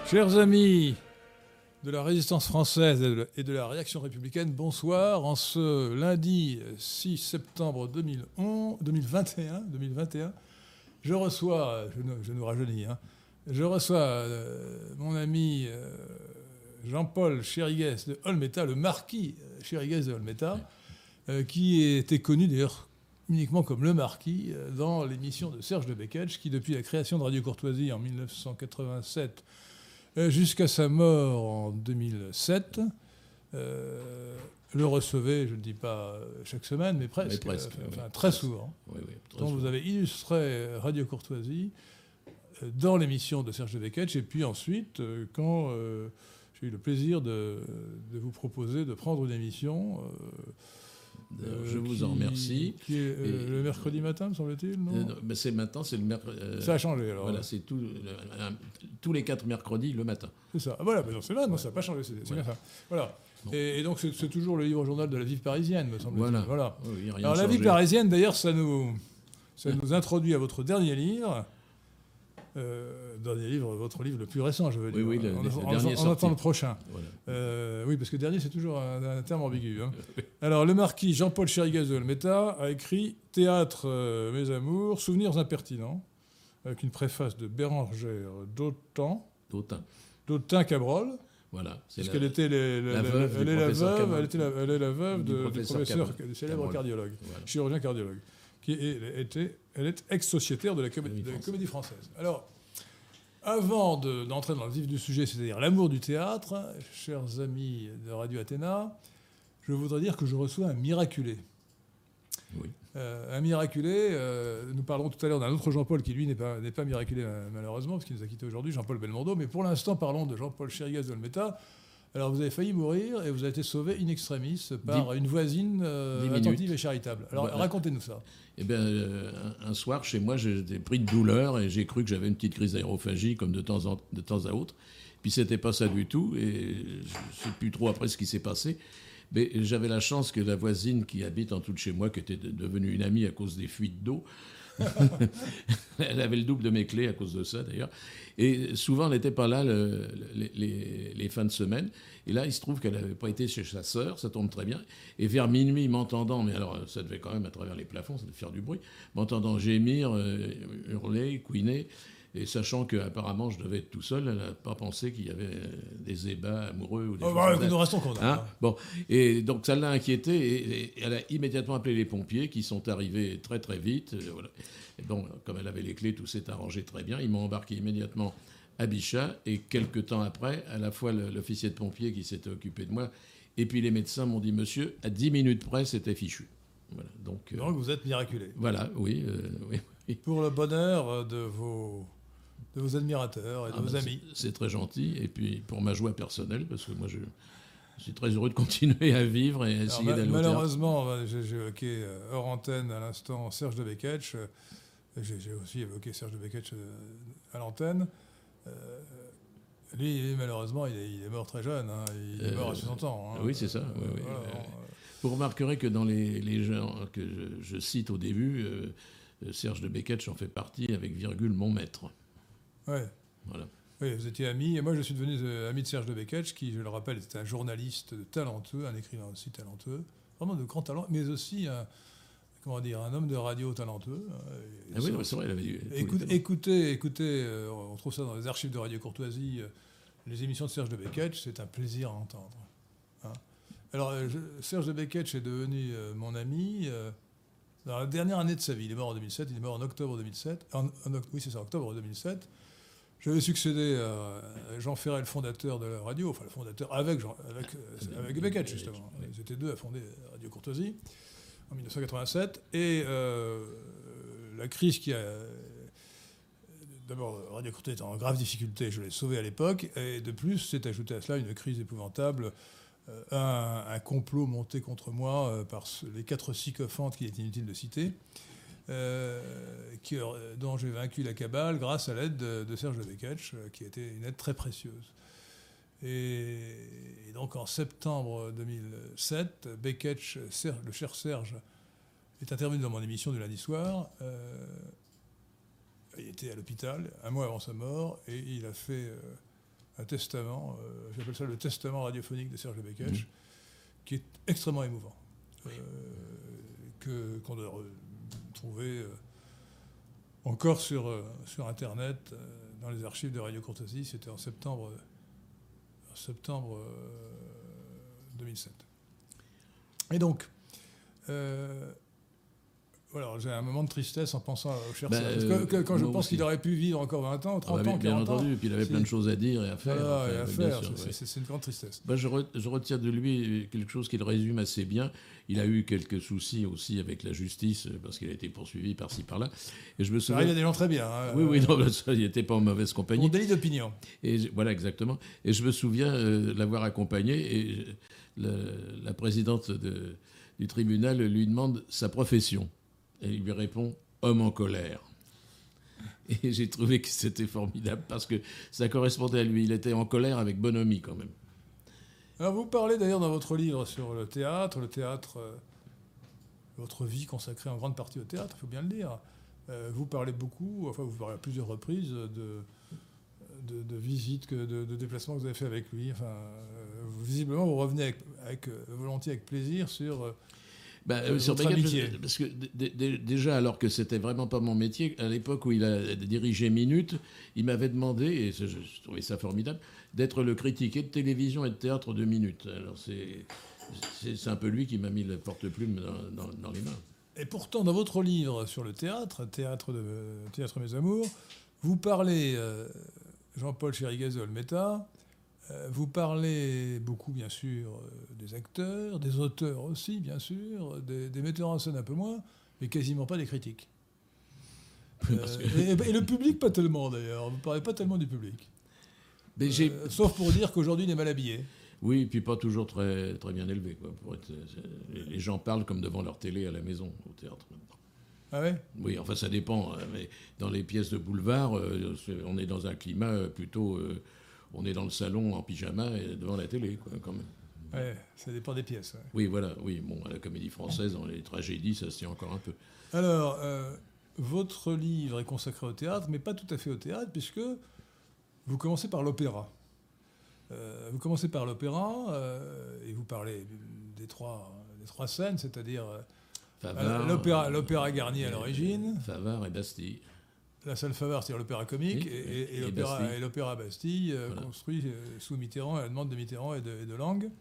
Chers amis de la résistance française et de la réaction républicaine, bonsoir. En ce lundi 6 septembre 2021, je reçois, je nous rajeunis, je reçois mon ami Jean-Paul Chériguez de Olmeta, le marquis Chériguez de Olmeta, qui était connu d'ailleurs uniquement comme le marquis dans l'émission de Serge de Beketch, qui depuis la création de Radio Courtoisie en 1987 jusqu'à sa mort en 2007, le recevait, je ne dis pas chaque semaine, mais presque, très souvent. Oui, Donc vous avez illustré Radio Courtoisie dans l'émission de Serge de Beketch, et puis ensuite, quand j'ai eu le plaisir de vous proposer de prendre une émission... je vous en remercie. Qui est le mercredi matin, me semble-t-il, non mais c'est maintenant, c'est le mercredi. Ça a changé, alors. Voilà, c'est tous les 4 mercredis le matin. C'est ça. Ah, voilà, mais non, c'est là, non, ça n'a pas changé, c'est bien ça. Voilà. Bon. Et donc, c'est toujours le livre-journal de la vie parisienne, me semble-t-il. Voilà. Oui, alors, la vie parisienne, d'ailleurs, ça nous introduit à votre dernier livre. Votre livre le plus récent, je veux dire. Oui, on attend le prochain. Voilà. Oui, parce que dernier, c'est toujours un terme ambigu. Alors, le marquis Jean-Paul Chériguez de Olmeta a écrit « Théâtre, mes amours, souvenirs impertinents », avec une préface de Bérangère Dautin-Cabrol. Voilà. Parce qu'elle était la veuve du professeur, du célèbre cardiologue, chirurgien cardiologue. Elle est ex-sociétaire de la Comédie Française. Alors, avant d'entrer dans le vif du sujet, c'est-à-dire l'amour du théâtre, chers amis de Radio Athéna, je voudrais dire que je reçois un miraculé. Oui. Un miraculé, nous parlerons tout à l'heure d'un autre Jean-Paul qui, lui, n'est pas miraculé, malheureusement, parce qu'il nous a quittés aujourd'hui, Jean-Paul Belmondo, mais pour l'instant, parlons de Jean-Paul Chériguez de Olmeta. Alors, vous avez failli mourir et vous avez été sauvé in extremis par une voisine attentive et charitable. Alors, racontez-nous ça. Eh bien, un soir, chez moi, j'étais pris de douleur et j'ai cru que j'avais une petite crise d'aérophagie, comme de temps à autre. Puis, c'était pas ça du tout et je sais plus trop après ce qui s'est passé. Mais j'avais la chance que la voisine qui habite en dessous de chez moi, qui était devenue une amie à cause des fuites d'eau, elle avait le double de mes clés à cause de ça, d'ailleurs. Et souvent, elle n'était pas là les fins de semaine. Et là, il se trouve qu'elle n'avait pas été chez sa sœur, ça tombe très bien. Et vers minuit, m'entendant, mais alors ça devait quand même à travers les plafonds, ça devait faire du bruit, m'entendant gémir, hurler, couiner, et sachant qu'apparemment je devais être tout seul, elle n'a pas pensé qu'il y avait des ébats amoureux ou des choses comme ça. Nous restons condamnés. Bon, et donc ça l'a inquiétée et elle a immédiatement appelé les pompiers qui sont arrivés très très vite. Voilà. Et bon, comme elle avait les clés, tout s'est arrangé très bien. Ils m'ont embarqué immédiatement à Bichat et quelques temps après, à la fois l'officier de pompiers qui s'était occupé de moi et puis les médecins m'ont dit « Monsieur, à 10 minutes près, c'était fichu ». Voilà, donc vous êtes miraculé. Voilà, oui. Pour le bonheur de vos admirateurs et de vos amis. C'est très gentil. Et puis pour ma joie personnelle, parce que moi je suis très heureux de continuer à vivre et à essayer d'aller au théâtre. Malheureusement, j'ai évoqué hors antenne à l'instant Serge de Beketch. J'ai aussi évoqué Serge de Beketch à l'antenne. Lui, malheureusement, il est mort très jeune. Il est mort à 60 ans. Oui, c'est ça. Oui. Vous remarquerez que dans les gens que je cite au début, Serge de Beketch en fait partie avec virgule mon maître. Ouais. Voilà. Oui, vous étiez amis. Et moi, je suis devenu ami de Serge de Beketch, qui, je le rappelle, était un journaliste talentueux, un écrivain aussi talentueux, vraiment de grand talent, mais aussi un homme de radio talentueux. Oui, c'est vrai, il avait Écoutez, on trouve ça dans les archives de Radio Courtoisie, les émissions de Serge de Beketch, c'est un plaisir à entendre. Alors, Serge de Beketch est devenu mon ami dans la dernière année de sa vie. Il est mort en 2007, il est mort en octobre 2007. Oui, c'est ça, octobre 2007. J'avais succédé à Jean Ferret, le fondateur de la radio, enfin le fondateur avec Beketch, justement. Ils étaient deux à fonder Radio Courtoisie en 1987. Et la crise qui a... D'abord, Radio Courtoisie était en grave difficulté, je l'ai sauvé à l'époque. Et de plus, s'est ajouté à cela une crise épouvantable, un complot monté contre moi par les 4 sycophantes qu'il est inutile de citer, dont j'ai vaincu la cabale grâce à l'aide de Serge de Beketch, qui a été une aide très précieuse. Et donc en septembre 2007, Beketch, le cher Serge, est intervenu dans mon émission du lundi soir. Il était à l'hôpital un mois avant sa mort et il a fait un testament, j'appelle ça le testament radiophonique de Serge de Beketch, qui est extrêmement émouvant, qu'on doit trouver encore sur Internet, dans les archives de Radio Courtoisie. C'était en septembre 2007. Et donc, voilà, j'ai un moment de tristesse en pensant au cher Serge. Quand je pense qu'il aurait pu vivre encore 20 ans, 30 ans, 40 bien ans. entendu, puis il avait plein de choses à dire et à faire. Voilà, c'est une grande tristesse. Je retiens de lui quelque chose qu'il résume assez bien. Il a eu quelques soucis aussi avec la justice, parce qu'il a été poursuivi par-ci, par-là. Et je me souviens... Il y a des gens très bien. Hein, oui, non, ça, il n'était pas en mauvaise compagnie. Pour délit d'opinion. Et voilà, exactement. Et je me souviens l'avoir accompagné, et la présidente du tribunal lui demande sa profession. Et il lui répond « homme en colère ». Et j'ai trouvé que c'était formidable parce que ça correspondait à lui. Il était en colère avec bonhomie quand même. Alors vous parlez d'ailleurs dans votre livre sur le théâtre, votre vie consacrée en grande partie au théâtre, il faut bien le dire. Vous parlez beaucoup, enfin vous parlez à plusieurs reprises de visites, de déplacements que vous avez fait avec lui. Enfin, visiblement vous revenez volontiers avec plaisir sur... sur Beketch, parce que déjà, alors que c'était vraiment pas mon métier, à l'époque où il a dirigé Minute, il m'avait demandé, et je trouvais ça formidable, d'être le critiqué de télévision et de théâtre de Minute. Alors c'est un peu lui qui m'a mis le porte-plume dans les mains. Et pourtant, dans votre livre sur le théâtre Mes Amours, vous parlez, Jean-Paul Chérigazol-Meta, vous parlez beaucoup, bien sûr, des acteurs, des auteurs aussi, bien sûr, des metteurs en scène un peu moins, mais quasiment pas des critiques. Et le public, pas tellement, d'ailleurs. Vous ne parlez pas tellement du public. Sauf pour dire qu'aujourd'hui, il est mal habillé. Oui, et puis pas toujours très, très bien élevé. Quoi, les gens parlent comme devant leur télé à la maison, au théâtre, maintenant. Ah ouais ? Oui, enfin, ça dépend. Mais dans les pièces de boulevard, on est dans un climat plutôt... on est dans le salon en pyjama et devant la télé, quoi, quand même. Ouais, ça dépend des pièces. Ouais. Oui, voilà. Oui, bon, à la Comédie Française, dans les tragédies, ça se tient encore un peu. Alors, votre livre est consacré au théâtre, mais pas tout à fait au théâtre, puisque vous commencez par l'opéra. Et vous parlez des trois scènes, c'est-à-dire l'opéra Garnier à l'origine. Favart et Bastille. La salle Favart, c'est-à-dire l'opéra comique, et l'opéra Bastille, voilà. Construit sous Mitterrand, à la demande de Mitterrand et de Lang.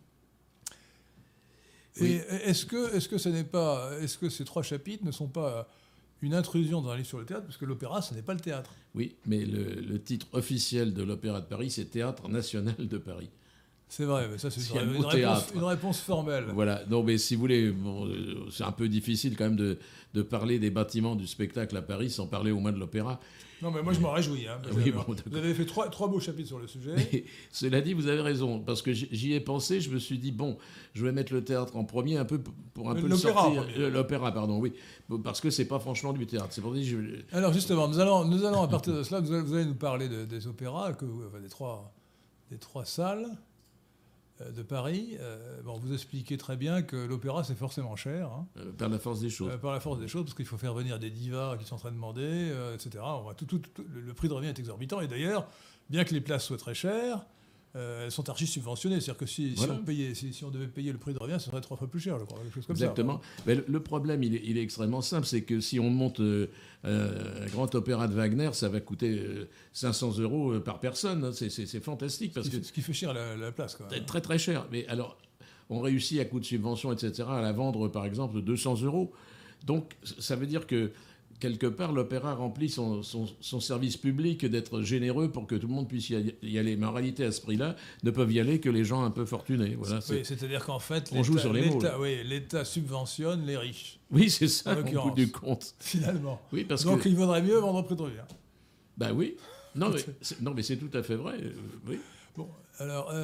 Oui. Et est-ce que ces trois chapitres ne sont pas une intrusion dans un livre sur le théâtre, parce que l'opéra, ce n'est pas le théâtre. Oui, mais le titre officiel de l'Opéra de Paris, c'est Théâtre National de Paris. C'est vrai, mais ça c'est une réponse formelle. Voilà, non mais si vous voulez, bon, c'est un peu difficile quand même de parler des bâtiments du spectacle à Paris sans parler au moins de l'opéra. Non mais moi je m'en réjouis. Hein, oui, vous avez fait trois beaux chapitres sur le sujet. Mais, cela dit, vous avez raison, parce que j'y ai pensé, je me suis dit, bon, je vais mettre le théâtre en premier, un peu pour un peu le sortir. L'opéra, pardon, oui, parce que c'est pas franchement du théâtre. C'est pour dire, Alors justement, nous allons à partir de cela, vous allez nous parler des opéras, des trois salles de Paris. Vous expliquez très bien que l'opéra, c'est forcément cher. Hein. Par la force des choses. Par la force des choses, parce qu'il faut faire venir des divas qui sont en train de demander, etc. Le prix de revient est exorbitant. Et d'ailleurs, bien que les places soient très chères, elles sont archi-subventionnées. C'est-à-dire que si on devait payer le prix de revient, ce serait 3 fois plus cher, je crois. Quelque chose comme exactement. Ça. Mais le problème, il est extrêmement simple. C'est que si on monte un grand opéra de Wagner, ça va coûter 500 € par personne. Hein. C'est fantastique. Ce qui fait cher la place, quand même. Très, très cher. Mais alors, on réussit à coup de subvention, etc., à la vendre, par exemple, 200 €. Donc, ça veut dire que quelque part, l'opéra remplit son service public d'être généreux pour que tout le monde puisse y aller. Mais en réalité, à ce prix-là, ne peuvent y aller que les gens un peu fortunés. Voilà, c'est-à-dire qu'en fait, on joue sur les mots. L'État subventionne les riches. Oui, c'est ça, au bout du compte. Finalement. Oui, donc il vaudrait mieux vendre au prix de revient. Ben oui. Non, mais c'est tout à fait vrai. Oui. Bon, alors...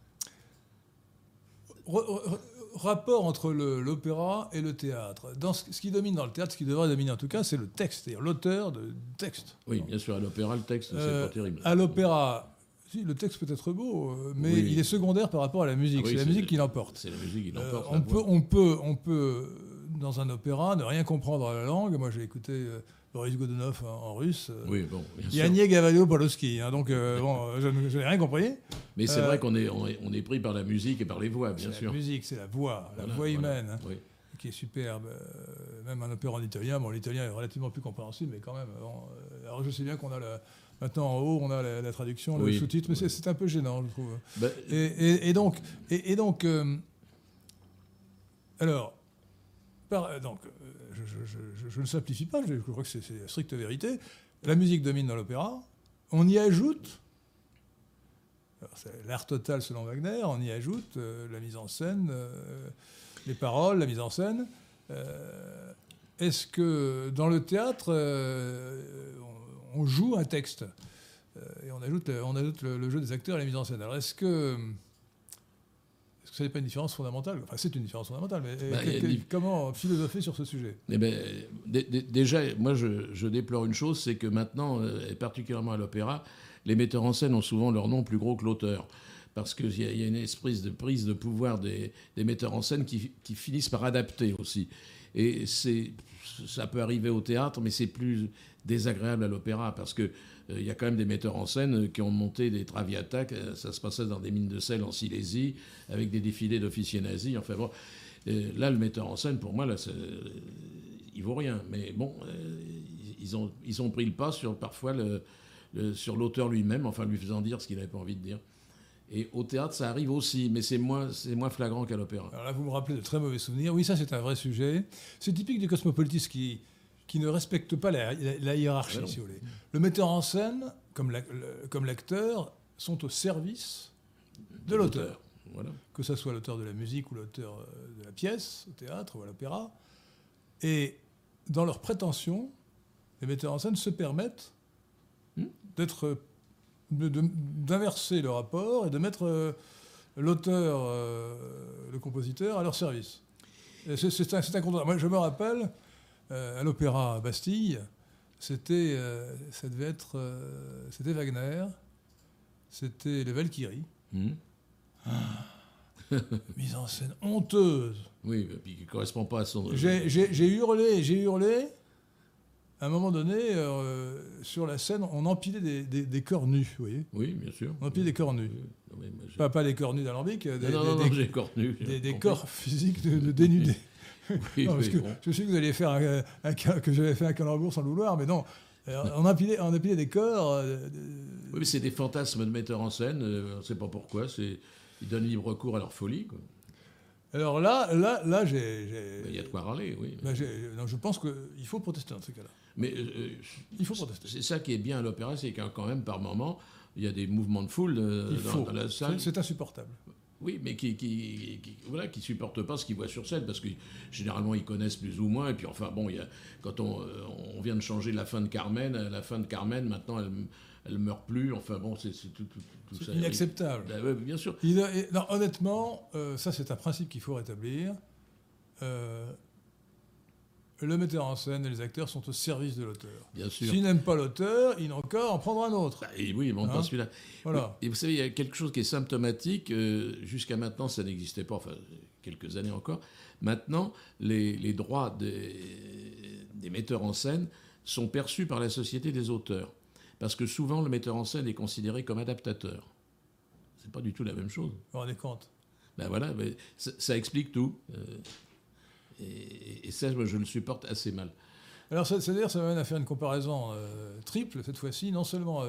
rapport entre l'opéra et le théâtre. Ce qui domine dans le théâtre, ce qui devrait dominer en tout cas, c'est le texte, c'est-à-dire l'auteur de texte. Oui, bien sûr, à l'opéra, le texte, c'est pas terrible. À l'opéra, si, le texte peut être beau, mais il est secondaire par rapport à la musique. C'est la musique qui l'emporte. C'est la musique qui l'emporte. On peut, dans un opéra, ne rien comprendre à la langue. Moi, j'ai écouté Boris Godunov en russe. Oui, bon, bien sûr. Yannick Gavalio-Polowski. Hein, donc, bon, je n'ai rien compris. Mais c'est vrai qu'on est pris par la musique et par les voix, bien sûr. La musique, c'est la voix humaine, hein, oui. Qui est superbe. Même un opéra en italien. Bon, l'italien est relativement plus compréhensible, mais quand même. Alors, je sais bien qu'on a maintenant en haut, on a la traduction, le sous-titre, mais c'est un peu gênant, je trouve. Bah, et donc, alors, je ne simplifie pas, je crois que c'est la stricte vérité. La musique domine dans l'opéra. On y ajoute, c'est l'art total selon Wagner, on y ajoute la mise en scène, les paroles, la mise en scène. Est-ce que dans le théâtre, on joue un texte et on ajoute le jeu des acteurs et la mise en scène? Alors est-ce que ce n'est pas une différence fondamentale? Enfin, c'est une différence fondamentale, mais comment philosopher sur ce sujet? Déjà, moi, je déplore une chose, c'est que maintenant, et particulièrement à l'opéra, les metteurs en scène ont souvent leur nom plus gros que l'auteur. Parce qu'il y a une espèce de prise de pouvoir des metteurs en scène qui finissent par adapter aussi. Et ça peut arriver au théâtre, mais c'est plus désagréable à l'opéra, parce qu'il y a quand même des metteurs en scène qui ont monté des Traviata, ça se passait dans des mines de sel en Silésie, avec des défilés d'officiers nazis. Enfin bon, là, le metteur en scène, pour moi, là, il vaut rien. Mais bon, ils ont pris le pas parfois sur l'auteur lui-même, enfin lui faisant dire ce qu'il n'avait pas envie de dire. Et au théâtre, ça arrive aussi, mais c'est moins flagrant qu'à l'opéra. Alors là, vous me rappelez de très mauvais souvenirs. Oui, ça, c'est un vrai sujet. C'est typique du cosmopolitisme qui ne respecte pas la hiérarchie, si vous voulez. Le metteur en scène, comme l'acteur, sont au service de l'auteur. Voilà. Que ce soit l'auteur de la musique ou l'auteur de la pièce, au théâtre ou à l'opéra. Et dans leurs prétentions, les metteurs en scène se permettent d'inverser le rapport et de mettre l'auteur, le compositeur, à leur service. C'est incontournable. Moi, je me rappelle, à l'Opéra Bastille, c'était Wagner, c'était les Valkyries. Mise en scène honteuse. Oui, et puis qui ne correspond pas à son... J'ai hurlé. À un moment donné, sur la scène, on empilait des corps nus, vous voyez. Oui, bien sûr. On empilait des corps nus. Oui, pas des corps nus d'alambic, des corps nus. Des corps physiques de dénudés. Oui, non, parce que bon. Je sais que vous alliez faire que j'avais fait un calembour sans le vouloir, mais non. On empilait des corps. Oui, mais c'est des fantasmes de metteurs en scène. On ne sait pas pourquoi. Ils donnent libre cours à leur folie, quoi. Alors là, il y a de quoi râler, oui. Je pense qu'il faut protester dans ces cas-là. Mais il faut protester. C'est ça qui est bien à l'opéra, c'est qu'à quand même, par moment, il y a des mouvements de foule dans la salle. C'est insupportable. Oui, mais qui supportent pas ce qu'ils voient sur scène, parce que généralement ils connaissent plus ou moins. Et puis enfin bon, quand on vient de changer la fin de Carmen, maintenant elle meurt plus. Enfin bon, c'est tout ça. C'est inacceptable. Oui, bien sûr. Non, honnêtement, ça c'est un principe qu'il faut rétablir. Le metteur en scène et les acteurs sont au service de l'auteur. Bien sûr. S'ils n'aiment pas l'auteur, ils n'ont qu'à en prendre un autre. Et oui, mais on prend celui-là. Voilà. Et vous savez, il y a quelque chose qui est symptomatique. Jusqu'à maintenant, ça n'existait pas, enfin, quelques années encore. Maintenant, les droits des metteurs en scène sont perçus par la Société des auteurs. Parce que souvent, le metteur en scène est considéré comme adaptateur. C'est pas du tout la même chose. Vous vous rendez compte? Ben voilà, ça explique tout. Et ça, je le supporte assez mal. Alors, c'est-à-dire, ça m'amène à faire une comparaison triple, cette fois-ci, non seulement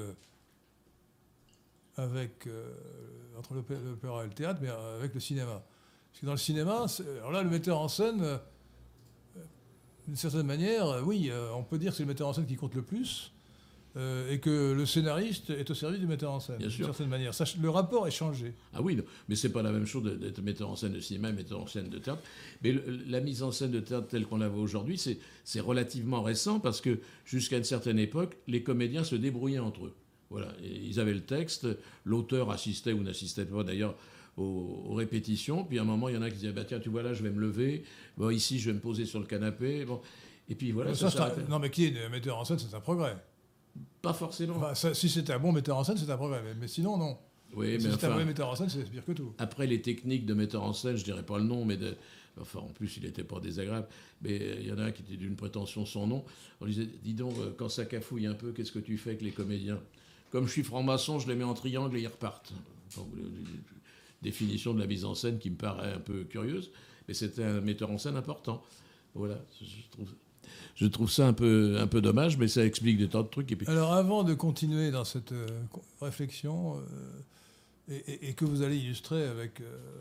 entre l'opéra et le théâtre, mais avec le cinéma. Parce que dans le cinéma, alors là, le metteur en scène, d'une certaine manière, oui, on peut dire que c'est le metteur en scène qui compte le plus, et que le scénariste est au service du metteur en scène, d'une certaine manière. Le rapport est changé. Ah oui, non, mais c'est pas la même chose d'être metteur en scène de cinéma et metteur en scène de théâtre. Mais la mise en scène de théâtre telle qu'on la voit aujourd'hui, c'est relativement récent, parce que jusqu'à une certaine époque, les comédiens se débrouillaient entre eux. Voilà, et ils avaient le texte, l'auteur assistait ou n'assistait pas d'ailleurs aux répétitions, puis à un moment, il y en a qui disaient bah, tiens, tu vois là, je vais me lever, bon, ici, je vais me poser sur le canapé, bon. Et puis voilà. Non, mais qui est metteur en scène, c'est un progrès. Pas forcément. Enfin, si c'était un bon metteur en scène, c'est un progrès. Mais sinon, non. Oui, si mais c'est un mauvais metteur en scène, c'est pire que tout. après, les techniques de metteur en scène, je dirais pas le nom, mais enfin, en plus, il n'était pas désagréable. Mais il y en a un qui était d'une prétention sans nom. On lui disait, dis donc, quand ça cafouille un peu, qu'est-ce que tu fais avec les comédiens? Comme je suis franc-maçon, je les mets en triangle et ils repartent. Enfin, définition de la mise en scène qui me paraît un peu curieuse, mais c'était un metteur en scène important. Voilà, je trouve ça un peu dommage, mais ça explique des tas de trucs. Et puis... Alors, avant de continuer dans cette réflexion, et que vous allez illustrer avec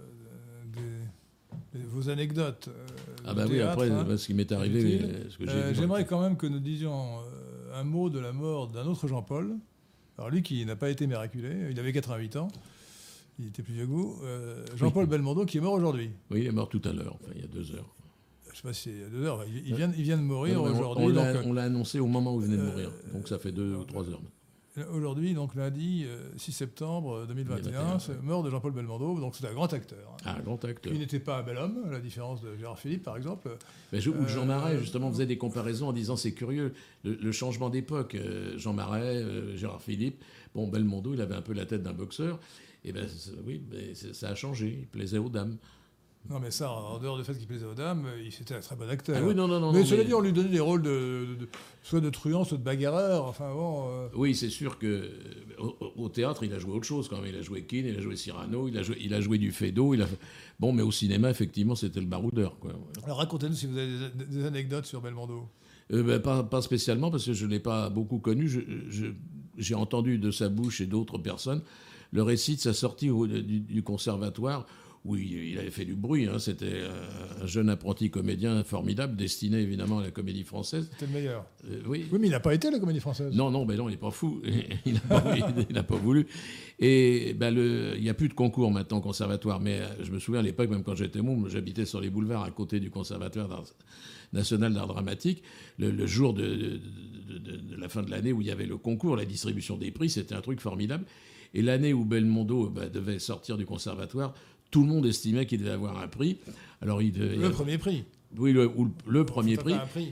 vos anecdotes. Ah bah oui, théâtre, après, ce qui m'est arrivé, ce que j'ai vu. J'aimerais quand même que nous disions un mot de la mort d'un autre Jean-Paul. Alors lui qui n'a pas été miraculé, il avait 88 ans, il était plus vieux que vous. Jean-Paul Belmondo qui est mort aujourd'hui. Oui, il est mort tout à l'heure, enfin il y a 2 heures. Je ne sais pas si c'est il y a 2 heures, il vient de mourir aujourd'hui. On l'a annoncé au moment où il venait de mourir, donc ça fait 2 ou 3 heures. Aujourd'hui, donc lundi 6 septembre 2021, c'est mort de Jean-Paul Belmondo, donc c'est un grand acteur. Ah, un grand acteur. Il n'était pas un bel homme, à la différence de Gérard Philippe, par exemple. Mais Jean Marais, justement, faisait des comparaisons en disant c'est curieux, le changement d'époque. Jean Marais, Gérard Philippe, bon, Belmondo, il avait un peu la tête d'un boxeur. Et ben oui, mais ça a changé, il plaisait aux dames. Non, mais ça, en dehors du fait qu'il plaisait aux dames, c'était un très bon acteur. Ah oui, non. Mais cela dit, on lui donnait des rôles soit de truand, soit de bagarreur. Enfin bon. Oui, c'est sûr que au théâtre, il a joué autre chose quand même. Il a joué Keane, il a joué Cyrano, il a joué du Feydeau. Bon, mais au cinéma, effectivement, c'était le baroudeur, quoi. Alors racontez-nous si vous avez des anecdotes sur Belmondo. Pas spécialement, parce que je ne l'ai pas beaucoup connu. J'ai entendu de sa bouche et d'autres personnes le récit de sa sortie du conservatoire, où il avait fait du bruit. Hein. C'était un jeune apprenti comédien formidable, destiné évidemment à la comédie française. C'était le meilleur. Oui, mais il n'a pas été à la comédie française. Non, il n'est pas fou. Il n'a pas voulu. Et il n'y a plus de concours maintenant au conservatoire. Mais je me souviens à l'époque, même quand j'étais môme, j'habitais sur les boulevards à côté du conservatoire national d'art dramatique. Le jour de la fin de l'année où il y avait le concours, la distribution des prix, c'était un truc formidable. Et l'année où Belmondo devait sortir du conservatoire, tout le monde estimait qu'il devait avoir un prix. Alors, premier prix. Oui, le premier prix. Prix.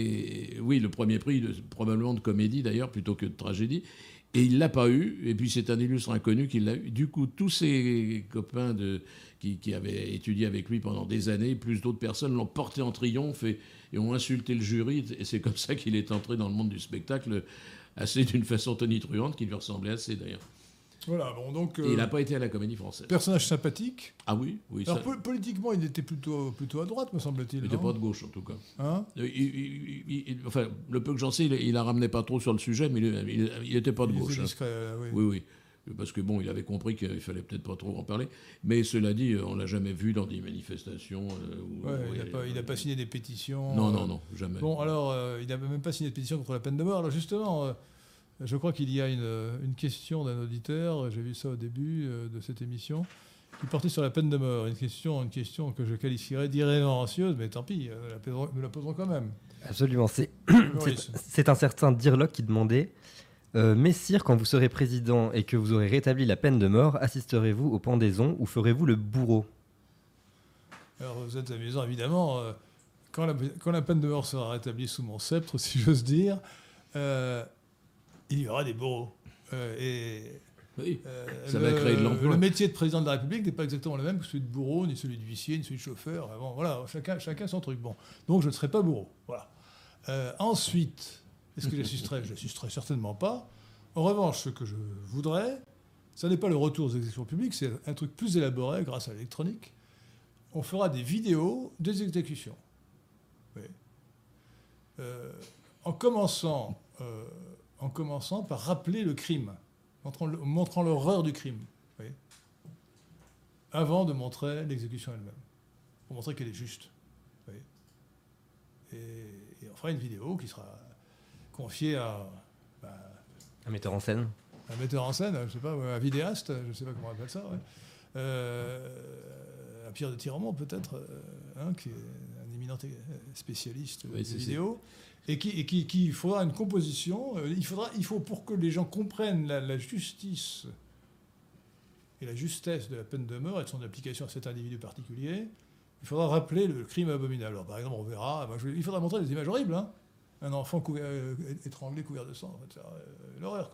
Et oui, le premier prix, probablement de comédie d'ailleurs, plutôt que de tragédie. Et il ne l'a pas eu. Et puis, c'est un illustre inconnu qui l'a eu. Du coup, tous ses copains qui avaient étudié avec lui pendant des années, plus d'autres personnes, l'ont porté en triomphe et ont insulté le jury. Et c'est comme ça qu'il est entré dans le monde du spectacle, assez d'une façon tonitruante, qui lui ressemblait assez d'ailleurs. Voilà, bon, donc, et il n'a pas été à la Comédie Française. Personnage sympathique. Ah oui. Alors, politiquement, il était plutôt à droite, me semble-t-il. Il n'était pas de gauche, en tout cas. Hein enfin, le peu que j'en sais, il la ramenait pas trop sur le sujet, mais il n'était pas de gauche. Il était discret, oui. Parce que bon, il avait compris qu'il fallait peut-être pas trop en parler. Mais cela dit, on l'a jamais vu dans des manifestations. Il n'a pas signé des pétitions. Non, jamais. Bon, alors, il n'a même pas signé de pétition contre la peine de mort. Alors justement, je crois qu'il y a une question d'un auditeur, j'ai vu ça au début de cette émission, qui portait sur la peine de mort. Une question que je qualifierais d'irrévérencieuse, mais tant pis, nous la poserons quand même. Absolument. C'est un certain Dirlock qui demandait Messire, quand vous serez président et que vous aurez rétabli la peine de mort, assisterez-vous aux pendaisons ou ferez-vous le bourreau? Alors vous êtes amusant, évidemment. Quand la peine de mort sera rétablie sous mon sceptre, si j'ose dire, il y aura des bourreaux. Oui, ça va créer de l'emploi. Le métier de président de la République n'est pas exactement le même que celui de bourreau, ni celui de huissier, ni celui de chauffeur. Bon, voilà, chacun son truc. Bon, donc je ne serai pas bourreau. Voilà. Ensuite, est-ce que j'assisterai? Je n'assisterai certainement pas. En revanche, ce que je voudrais, ce n'est pas le retour aux exécutions publiques, c'est un truc plus élaboré grâce à l'électronique. On fera des vidéos des exécutions. Oui. En commençant par rappeler le crime, montrant l'horreur du crime, oui, avant de montrer l'exécution elle-même, pour montrer qu'elle est juste. Oui. Et on fera une vidéo qui sera confiée à un metteur en scène. Un metteur en scène, je ne sais pas, un vidéaste, je ne sais pas comment on appelle ça, ouais. À Pierre de Tiremont peut-être, qui est un éminent spécialiste des vidéos. Et qui faudra une composition. Il faut pour que les gens comprennent la justice et la justesse de la peine de mort et de son application à cet individu particulier, il faudra rappeler le crime abominable. Alors, par exemple, on verra. Il faudra montrer des images horribles. Hein. Un enfant étranglé, couvert de sang. L'horreur, quoi.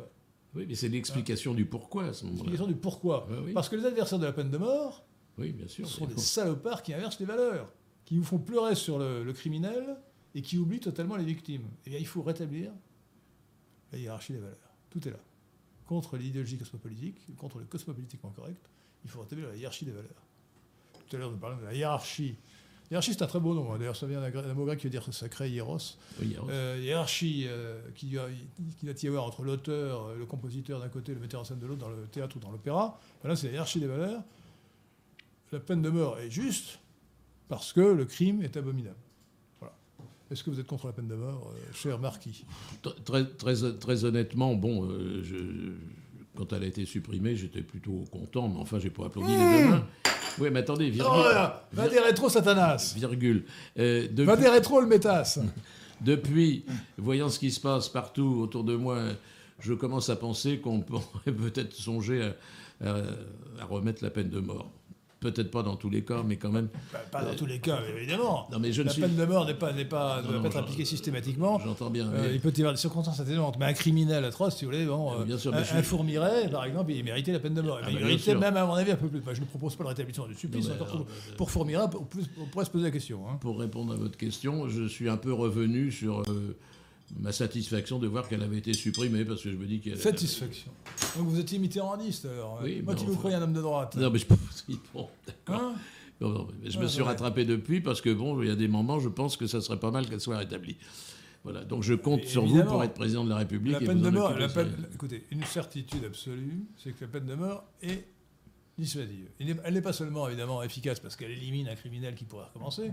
Oui, mais c'est l'explication du pourquoi à ce moment-là. L'explication du pourquoi. Oui. Parce que les adversaires de la peine de mort Oui, bien sûr. sont des salopards qui inversent les valeurs, qui vous font pleurer sur le criminel et qui oublient totalement les victimes. Eh bien, il faut rétablir la hiérarchie des valeurs. Tout est là. Contre l'idéologie cosmopolitique, contre le cosmopolitiquement correct, il faut rétablir la hiérarchie des valeurs. Tout à l'heure, nous parlions de la hiérarchie. Hiérarchie, c'est un très beau nom. D'ailleurs, ça vient d'un mot grec qui veut dire sacré, hieros. Oui, hieros. Hiérarchie qui doit y avoir entre l'auteur, le compositeur d'un côté, le metteur en scène de l'autre, dans le théâtre ou dans l'opéra. Là, c'est la hiérarchie des valeurs. La peine de mort est juste parce que le crime est abominable. Voilà. Est-ce que vous êtes contre la peine de mort, cher Marquis ? Très honnêtement, bon, quand elle a été supprimée, j'étais plutôt content, mais enfin, j'ai pas applaudi les deux mains. Oui, mais attendez, virgule. Oh là, va des rétro Satanas. Virgule. Va des rétro le métas. Depuis, voyant ce qui se passe partout autour de moi, je commence à penser qu'on pourrait peut-être songer à remettre la peine de mort. Peut-être pas dans tous les cas, mais quand même. Pas dans tous les cas, évidemment. Non, mais la peine de mort ne doit pas être appliquée systématiquement. J'entends bien. Il peut y avoir des circonstances atténuantes, mais un criminel atroce, si vous voulez, bien sûr, un Fourmiret, par exemple, il méritait la peine de mort. Il méritait même, à mon avis, un peu plus. Je ne propose pas le rétablissement du supplice. Pour Fourmiret, on pourrait se poser la question. Pour répondre à votre question, je suis un peu revenu sur ma satisfaction de voir qu'elle avait été supprimée, parce que je me dis qu'elle... Satisfaction. Donc vous êtes mitterrandiste, alors. Oui, moi qui vous croyais un homme de droite. Non, mais bon, d'accord. Je me suis rattrapé depuis, parce que bon, il y a des moments, je pense que ça serait pas mal qu'elle soit rétablie. Voilà, donc je compte sur vous pour être président de la République. La peine de mort, écoutez, une certitude absolue, c'est que la peine de mort est dissuasive. Elle n'est pas seulement, évidemment, efficace parce qu'elle élimine un criminel qui pourrait recommencer.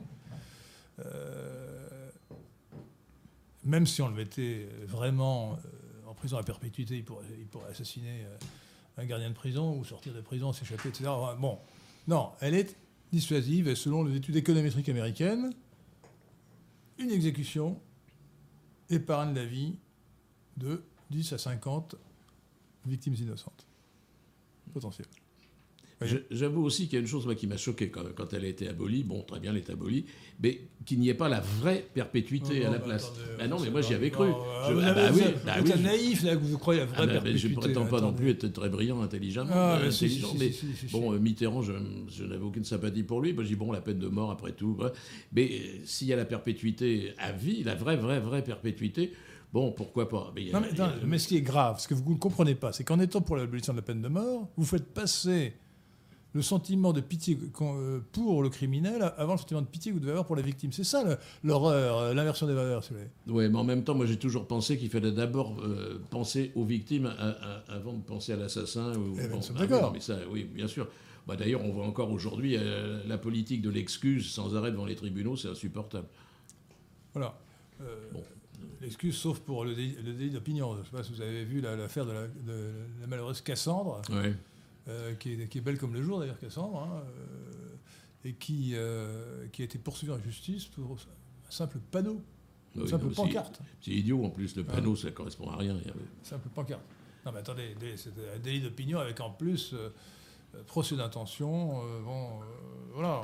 Même si on le mettait vraiment en prison à perpétuité, il pourrait assassiner un gardien de prison ou sortir de prison, s'échapper, etc. Bon, non, elle est dissuasive et selon les études économétriques américaines, une exécution épargne la vie de 10 à 50 victimes innocentes potentielles. J'avoue aussi qu'il y a une chose qui m'a choqué quand elle a été abolie. Bon, très bien, elle est abolie, mais qu'il n'y ait pas la vraie perpétuité à la place. Non, mais moi j'y avais cru. Vous êtes naïf, là, que vous croyez à la vraie perpétuité. Je ne prétends pas non plus être très brillant intelligemment. Bon, Mitterrand, je n'avais aucune sympathie pour lui. Moi, je dis, bon, la peine de mort après tout. Mais s'il y a la perpétuité à vie, la vraie perpétuité, bon, pourquoi pas. Mais ce qui est grave, ce que vous ne comprenez pas, c'est qu'en étant pour l'abolition de la peine de mort, vous faites passer le sentiment de pitié pour le criminel avant le sentiment de pitié que vous devez avoir pour la victime. C'est ça l'horreur, l'inversion des valeurs, si vous voulez. Oui, mais en même temps, moi j'ai toujours pensé qu'il fallait d'abord penser aux victimes avant de penser à l'assassin. D'accord. Mais ça, oui, bien sûr. D'ailleurs, on voit encore aujourd'hui la politique de l'excuse sans arrêt devant les tribunaux, c'est insupportable. Voilà. L'excuse, sauf pour le délit d'opinion. Je ne sais pas si vous avez vu l'affaire de la malheureuse Cassandre. Oui. Qui est belle comme le jour d'ailleurs, Cassandre, et qui a été poursuivie en justice pour un simple panneau, une simple pancarte. C'est idiot en plus, le panneau ça ne correspond à rien. Simple pancarte. Non mais attendez, c'est un délit d'opinion avec en plus procès d'intention, voilà.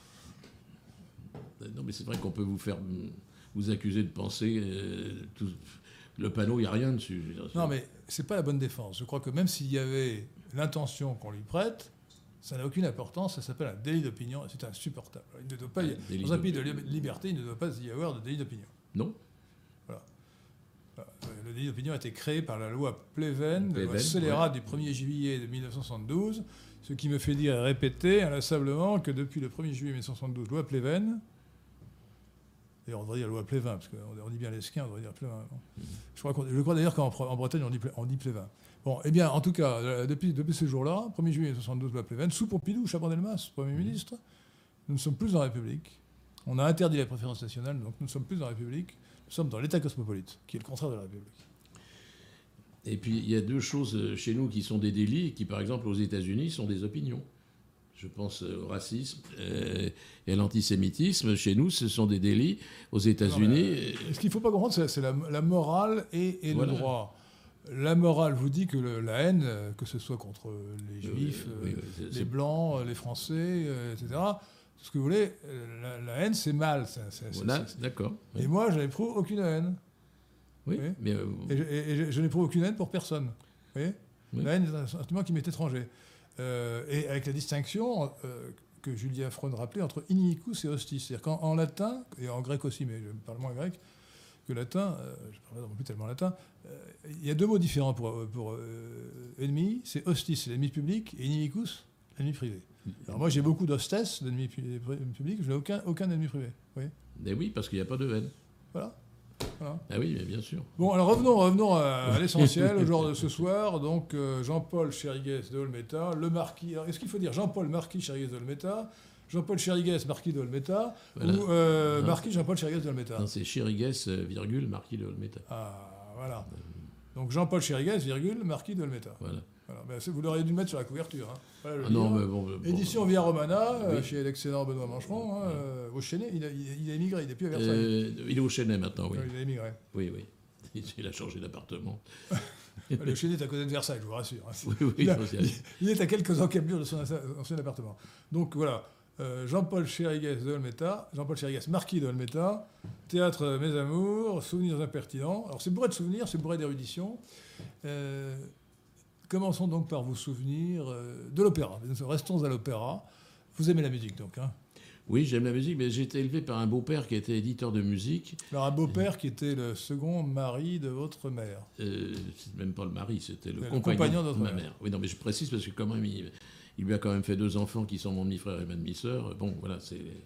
Non mais c'est vrai qu'on peut vous accuser de penser... le panneau, il n'y a rien dessus. Non mais c'est pas la bonne défense. Je crois que même s'il y avait l'intention qu'on lui prête, ça n'a aucune importance, ça s'appelle un délit d'opinion et c'est insupportable. Il ne doit pas dans un pays de liberté, il ne doit pas y avoir de délit d'opinion. Non. Voilà. Le délit d'opinion a été créé par la loi Pleven, la loi scélérate du 1er juillet de 1972, ce qui me fait dire et répéter inlassablement que depuis le 1er juillet 1972, loi Pleven, et on devrait dire loi Plévin, parce qu'on dit bien l'esquin, on devrait dire Plévin. Je crois d'ailleurs qu'en Bretagne, on dit Plévin. Bon, eh bien, en tout cas, depuis ce jour-là, 1er juillet 1972, loi Plévin, sous Pompidou, Chaban-Delmas, Premier ministre, nous ne sommes plus dans la République. On a interdit la préférence nationale, donc nous ne sommes plus dans la République. Nous sommes dans l'État cosmopolite, qui est le contraire de la République. Et puis, il y a deux choses chez nous qui sont des délits, et qui, par exemple, aux États-Unis, sont des opinions. Je pense au racisme et à l'antisémitisme. Chez nous, ce sont des délits. Aux États-Unis... Ce qu'il ne faut pas comprendre, c'est la morale et le droit. La morale vous dit que la haine, que ce soit contre les Juifs, les Blancs, les Français, etc., ce que vous voulez, la haine, c'est mal. D'accord. Et moi, je n'éprouve aucune haine. Oui, mais... Et je n'éprouve aucune haine pour personne. Vous voyez ? La haine est un sentiment qui m'est étranger. Et avec la distinction que Julien Freund rappelait entre inimicus et hostis. C'est-à-dire qu'en latin, et en grec aussi, mais je parle moins grec que latin, je ne parle pas plus tellement latin, il y a deux mots différents pour ennemi. C'est hostis, c'est l'ennemi public, et inimicus, l'ennemi privé. Alors moi, j'ai beaucoup d'hostesses, d'ennemis publics, je n'ai aucun ennemi privé. Oui. Mais oui, parce qu'il n'y a pas de haine. Voilà. Ah oui, mais bien sûr. Bon, alors revenons à l'essentiel, au genre de ce soir. Donc, Jean-Paul Chériguès de Olmeta, le marquis... Alors, est-ce qu'il faut dire Jean-Paul marquis Chériguès de Olmeta, Jean-Paul Chériguès marquis de Olmeta, voilà. Ou marquis Jean-Paul Chériguès de Olmeta? Non, c'est Chériguès, virgule, marquis de Olmeta. Ah, voilà. Donc, Jean-Paul Chériguès, virgule, marquis de Olmeta. Voilà. Ben, vous l'auriez dû mettre sur la couverture. Hein. Voilà, non, mais bon, édition Via Romana, chez l'excellent Benoît Mancheron, au Chênay. Il a émigré, il n'est plus à Versailles. Il est au Chênay maintenant, oui. Il a émigré. Oui. Il a changé d'appartement. Le Chênay est à côté de Versailles, je vous rassure. Oui, il est à quelques encablures de son ancien appartement. Donc voilà, Jean-Paul Chériguès de Olmeta, Jean-Paul Chériguès, marquis de Olmeta, théâtre Mes Amours, souvenirs impertinents. Alors c'est bourré de souvenirs, c'est bourré d'érudition. Commençons donc par vous souvenir de l'opéra. Restons à l'opéra. Vous aimez la musique donc, hein? Oui, j'aime la musique, mais j'ai été élevé par un beau-père qui était éditeur de musique. Alors un beau-père qui était le second mari de votre mère. C'est même pas le mari, c'était le compagnon de votre ma mère. Oui, non, mais je précise parce que quand même, il lui a quand même fait 2 enfants qui sont mon demi-frère et ma demi-sœur. Bon, voilà,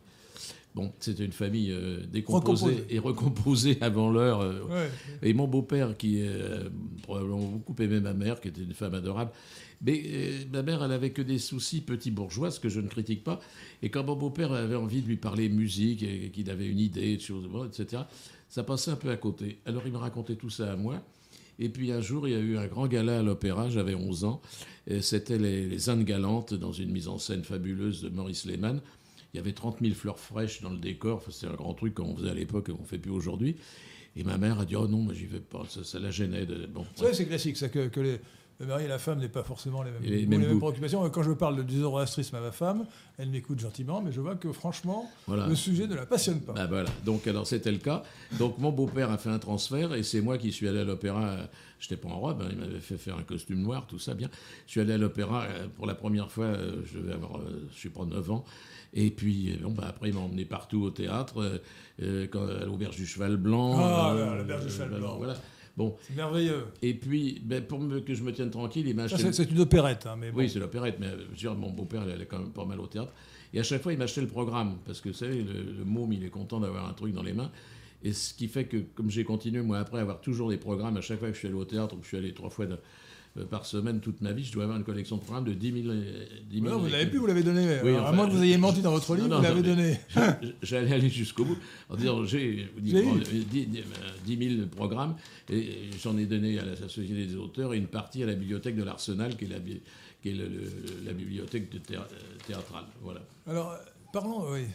c'était une famille décomposée et recomposée avant l'heure. Ouais. Et mon beau-père, qui probablement beaucoup aimé ma mère, qui était une femme adorable. Mais ma mère, elle avait que des soucis petits bourgeois, ce que je ne critique pas. Et quand mon beau-père avait envie de lui parler musique et qu'il avait une idée, etc., ça passait un peu à côté. Alors il me racontait tout ça à moi. Et puis un jour, il y a eu un grand gala à l'opéra, j'avais 11 ans. Et c'était les Indes galantes dans une mise en scène fabuleuse de Maurice Lehmann. Il y avait 30 000 fleurs fraîches dans le décor. Enfin, c'était un grand truc qu'on faisait à l'époque et qu'on ne fait plus aujourd'hui. Et ma mère a dit « Oh non, moi j'y vais pas ». Ça la gênait. Bon, ouais. C'est classique, ça, que le mari et la femme n'aient pas forcément les mêmes préoccupations. Quand je parle du zoroastrisme à ma femme, elle m'écoute gentiment, mais je vois que franchement, le sujet ne la passionne pas. Ben voilà. Donc alors c'était le cas. Donc mon beau-père a fait un transfert et c'est moi qui suis allé à l'opéra. Je n'étais pas en robe, il m'avait fait faire un costume noir, tout ça bien. Je suis allé à l'opéra pour la première fois, je devais avoir, je sais pas, 9 ans. Et puis, après, il m'a emmené partout au théâtre, à l'Auberge du Cheval Blanc. L'Auberge du Cheval Blanc. Voilà. Bon. C'est merveilleux. Et puis, pour que je me tienne tranquille, il m'a acheté... C'est une opérette. Hein, mais bon. Oui, c'est l'opérette, mais mon beau-père, il allait quand même pas mal au théâtre. Et à chaque fois, il m'achetait le programme, parce que, vous savez, le môme, il est content d'avoir un truc dans les mains. Et ce qui fait que, comme j'ai continué, moi, après, à avoir toujours des programmes, à chaque fois que je suis allé au théâtre, ou que je suis allé 3 fois par semaine toute ma vie, je dois avoir une collection de programmes de 10 000... Non, vous l'avez plus, vous l'avez donné. Oui, à moins que vous ayez menti dans votre livre, vous l'avez donné. J'allais aller jusqu'au bout en disant j'ai 10 000 programmes et j'en ai donné à la Société des auteurs et une partie à la bibliothèque de l'Arsenal, qui est la bibliothèque théâtrale. Voilà. Alors, parlons, oui.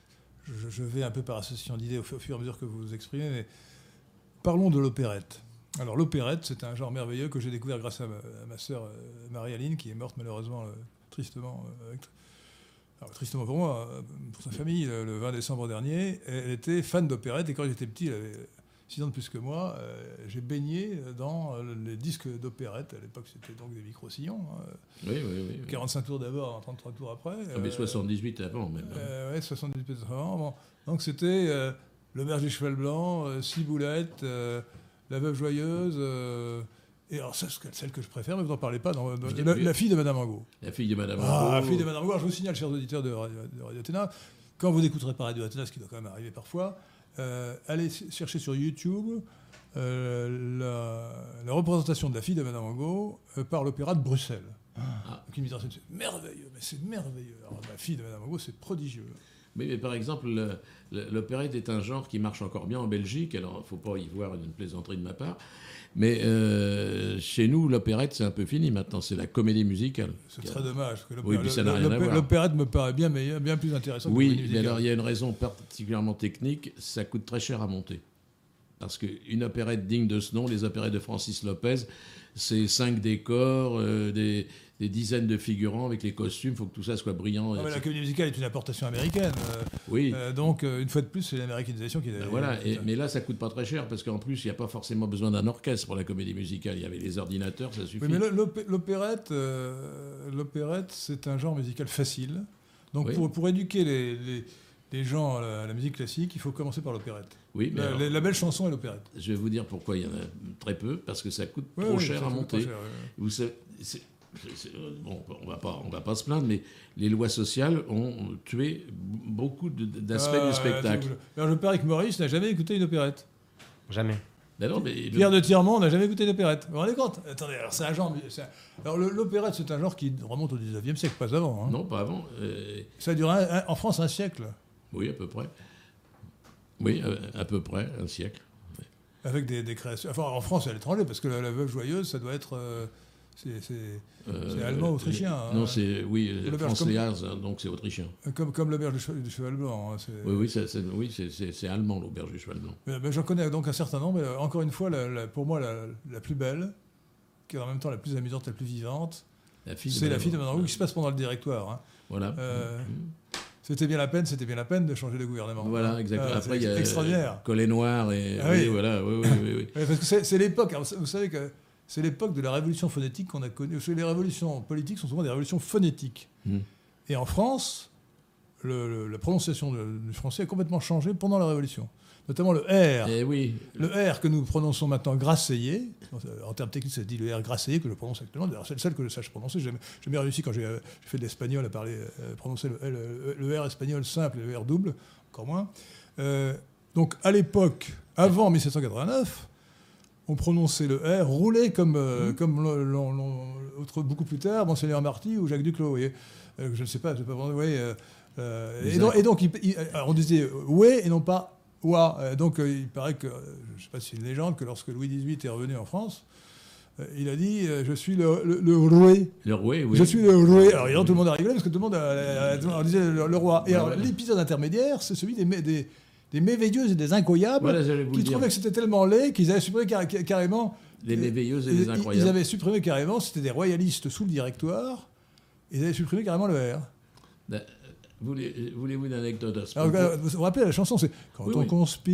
Je vais un peu par association d'idées au fur et à mesure que vous vous exprimez, mais parlons de l'opérette. Alors l'opérette, c'est un genre merveilleux que j'ai découvert grâce à ma sœur Marie-Aline, qui est morte malheureusement tristement, tristement pour moi, pour sa famille, le 20 décembre dernier. Elle était fan d'opérette et quand j'étais petit, elle avait 6 ans de plus que moi, j'ai baigné dans les disques d'opérette. À l'époque, c'était donc des micro-sillons. Oui. 45 tours d'abord, 33 tours après. Mais 78 avant même. Oui, 78 avant. Bon. Donc c'était l'Auberge du Cheval Blanc, Ciboulette... La Veuve Joyeuse, et alors celle que je préfère, mais vous n'en parlez pas, la fille de Madame Angot. La fille de Madame Angot. La fille de Madame Angot. Alors, je vous signale, chers auditeurs de Radio Athéna, quand vous n'écouterez pas Radio Athéna, ce qui doit quand même arriver parfois, allez chercher sur YouTube la représentation de la fille de Madame Angot par l'Opéra de Bruxelles. Donc une mise en scène, c'est merveilleux, mais c'est merveilleux. Alors, la fille de Madame Angot, c'est prodigieux. Mais par exemple, l'opérette est un genre qui marche encore bien en Belgique. Alors, il ne faut pas y voir une plaisanterie de ma part. Mais chez nous, l'opérette, c'est un peu fini maintenant. C'est la comédie musicale. C'est très dommage. Que oui, puis ça n'a rien à voir. L'opérette me paraît bien meilleur, bien plus intéressant que la comédie musicale. Oui, mais alors il y a une raison particulièrement technique. Ça coûte très cher à monter. Parce qu'une opérette digne de ce nom, les opérettes de Francis Lopez, c'est 5 décors, des dizaines de figurants avec les costumes, il faut que tout ça soit brillant. La comédie musicale est une importation américaine. Oui. Donc, une fois de plus, c'est l'américanisation qui est... Voilà, mais là, ça coûte pas très cher, parce qu'en plus, il n'y a pas forcément besoin d'un orchestre pour la comédie musicale. Il y avait les ordinateurs, ça suffit. Oui, mais l'opérette, c'est un genre musical facile. Donc, oui. pour éduquer les gens à la musique classique, il faut commencer par l'opérette. Oui, mais la belle chanson est l'opérette. Je vais vous dire pourquoi il y en a très peu, parce que ça coûte trop cher à monter. Vous savez, bon, on va pas se plaindre, mais les lois sociales ont tué beaucoup d'aspects du spectacle. Alors, je parie que Maurice n'a jamais écouté une opérette. Jamais. Alors, Pierre de Tirmont n'a jamais écouté une opérette. Vous vous rendez compte? Attendez, alors c'est un genre... Alors l'opérette, c'est un genre qui remonte au 19e siècle, pas avant. Hein. Non, pas avant. Ça a duré en France un siècle. Oui, à peu près. Oui, à peu près un siècle. Avec des créations... Enfin, en France et à l'étranger, parce que la Veuve Joyeuse, ça doit être... c'est allemand-autrichien. Non, c'est française, donc c'est autrichien. Comme l'auberge du cheval blanc. Hein, oui, c'est allemand, l'auberge du cheval blanc. Mais j'en connais donc un certain nombre. Mais encore une fois, pour moi, la plus belle, qui est en même temps la plus amusante, la plus vivante, c'est La fille de Madame Roux, qui se passe pendant le directoire. Hein. Voilà. C'était bien la peine de changer de gouvernement. Voilà, exactement. Après, il y a extraordinaire. Collet Noir et... oui, voilà. Oui. Parce que c'est l'époque. Vous savez que c'est l'époque de la révolution phonétique qu'on a connue. Les révolutions politiques sont souvent des révolutions phonétiques. Et en France, la prononciation du français a complètement changé pendant la Révolution. Notamment le R. Oui. Le R que nous prononçons maintenant grasseyé. En termes techniques, ça dit le R grasseyé que je prononce actuellement. D'ailleurs, c'est le seul que je sache prononcer. J'ai jamais réussi quand j'ai fait de l'espagnol à prononcer le R espagnol simple et le R double, encore moins. Donc, à l'époque, avant 1789, on prononçait le R roulé comme beaucoup plus tard, Monseigneur Marty ou Jacques Duclos. Je ne sais pas, et donc, on disait ouais et non pas ouah. Donc, il paraît que, je ne sais pas si c'est une légende, que lorsque Louis XVIII est revenu en France, il a dit je suis le roué. Le roué, oui. Je suis le roué. Alors, évidemment, tout le monde a rigolé parce que tout le monde disait le roi. Et alors, l'épisode intermédiaire, c'est celui des méveilleuses et des incroyables, qui trouvaient que c'était tellement laid qu'ils avaient supprimé carrément... Les méveilleuses et les incroyables. Ils avaient supprimé carrément, c'était des royalistes sous le directoire, ils avaient supprimé carrément le R. Voulez-vous une anecdote à ce propos? Vous vous rappelez la chanson, c'est « Quand on conspire... »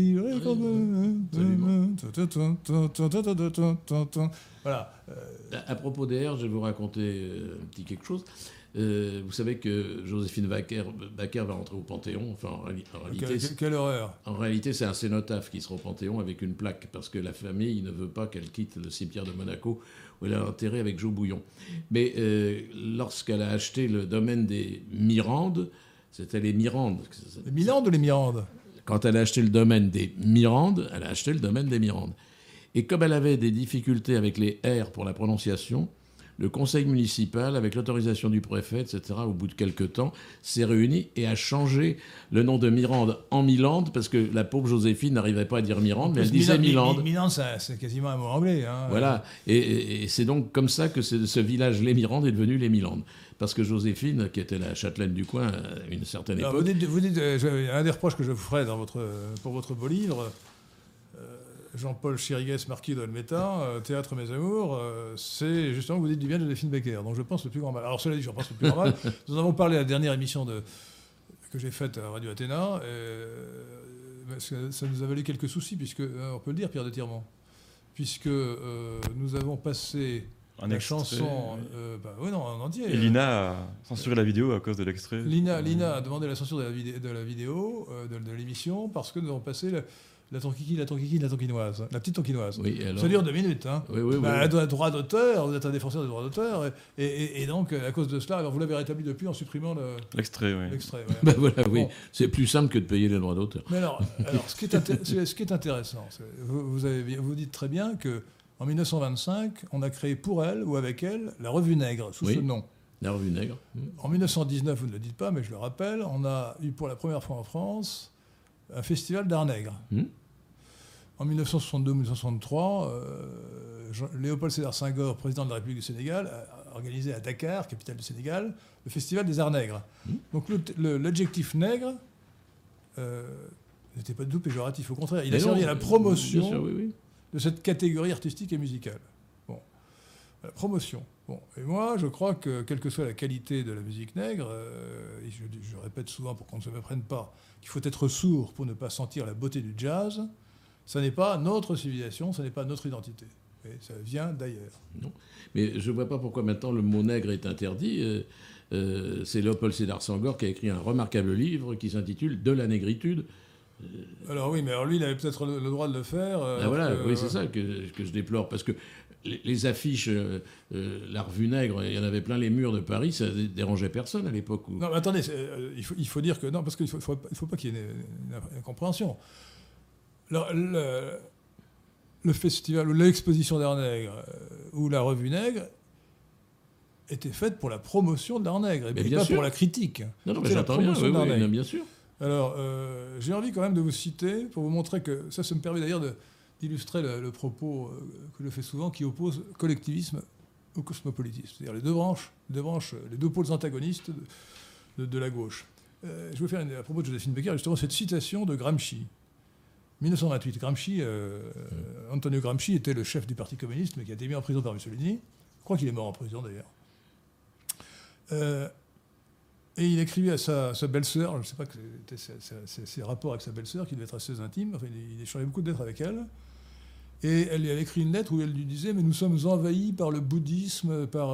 Voilà. À propos des R, je vais vous raconter un petit quelque chose. Vous savez que Joséphine Baker va rentrer au Panthéon. Enfin, en réalité, quelle horreur. En réalité, c'est un cénotaphe qui sera au Panthéon avec une plaque, parce que la famille ne veut pas qu'elle quitte le cimetière de Monaco où elle est enterrée avec Jo Bouillon. Mais lorsqu'elle a acheté le domaine des Mirandes, c'était les Mirandes. Les Milandes ou les Mirandes? Quand elle a acheté le domaine des Mirandes, elle a acheté le domaine des Mirandes. Et comme elle avait des difficultés avec les R pour la prononciation, le conseil municipal, avec l'autorisation du préfet, etc., au bout de quelques temps, s'est réuni et a changé le nom de Mirande en Milande, parce que la pauvre Joséphine n'arrivait pas à dire Mirande, mais elle disait Milande. Milande, c'est quasiment un mot anglais. Hein. Voilà. Et c'est donc comme ça que ce village Les Mirandes est devenu Les Milandes. Parce que Joséphine, qui était la châtelaine du coin à une certaine époque... Vous dites un des reproches que je vous ferai pour votre beau livre... Jean-Paul Chirigues, marquis d'Olmétan, Théâtre Mes Amours, c'est justement que vous dites du bien de Joséphine Baker. Donc je pense le plus grand mal. Alors cela dit, je pense le plus grand mal. Nous en avons parlé à la dernière émission que j'ai faite à Radio Athéna. Ça nous a valu quelques soucis, puisque, on peut le dire, Pierre de Tirmont, puisque nous avons passé la chanson en entier. Et Lina a censuré la vidéo à cause de l'extrait. Lina a demandé la censure de la vidéo, de l'émission, parce que nous avons passé... La tonkinoise, la petite tonkinoise. Oui, ça dure 2 minutes. Hein. Oui. Droit d'auteur, vous êtes un défenseur des droits d'auteur, et donc, à cause de cela, alors vous l'avez rétabli depuis en supprimant l'extrait. Oui. L'extrait, voilà, oui. Bon. C'est plus simple que de payer les droits d'auteur. Mais alors ce qui est intéressant, vous dites très bien qu'en 1925, on a créé pour elle, ou avec elle, la Revue Nègre, sous ce nom. La Revue Nègre. En 1919, vous ne le dites pas, mais je le rappelle, on a eu pour la première fois en France un festival d'art nègre. En 1962-1963, Léopold Sédar Senghor, président de la République du Sénégal, a organisé à Dakar, capitale du Sénégal, le festival des arts nègres. Donc l'adjectif nègre n'était pas du tout péjoratif, au contraire, il a servi à la promotion de cette catégorie artistique et musicale. Bon. La promotion. Bon, et moi, je crois que, quelle que soit la qualité de la musique nègre, et je répète souvent pour qu'on ne se méprenne pas, qu'il faut être sourd pour ne pas sentir la beauté du jazz, ça n'est pas notre civilisation, ça n'est pas notre identité. Et ça vient d'ailleurs. Non. Mais je ne vois pas pourquoi maintenant le mot nègre est interdit. C'est Léopold Sédar Senghor qui a écrit un remarquable livre qui s'intitule « De la négritude ». Alors oui, mais alors lui, il avait peut-être le droit de le faire. Voilà, oui, c'est ça que je déplore. Parce que les affiches, la revue nègre, il y en avait plein les murs de Paris, ça dérangeait personne à l'époque. Non, mais attendez, il faut dire que... Non, parce qu'il ne faut pas qu'il y ait une incompréhension. Le festival ou l'exposition d'art nègre ou la revue nègre était faite pour la promotion de l'art nègre et pas pour la critique. Non, mais j'entends bien, oui, bien sûr. Alors, j'ai envie quand même de vous citer, pour vous montrer que ça me permet d'ailleurs d'illustrer le propos que je fais souvent, qui oppose collectivisme au cosmopolitisme. C'est-à-dire les deux branches, les deux pôles antagonistes de la gauche. Je vais faire à propos de Joséphine Baker, justement, cette citation de Gramsci. 1928, Antonio Gramsci était le chef du Parti communiste, mais qui a été mis en prison par Mussolini. Je crois qu'il est mort en prison, d'ailleurs. Et il écrivait à sa belle-sœur, je ne sais pas que c'était ses rapports avec sa belle-sœur, qui devait être assez intime, enfin, il échangeait beaucoup de lettres avec elle. Et elle lui avait écrit une lettre où elle lui disait « Mais nous sommes envahis par le bouddhisme, par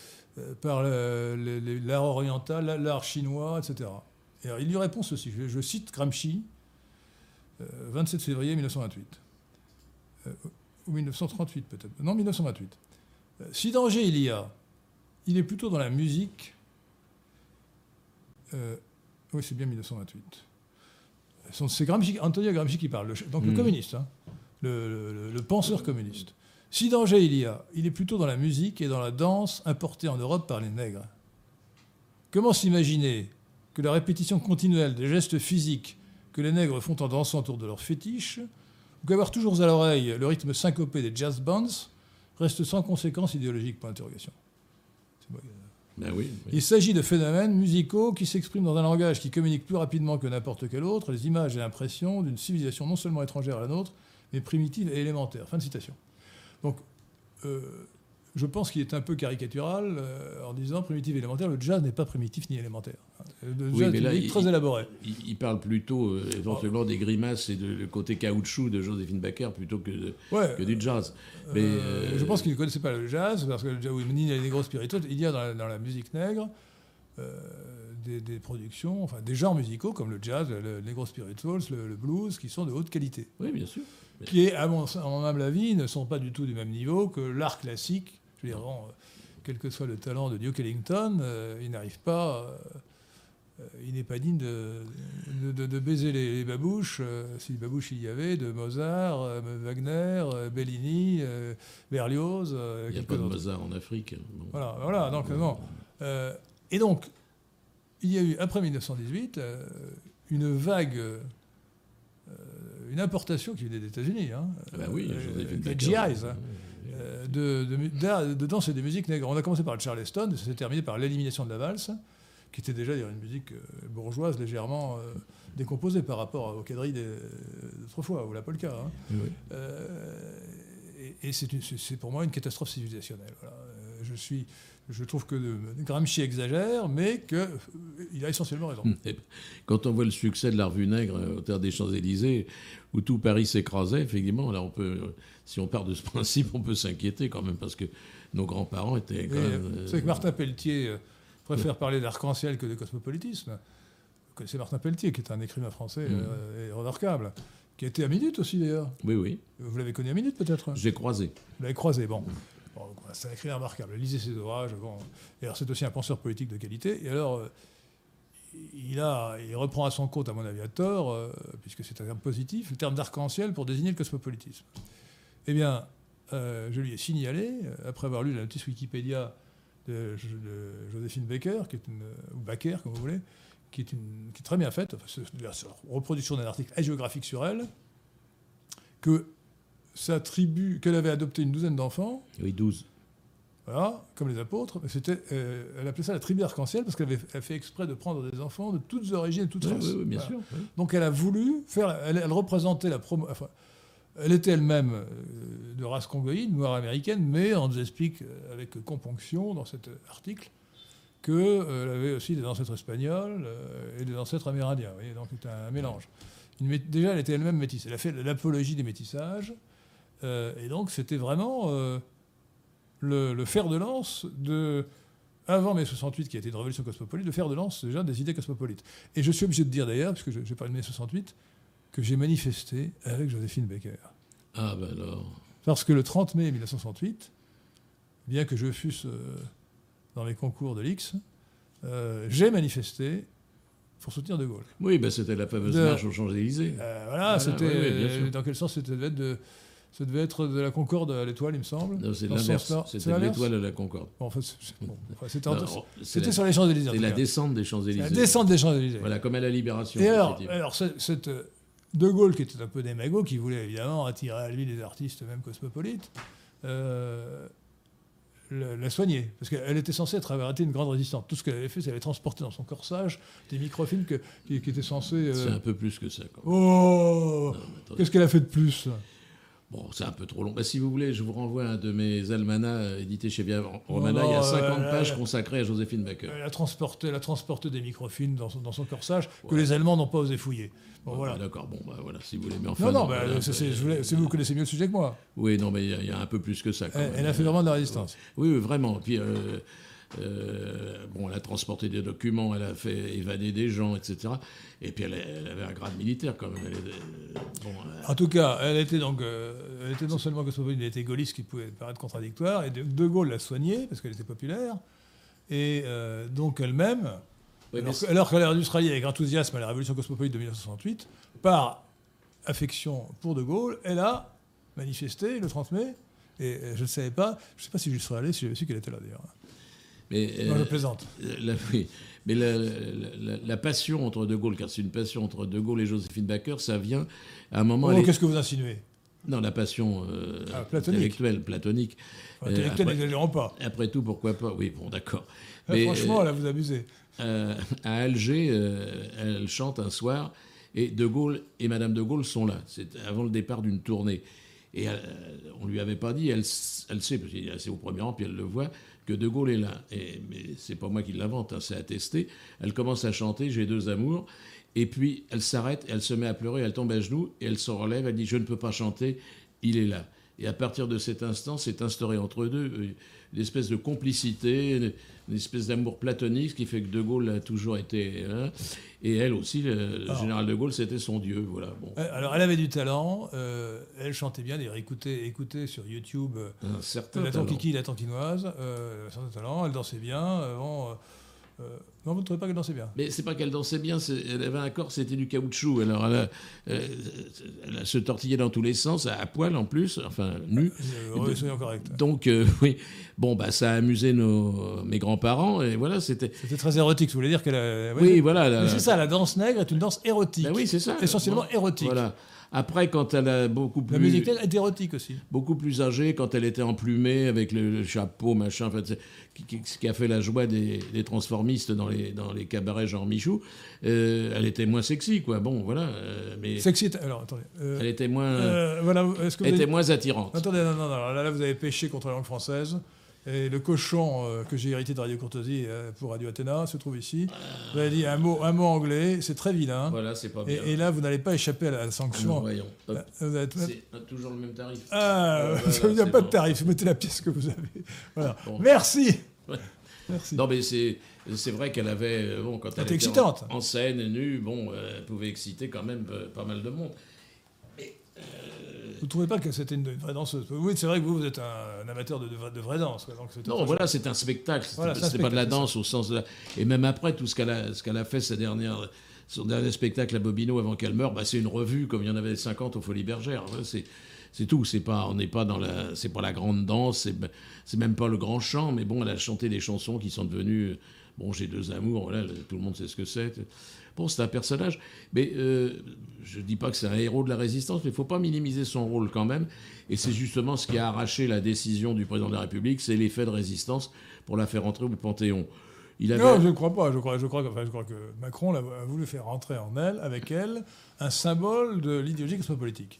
l'art oriental, l'art chinois, etc. » Et alors, il lui répond ceci, je cite Gramsci, 27 février 1928. Ou 1938 peut-être. Non, 1928. Si danger il y a, il est plutôt dans la musique. Oui, c'est bien 1928. C'est Antonio Gramsci qui parle, donc le communiste, hein, le penseur communiste. Si danger il y a, il est plutôt dans la musique et dans la danse importée en Europe par les nègres. Comment s'imaginer que la répétition continuelle des gestes physiques que les nègres font en dansant autour de leurs fétiches, ou qu'avoir toujours à l'oreille le rythme syncopé des jazz bands reste sans conséquence idéologique, point d'interrogation. Ben oui. Il s'agit de phénomènes musicaux qui s'expriment dans un langage qui communique plus rapidement que n'importe quel autre les images et impressions d'une civilisation non seulement étrangère à la nôtre, mais primitive et élémentaire. Fin de citation. Donc, je pense qu'il est un peu caricatural en disant primitif et élémentaire. Le jazz n'est pas primitif ni élémentaire. Le jazz est une très élaboré. Il parle plutôt éventuellement des grimaces et le côté caoutchouc de Joséphine Baker plutôt que du jazz. Mais je pense qu'il ne connaissait pas le jazz, parce que ni les négros spirituels, il y a dans la musique nègre des productions, enfin des genres musicaux comme le jazz, le negro spirituals, le blues, qui sont de haute qualité. Oui, bien sûr. Qui, à mon humble avis, ne sont pas du tout du même niveau que l'art classique. Je veux dire, quel que soit le talent de Duke Ellington, il n'arrive pas... il n'est pas digne de baiser les babouches, si les babouches il y avait, de Mozart, Wagner, Bellini, Berlioz. Il n'y a pas de Mozart en Afrique. Bon. Voilà. Donc, et donc, il y a eu, après 1918, une vague... une importation qui venait des États-Unis, des GIs, de danse et de musique nègre. On a commencé par le Charleston, et ça s'est terminé par l'élimination de la valse, qui était déjà une musique bourgeoise légèrement décomposée par rapport aux quadrilles d'autrefois, ou la polka. Hein. Oui. Et c'est pour moi une catastrophe civilisationnelle. Voilà. Je trouve que Gramsci exagère, mais qu'il a essentiellement raison. Quand on voit le succès de la revue nègre au Théâtre des Champs-Élysées, où tout Paris s'écrasait, effectivement, là si on part de ce principe, on peut s'inquiéter quand même, parce que nos grands-parents étaient quand même... Vous savez que Martin Pelletier préfère parler d'arc-en-ciel que de cosmopolitisme. Vous connaissez Martin Pelletier, qui est un écrivain français remarquable, qui a été à Minute aussi, d'ailleurs. Oui. Vous l'avez connu à Minute, peut-être ? J'ai croisé. Vous l'avez croisé, bon. C'est un écrivain remarquable. Lisez ses ouvrages. Bon. Et alors, c'est aussi un penseur politique de qualité. Et alors, il reprend à son compte, à mon avis à tort, puisque c'est un terme positif, le terme d'arc-en-ciel pour désigner le cosmopolitisme. Eh bien, je lui ai signalé, après avoir lu la notice Wikipédia de Joséphine Baker, ou Baker, comme vous voulez, qui est très bien faite, c'est la reproduction d'un article hagiographique sur elle, que sa tribu, qu'elle avait adopté une douzaine d'enfants. Oui, 12. Voilà, comme les apôtres. Elle appelait ça la tribu arc-en-ciel parce qu'elle fait exprès de prendre des enfants de toutes origines et toutes races. Oui, bien sûr. Oui. Donc elle a voulu faire... Elle représentait la promo... Enfin, Elle était elle-même de race congoïde, noire américaine, mais on nous explique avec componction dans cet article qu'elle avait aussi des ancêtres espagnols et des ancêtres amérindiens. Vous voyez, donc c'était un mélange. Déjà, elle était elle-même métisse. Elle a fait l'apologie des métissages. Et donc, c'était vraiment le fer de lance avant mai 68, qui a été une révolution cosmopolite, le fer de lance déjà des idées cosmopolites. Et je suis obligé de dire d'ailleurs, parce que j'ai parlé de mai 68, que j'ai manifesté avec Joséphine Baker. Ah ben alors. Parce que le 30 mai 1968, bien que je fusse dans les concours de l'X, j'ai manifesté pour soutenir De Gaulle. Oui, ben c'était la fameuse marche aux Champs-Élysées. Voilà, c'était... dans quel sens ça devait être de la Concorde à l'Étoile, il me semble. Non, c'est l'inverse. C'était de l'Étoile à la Concorde. Bon, en fait, c'était sur les Champs-Élysées. C'est la descente des Champs-Élysées. La descente des Champs-Élysées. Voilà, comme à la Libération. Et alors cette De Gaulle, qui était un peu démago, qui voulait évidemment attirer à lui des artistes, même cosmopolites, la soigner. Parce qu'elle était censée avoir été une grande résistante. Tout ce qu'elle avait fait, c'est qu'elle avait transporté dans son corsage des microfilms qui étaient censés... C'est un peu plus que ça. Oh non, qu'est-ce qu'elle a fait de plus? Bon, c'est un peu trop long. Bah, si vous voulez, je vous renvoie à un de mes almanachs édités chez Via Romana. Il y a 50 pages consacrées à Joséphine Baker. Elle a transporté des microfilms dans son corsage que les Allemands n'ont pas osé fouiller. Bon, voilà. D'accord, bon, bah, voilà, si vous voulez. Mais enfin, vous connaissez mieux le sujet que moi. Oui, non, mais il y a un peu plus que ça. Elle a fait vraiment de la résistance. Oui, vraiment. Puis, elle a transporté des documents, elle a fait évader des gens, etc. Et puis, elle avait un grade militaire, quand même. En tout cas, elle était non seulement cosmopolite, elle était gaulliste, qui pouvait paraître contradictoire, et De Gaulle l'a soignée, parce qu'elle était populaire, et donc elle-même... Oui, alors qu'elle a dû se rallier avec enthousiasme à la révolution cosmopolite de 1968, par affection pour De Gaulle, elle a manifesté le 30 mai, et je ne sais pas si je serais allé si j'avais su qu'elle était là d'ailleurs. Mais, non, je plaisante. Mais la passion entre De Gaulle, car c'est une passion entre De Gaulle et Joséphine Baker, ça vient à un moment... qu'est-ce que vous insinuez? Non, la passion intellectuelle, platonique. Intellectuelle, n'exagérons pas. Après tout, pourquoi pas? Oui, bon, d'accord. Mais franchement, là, vous abusez. À Alger, elle chante un soir, et De Gaulle et Madame De Gaulle sont là. C'est avant le départ d'une tournée. Et on ne lui avait pas dit, elle sait, parce qu'elle est assez au premier rang, puis elle le voit, que De Gaulle est là. Mais c'est pas moi qui l'invente, c'est attesté. Elle commence à chanter « J'ai deux amours », et puis elle s'arrête, elle se met à pleurer, elle tombe à genoux, et elle se relève, elle dit « Je ne peux pas chanter, il est là ». Et à partir de cet instant, s'est instauré entre eux deux une espèce de complicité, une espèce d'amour platonique, ce qui fait que De Gaulle a toujours été... et elle aussi, le général De Gaulle, c'était son dieu. Voilà, bon. Alors, elle avait du talent, elle chantait bien, d'ailleurs, écoutez sur YouTube la Tonkiki, la Tonkinoise, elle avait un talent, elle dansait bien. Non, vous ne trouvez pas qu'elle dansait bien? Mais c'est pas qu'elle dansait bien, elle avait un corps, c'était du caoutchouc. Alors elle se tortillait dans tous les sens, à poil en plus, enfin nue. Soyons corrects. Donc oui, bon bah ça a amusé mes grands-parents et voilà c'était très érotique. Vous voulez dire qu'elle a... Oui, voilà. Mais c'est ça, la danse nègre est une danse érotique. Ben oui, c'est ça. Essentiellement érotique. Voilà. Après, quand elle a beaucoup plus... La musique est érotique aussi. Beaucoup plus âgée, quand elle était emplumée avec le chapeau, machin, en fait, ce qui a fait la joie des transformistes dans les cabarets genre Michou, elle était moins sexy, quoi. Bon, voilà. Mais sexy, alors, attendez. Elle était moins... voilà, elle était moins attirante. Attendez, non, là, vous avez péché contre la langue française. Et le cochon que j'ai hérité de Radio Courtoisie pour Radio Athéna se trouve ici. Vous avez dit un mot anglais, c'est très vilain. Voilà, c'est pas bien. Et là, vous n'allez pas échapper à la sanction. Non, voyons. C'est toujours le même tarif. Il n'y a pas de tarif. Vous mettez la pièce que vous avez. Voilà. Bon. Merci. Ouais. Merci. Non, mais c'est vrai qu'elle avait... quand elle était excitante. En scène, nue, elle pouvait exciter quand même pas mal de monde. Vous ne trouvez pas que c'était une vraie danseuse? Oui, c'est vrai que vous êtes un amateur de vraie danse. Quoi, donc non, voilà, c'est un spectacle. C'était pas de la danse au sens de la... Et même après, tout ce qu'elle a fait, son dernier spectacle à Bobino avant qu'elle meure, c'est une revue, comme il y en avait 50 aux Folies Bergères. C'est tout. On n'est pas dans la... C'est pas la grande danse, c'est même pas le grand chant, mais bon, elle a chanté des chansons qui sont devenues... J'ai deux amours, voilà, tout le monde sait ce que c'est. Bon, c'est un personnage, mais je ne dis pas que c'est un héros de la résistance, mais il ne faut pas minimiser son rôle quand même. Et c'est justement ce qui a arraché la décision du président de la République, c'est l'effet de résistance pour la faire entrer au Panthéon. Non, je ne crois pas. Je crois que Macron a voulu faire rentrer avec elle, un symbole de l'idéologie cosmopolitique.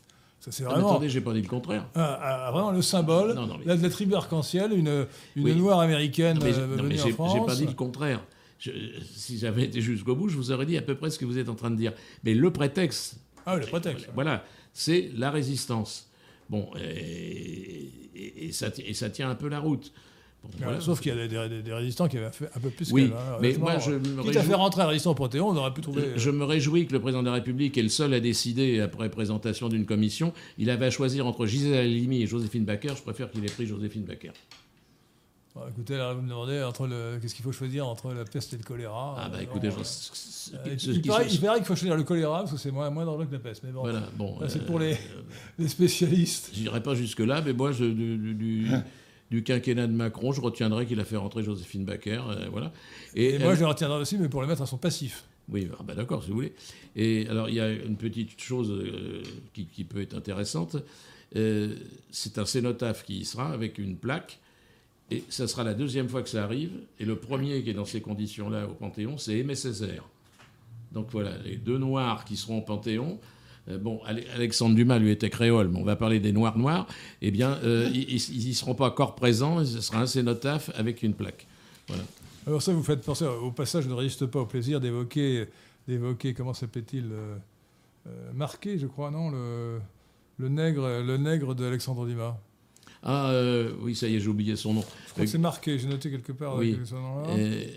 C'est Ah, mais vraiment, attendez, j'ai pas dit le contraire. vraiment le symbole Non, mais- de la tribu arc-en-ciel, une Oui. noire américaine Non, mais venue en j'ai France. pas dit le contraire. Si j'avais été jusqu'au bout, je vous aurais dit à peu près ce que vous êtes en train de dire. Mais le prétexte, Ah oui, le prétexte. voilà, c'est la résistance. Bon, et ça tient un peu la route. Bon, voilà. Sauf qu'il y a des résistants qui avaient fait un peu plus Oui, qu'elle. Hein, mais honnêtement. moi, je me Quitte à réjouis- faire rentrer un résistant Panthéon, on aurait pu trouver. Je me réjouis que le président de la République est le seul à décider, après présentation d'une commission. Il avait à choisir entre Gisèle Halimi et Joséphine Baker. Je préfère qu'il ait pris Joséphine Baker. Bon, écoutez, là, vous me demandez qu'est-ce qu'il faut choisir entre la peste et le choléra. Ah bah Non, écoutez, il paraît qu'il faut choisir le choléra parce que c'est moins dangereux que la peste. Mais bon, voilà, bon, là, c'est pour les spécialistes. je n'irai pas jusque-là, mais moi, du quinquennat de Macron, je retiendrai qu'il a fait rentrer Joséphine Baker. Voilà. Et moi, je le retiendrai aussi, mais pour le mettre à son passif. Oui, ah bah d'accord, si vous voulez. Et alors, il y a une petite chose qui peut être intéressante. C'est un cénotaphe qui y sera avec une plaque. Et ça sera la deuxième fois que ça arrive. Et le premier qui est dans ces conditions-là au Panthéon, c'est Aimé Césaire. Donc voilà, les deux Noirs qui seront au Panthéon. Bon, Alexandre Dumas, lui, était créole, mais on va parler des Noirs. Eh bien, ils n'y seront pas encore présents. Ce sera un cénotaphe avec une plaque. Voilà. Alors ça, vous faites penser, au passage, je ne résiste pas au plaisir d'évoquer comment s'appelait-il Marquet, je crois, non le nègre d'Alexandre Dumas. Ah oui, ça y est, j'ai oublié son nom. Je crois que c'est Marquet, j'ai noté quelque part oui. avec ce nom-là.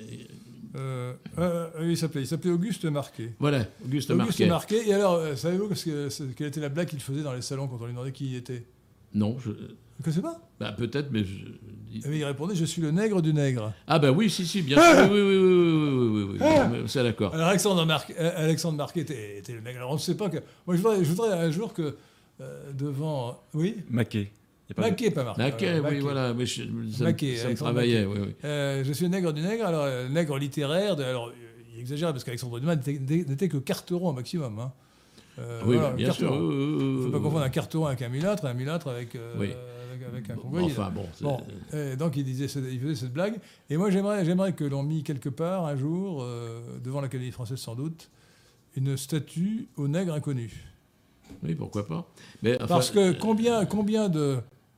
Il s'appelait Auguste Marquet. Voilà, Auguste Marquet. Et alors, savez-vous quelle était la blague qu'il faisait dans les salons quand on lui demandait qui il était? Non, Vous ne connaissez pas? Bah, peut-être, mais... Il répondait, je suis le nègre du nègre. Ah bah oui, si, bien sûr. Oui. C'est d'accord. Alors Alexandre Marquet était le nègre. Alors on ne sait pas que... Moi, je voudrais un jour que devant... Oui Maquet. Maquet, pas Marquet. Maquet, oui, voilà. Mais ça me travaillait, oui. Je suis le nègre du nègre, alors nègre littéraire. Alors, il exagère parce qu'Alexandre Dumas n'était que carteron au maximum. Hein. Oui, voilà, bien sûr. Il ne faut pas confondre un carteron avec un mulâtre, et un mulâtre avec un convoyé. Enfin, bon. Donc, il faisait cette blague. Et moi, j'aimerais que l'on mette quelque part, un jour, devant l'Académie française sans doute, une statue au nègre inconnu. Oui, pourquoi pas. Mais, enfin, parce que combien de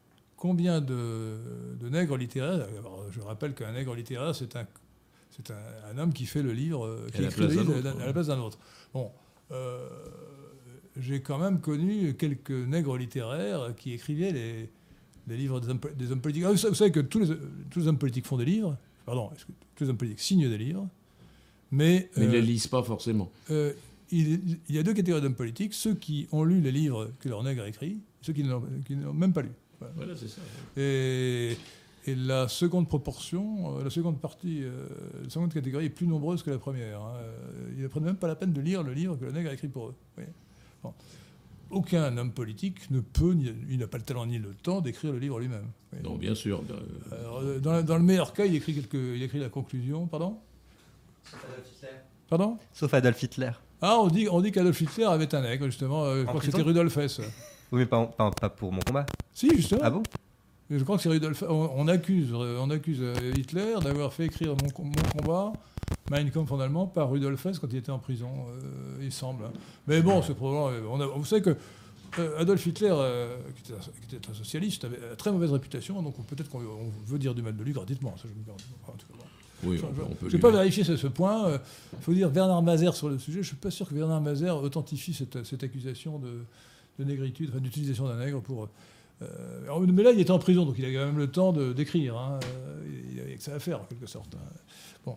nègres littéraires... Alors, je rappelle qu'un nègre littéraire, c'est un homme qui fait le livre, qui écrit le livre à la place d'un autre. Bon, j'ai quand même connu quelques nègres littéraires qui écrivaient les livres des hommes politiques. Vous savez que tous les hommes politiques font des livres. Pardon, tous les hommes politiques signent des livres. Mais ils ne les lisent pas forcément. Il y a deux catégories d'hommes politiques. Ceux qui ont lu les livres que leur nègre a écrits, et ceux qui n'ont même pas lu. Voilà, c'est ça. Et la seconde proportion, la seconde partie, la seconde catégorie est plus nombreuse que la première. Hein. Ils ne prennent même pas la peine de lire le livre que le nègre a écrit pour eux. Bon. Aucun homme politique il n'a pas le talent ni le temps d'écrire le livre lui-même. Non, bien sûr. Alors, dans le meilleur cas, il écrit la conclusion. Pardon ? Sauf Adolf Hitler. Pardon ? Sauf Adolf Hitler. Ah, on dit qu'Adolf Hitler avait un nègre, justement. Je crois que c'était Rudolf Hess. Oui, mais pas pour mon combat. Si, justement. Ah bon ? Je crois que c'est Rudolf. On accuse Hitler d'avoir fait écrire mon combat, Mein Kampf en allemand, par Rudolf Hess quand il était en prison, il semble. Mais bon, c'est probablement. Vous savez que Adolf Hitler, qui était un socialiste, avait une très mauvaise réputation, donc peut-être qu'on veut dire du mal de lui gratuitement. Ça, Oui, je ne vais pas vérifier ce point. Il faut dire Bernard Mazère sur le sujet. Je ne suis pas sûr que Bernard Mazère authentifie cette accusation de négritude, enfin, d'utilisation d'un nègre pour... mais là, il était en prison, donc il a quand même le temps d'écrire. Hein. Il avait que ça à faire, en quelque sorte. Hein. Bon.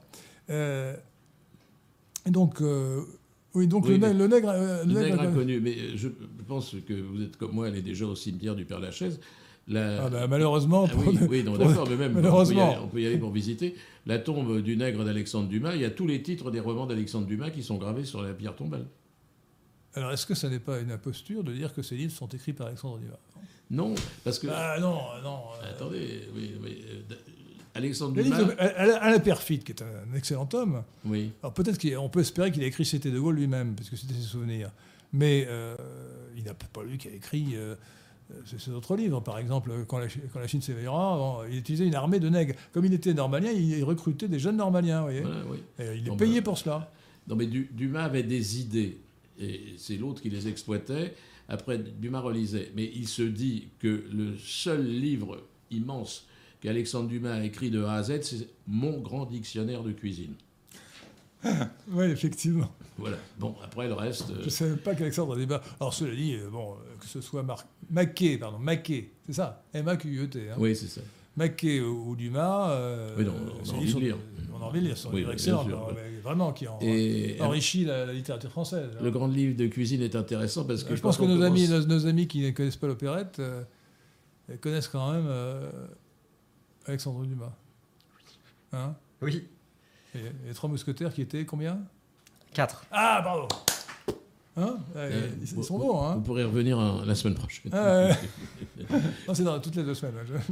Et donc, oui, le nègre inconnu. Mais je pense que vous êtes comme moi, allé déjà au cimetière du Père-Lachaise. Malheureusement. D'accord, mais même malheureusement. On peut y aller pour visiter. La tombe du nègre d'Alexandre Dumas, il y a tous les titres des romans d'Alexandre Dumas qui sont gravés sur la pierre tombale. Alors, est-ce que ça n'est pas une imposture de dire que ces livres sont écrits par Alexandre Dumas ? Non, parce que... non. Attendez, oui. Alexandre Dumas... Alain Perfit, qui est un excellent homme, oui. Alors peut-être qu'on peut espérer qu'il a écrit C'était de Gaulle lui-même, parce que c'était ses souvenirs. Mais il n'a pas lui qui a écrit ces autres livres. Par exemple, quand la Chine s'éveillera, il utilisait une armée de nègres. Comme il était normalien, il recrutait des jeunes normaliens, vous voyez. Voilà, oui. Et il est payé pour cela. Non, mais Dumas avait des idées. Et c'est l'autre qui les exploitait. Après, Dumas relisait. Mais il se dit que le seul livre immense qu'Alexandre Dumas a écrit de A à Z, c'est Mon grand dictionnaire de cuisine. Oui, effectivement. Voilà. Bon, après, le reste... Je ne savais pas qu'Alexandre Dumas... Alors, cela dit, que ce soit Maquet, c'est ça, M-A-Q-U-E-T. Hein. Oui, c'est ça. Maquet ou Dumas, oui, on a envie de lire. On a envie de lire, c'est un livre excellent, vraiment, qui enrichit la littérature française. Le grand livre de cuisine est intéressant parce que... Je pense que nos amis qui ne connaissent pas l'opérette connaissent quand même Alexandre Dumas. Hein? Oui. Et les 3 mousquetaires qui étaient combien? 4. Ah, bravo. Hein? Ils sont bons. Hein? Vous pourrez revenir la semaine prochaine. Non, c'est dans toutes les 2 semaines.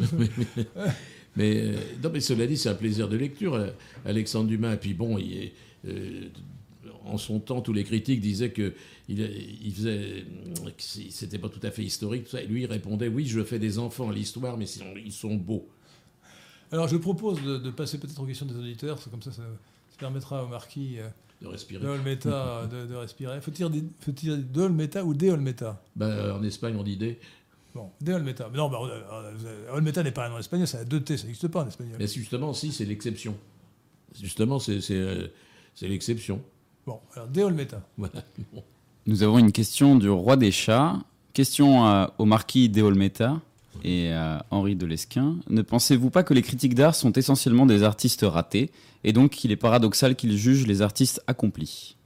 mais cela dit, c'est un plaisir de lecture. Alexandre Dumas, et puis bon, en son temps, tous les critiques disaient que c'était pas tout à fait historique. Tout ça. Et lui, il répondait, oui, je fais des enfants à l'histoire, mais ils sont beaux. Alors, je propose de passer peut-être aux questions des auditeurs. C'est comme ça permettra au marquis de respirer. De Olmeta de respirer. Faut-il dire de Olmeta ou de Olmeta? En Espagne, on dit des. Bon, de Olmeta. Mais non, Olmeta n'est pas un nom espagnol, ça a 2 T, ça n'existe pas en espagnol. Mais justement, si, c'est l'exception. Justement, c'est l'exception. Bon, alors de Olmeta. Voilà. Bon. Nous avons une question du roi des chats. Question au marquis de Olmeta et à Henri de Lesquen. Ne pensez-vous pas que les critiques d'art sont essentiellement des artistes ratés et donc qu'il est paradoxal qu'ils jugent les artistes accomplis?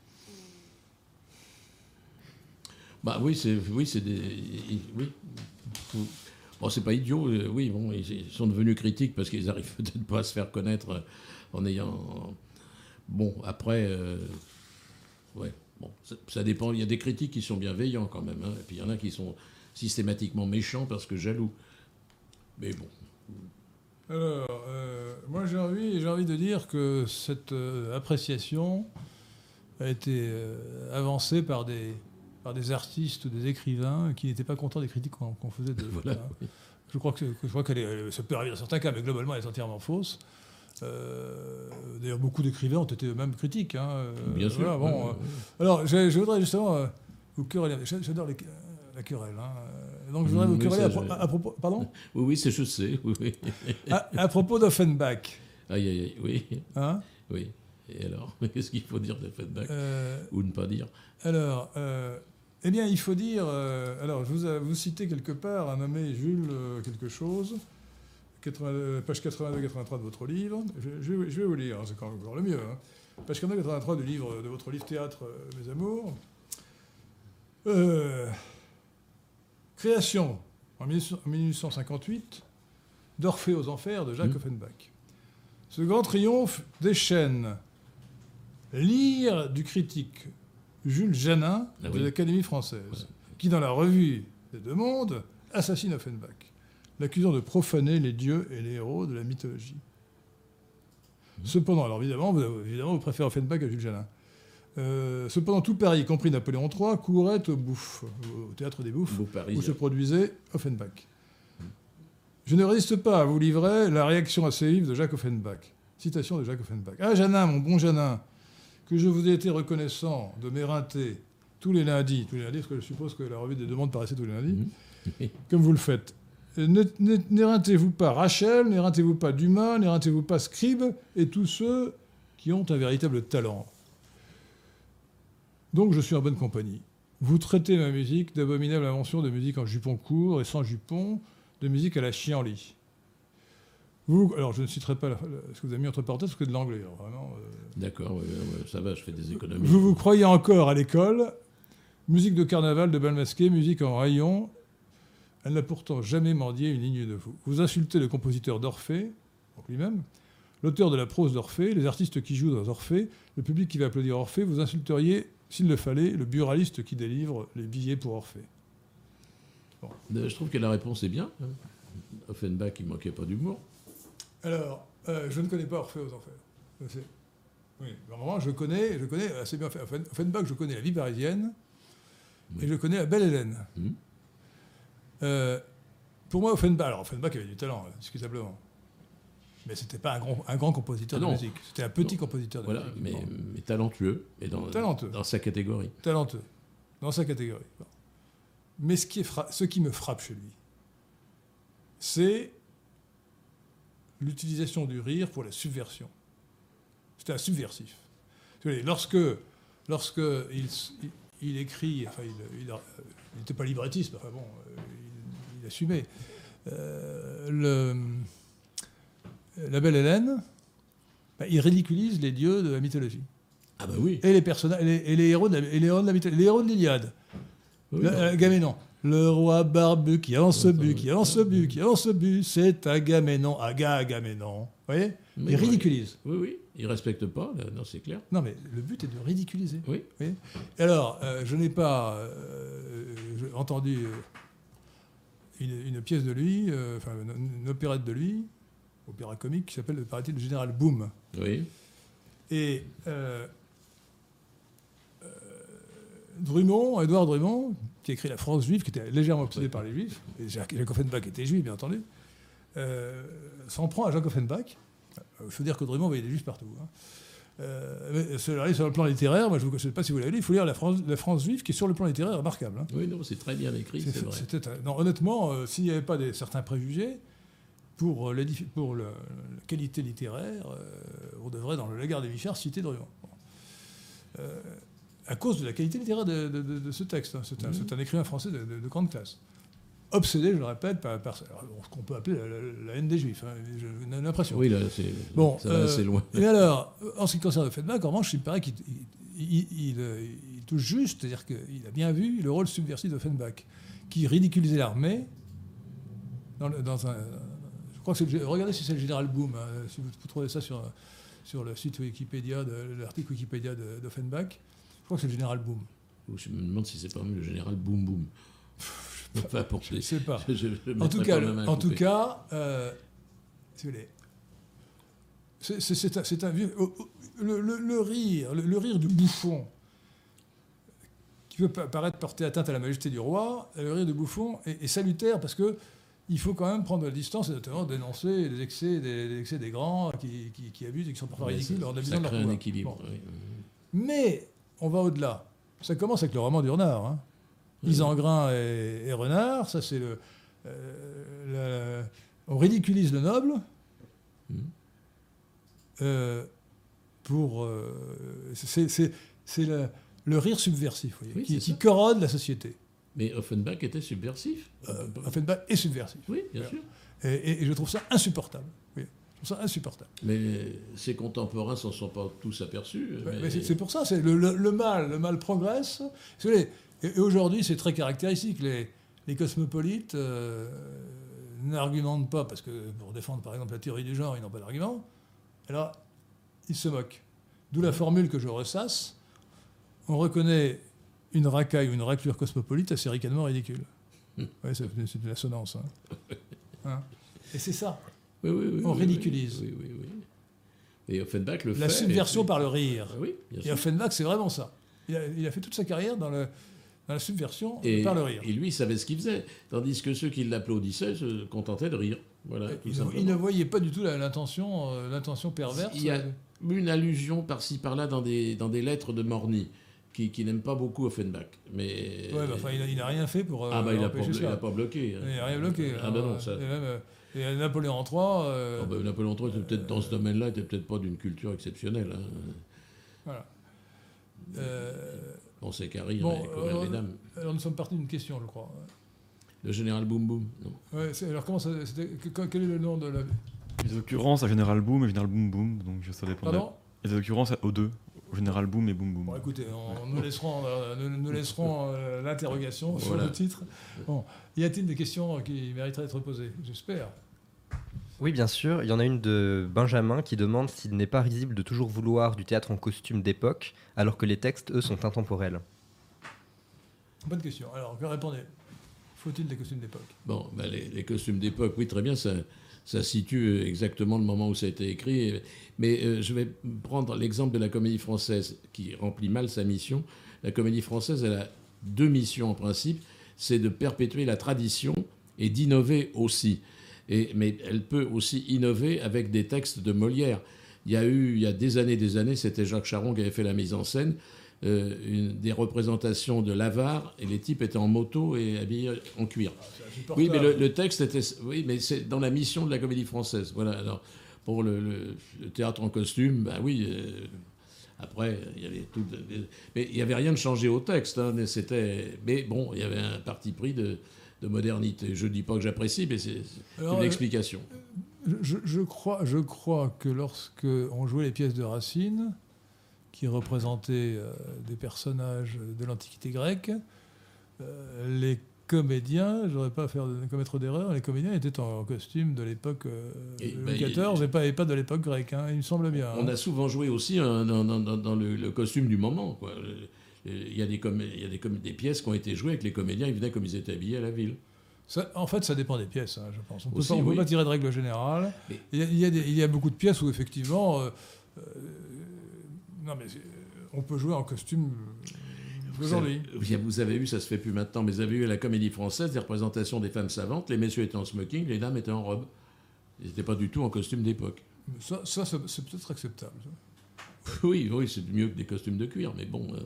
Oui, c'est des... Oui. Bon, c'est pas idiot. Oui, bon, ils sont devenus critiques parce qu'ils arrivent peut-être pas à se faire connaître en ayant... Bon, après... ouais, bon, ça dépend. Il y a des critiques qui sont bienveillants quand même. Hein, et puis il y en a qui sont systématiquement méchants parce que jaloux. Mais bon... Alors, moi j'ai envie de dire que cette appréciation a été avancée par des artistes ou des écrivains qui n'étaient pas contents des critiques qu'on faisait de voilà. Hein. Je crois qu'elle ça peut arriver dans certains cas, mais globalement elle est entièrement fausse. D'ailleurs, beaucoup d'écrivains ont été eux-mêmes critiques. Hein. Bien sûr. Voilà, bon, alors, je voudrais justement vous quereller. J'adore la querelle. Hein. Donc, je voudrais vous quereller à propos... Pardon? Oui, je sais. Oui. À propos d'Offenbach. Aïe, aïe, aïe, oui. Hein? Oui. Et alors, qu'est-ce qu'il faut dire d'Offenbach ou ne pas dire? Alors, eh bien, il faut dire... alors, je vous citez quelque part un nommé Jules quelque chose, page 82-83 de votre livre. Je vais vous lire, hein, c'est quand même encore le mieux. Hein. Page 82-83 de votre livre Théâtre, mes amours. Création, en 1858, d'Orphée aux Enfers de Jacques Offenbach. Ce grand triomphe déchaîne l'ire du critique Jules Janin de l'Académie française, qui, dans la revue des Deux Mondes, assassine Offenbach, l'accusant de profaner les dieux et les héros de la mythologie. Cependant, alors évidemment, vous préférez Offenbach à Jules Janin. Cependant, tout Paris, y compris Napoléon III, courait au Théâtre des Bouffes, où se produisait Offenbach. Je ne résiste pas à vous livrer la réaction assez vive de Jacques Offenbach. Citation de Jacques Offenbach. « Ah, Janin, mon bon Janin, que je vous ai été reconnaissant de m'éreinter tous les lundis, parce que je suppose que la revue des Deux Mondes paraissait tous les lundis, comme vous le faites. N'éreintez-vous pas Rachel, n'éreintez-vous pas Dumas, n'éreintez-vous pas Scribe et tous ceux qui ont un véritable talent. Donc je suis en bonne compagnie. Vous traitez ma musique d'abominable invention de musique en jupon court et sans jupon, de musique à la chienlit. Alors je ne citerai pas ce que vous avez mis entre parenthèses, parce que de l'anglais. D'accord, ça va, je fais des économies. Vous croyez encore à l'école, musique de carnaval, de bal masqué, musique en rayon. Elle n'a pourtant jamais mendié une ligne de vous. Vous insultez le compositeur d'Orphée, donc lui-même, l'auteur de la prose d'Orphée, les artistes qui jouent dans Orphée, le public qui va applaudir Orphée. Vous insulteriez, s'il le fallait, le buraliste qui délivre les billets pour Orphée. Bon. Je trouve que la réponse est bien. Offenbach, il ne manquait pas d'humour. Alors, je ne connais pas Orphée aux Enfers. Oui, vraiment, je connais assez bien Offenbach, je connais La Vie parisienne, et je connais La Belle Hélène. Pour moi, Offenbach avait du talent, discutablement. Mais c'était pas un grand compositeur de musique. C'était un petit compositeur de musique. Mais talentueux, et dans sa catégorie. Talentueux, dans sa catégorie. Bon. Mais ce qui me frappe chez lui, c'est l'utilisation du rire pour la subversion. C'était un subversif. Lorsque il écrit, enfin, il n'était pas librettiste, enfin bon, il assumait. La Belle Hélène, il ridiculise les dieux de la mythologie. Ah bah oui. Et les personnages, et les héros de la mythologie, les héros de l'Iliade. Oui, Agamemnon. Le roi barbu qui avance bu, qui avance bu, qui avance bu, c'est Agamemnon, Agamemnon. Vous voyez ? Il ridiculise. Oui. Il ne respecte pas, non, c'est clair. Non, mais le but est de ridiculiser. Oui. Et alors, je n'ai pas entendu une pièce de lui, enfin une opérette de lui, opéra comique, qui s'appelle, paraît-il, le Général Boom. Oui. Et Édouard Drummond, qui a écrit La France juive, qui était légèrement obsédé par les juifs, et Jacques Offenbach était juif, bien entendu, s'en prend à Jacques Offenbach. Il faut dire que Drummond voyait des juifs partout. Mais sur le plan littéraire, moi je ne sais pas si vous l'avez lu, il faut lire La France juive, qui est sur le plan littéraire remarquable. Hein. Oui, non, c'est très bien écrit, c'est vrai. Non, honnêtement, s'il n'y avait pas certains préjugés, pour la qualité littéraire, on devrait, dans le Lagarde des Vichards, citer Drummond. Bon. À cause de la qualité littéraire de ce texte. Hein. C'est un écrivain français de grande classe. Obsédé, je le répète, par ce qu'on peut appeler la haine des Juifs. Hein. J'ai l'impression. Oui, là, ça va assez loin. Et alors, en ce qui concerne Offenbach, en revanche, il me paraît qu'il touche juste, c'est-à-dire qu'il a bien vu le rôle subversif d'Offenbach, qui ridiculisait l'armée dans un... Je crois que regardez si c'est le Général Boom, hein, si vous trouvez ça sur le site Wikipédia, l'article Wikipédia d'Offenbach. Je crois que c'est le Général Boom. Je me demande si c'est pas le Général Boom Boom. Je ne sais pas. En tout cas, si vous voulez, c'est un vieux... Le rire du bouffon, qui peut paraître porter atteinte à la majesté du roi, le rire du bouffon est salutaire parce que il faut quand même prendre la distance et notamment dénoncer les excès des grands qui abusent et qui sont parfois ridicules lors de la vision de leur pouvoir. Ça crée un équilibre. Bon. Oui. Mais on va au-delà. Ça commence avec le roman du renard. Hein. Isengrin et Renard, ça c'est on ridiculise le noble c'est le rire subversif, vous voyez, qui corrode la société. Mais Offenbach était subversif. Offenbach est subversif. Oui, bien sûr. Et je trouve ça insupportable. Oui, je trouve ça insupportable. Mais ses contemporains s'en sont pas tous aperçus. Mais c'est pour ça, c'est le mal progresse. Et aujourd'hui, c'est très caractéristique. Les cosmopolites n'argumentent pas, parce que pour défendre, par exemple, la théorie du genre, ils n'ont pas d'argument. Alors, ils se moquent. D'où la formule que je ressasse. On reconnaît une racaille ou une raclure cosmopolite assez ricanement ridicule. Ouais, c'est une assonance. Hein. Et c'est ça. Oui, on ridiculise. Oui. Et Offenbach le fait. La subversion par le rire. Oui, bien sûr. Et Offenbach, c'est vraiment ça. Il a fait toute sa carrière dans la subversion par le rire. Et lui, il savait ce qu'il faisait. Tandis que ceux qui l'applaudissaient se contentaient de rire. Voilà, il ne voyait pas du tout l'intention perverse. Il y a une allusion par-ci, par-là dans des lettres de Morny. Qui n'aime pas beaucoup Offenbach. Mais il n'a rien fait pour il n'a pas bloqué. Il n'a rien bloqué. Non, ça... Et Napoléon III... Napoléon III, était peut-être dans ce domaine-là, n'était peut-être pas d'une culture exceptionnelle. Hein. Voilà. On sait qu'à rire, les dames. Alors nous sommes partis d'une question, je crois. Le général Boom Boom, non. Ouais, alors comment ça... Quel est le nom de la... Il y a des occurrences à Général Boom et Général Boom Boom, donc ça dépend. Pardon ? Il y a des occurrences aux deux. Général Boom et Boom Boom. Bon, écoutez, nous laisserons l'interrogation sur le titre. Bon, y a-t-il des questions qui mériteraient d'être posées ? J'espère. Oui, bien sûr. Il y en a une de Benjamin qui demande s'il n'est pas risible de toujours vouloir du théâtre en costume d'époque, alors que les textes, eux, sont intemporels. Bonne question. Alors, que répondez ? Faut-il des costumes d'époque ? Bon, les costumes d'époque, oui, très bien, ça situe exactement le moment où ça a été écrit. Mais je vais prendre l'exemple de la Comédie Française, qui remplit mal sa mission. La Comédie Française, elle a deux missions en principe. C'est de perpétuer la tradition et d'innover aussi. Mais elle peut aussi innover avec des textes de Molière. Il y a des années, c'était Jacques Charon qui avait fait la mise en scène, des représentations de l'avare, et les types étaient en moto et habillés en cuir. Oui, mais le texte était... Oui, mais c'est dans la mission de la Comédie Française. Voilà. Alors, pour le théâtre en costume, ben oui... Après, il y avait tout... Mais il n'y avait rien de changé au texte. Hein, mais bon, il y avait un parti pris de modernité. Je ne dis pas que j'apprécie, mais c'est une explication. Je crois que lorsque on jouait les pièces de Racine, qui représentaient des personnages de l'Antiquité grecque, les comédiens, je ne voudrais pas commettre d'erreur, les comédiens étaient en costume de l'époque Louis XIV et pas de l'époque grecque, hein, il me semble bien. On a souvent joué aussi dans le costume du moment, quoi. Il y a des pièces qui ont été jouées avec les comédiens, ils venaient comme ils étaient habillés à la ville. En fait, ça dépend des pièces, hein, je pense. On ne peut pas tirer de règle générale. Il y a beaucoup de pièces où, effectivement, on peut jouer en costume aujourd'hui. Vous avez eu, ça se fait plus maintenant, mais vous avez eu à la Comédie Française des représentations des femmes savantes. Les messieurs étaient en smoking, les dames étaient en robe. Ils n'étaient pas du tout en costume d'époque. Ça c'est peut-être acceptable. Oui, c'est mieux que des costumes de cuir, mais bon...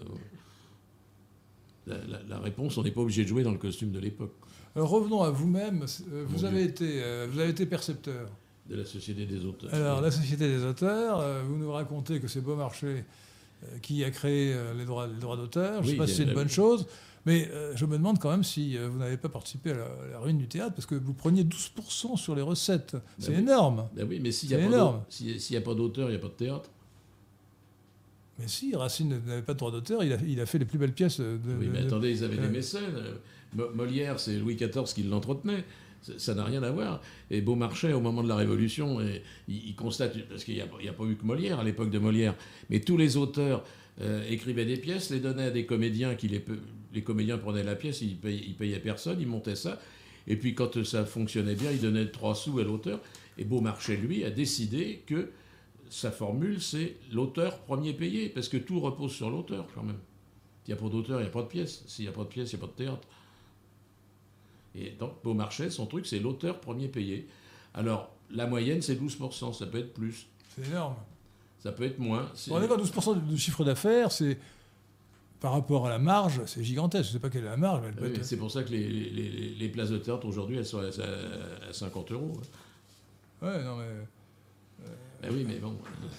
La réponse, on n'est pas obligé de jouer dans le costume de l'époque. Alors revenons à vous-même. Vous avez été percepteur. De la Société des auteurs. Alors, la Société des auteurs, vous nous racontez que c'est Beaumarchais qui a créé les droits d'auteur. Je ne sais pas si c'est une bonne chose, mais je me demande quand même si vous n'avez pas participé à la ruine du théâtre, parce que vous preniez 12% sur les recettes. C'est énorme. Ben oui, mais s'il n'y a pas d'auteur, il n'y a pas de théâtre. Mais si, Racine n'avait pas de droit d'auteur, il a fait les plus belles pièces. Mais attendez, ils avaient des mécènes. Molière, c'est Louis XIV qui l'entretenait. Ça n'a rien à voir. Et Beaumarchais, au moment de la Révolution, il constate, parce qu'il n'y a pas eu que Molière à l'époque de Molière, mais tous les auteurs écrivaient des pièces, les donnaient à des comédiens, les comédiens prenaient la pièce, ils payaient personne, ils montaient ça. Et puis quand ça fonctionnait bien, ils donnaient 3 sous à l'auteur. Et Beaumarchais, lui, a décidé que sa formule, c'est l'auteur premier payé, parce que tout repose sur l'auteur, quand même. S'il n'y a pas d'auteur, il n'y a pas de pièce. S'il n'y a pas de pièce, il n'y a pas de théâtre. Et donc, Beaumarchais, son truc, c'est l'auteur premier payé. Alors, la moyenne, c'est 12%, ça peut être plus. C'est énorme. Ça peut être moins. On est pas 12% de chiffre d'affaires, c'est... Par rapport à la marge, c'est gigantesque. Je ne sais pas quelle est la marge. Mais oui, c'est pour ça que les places de théâtre, aujourd'hui, elles sont à 50 €. Ouais, non, mais... Ben oui, mais bon.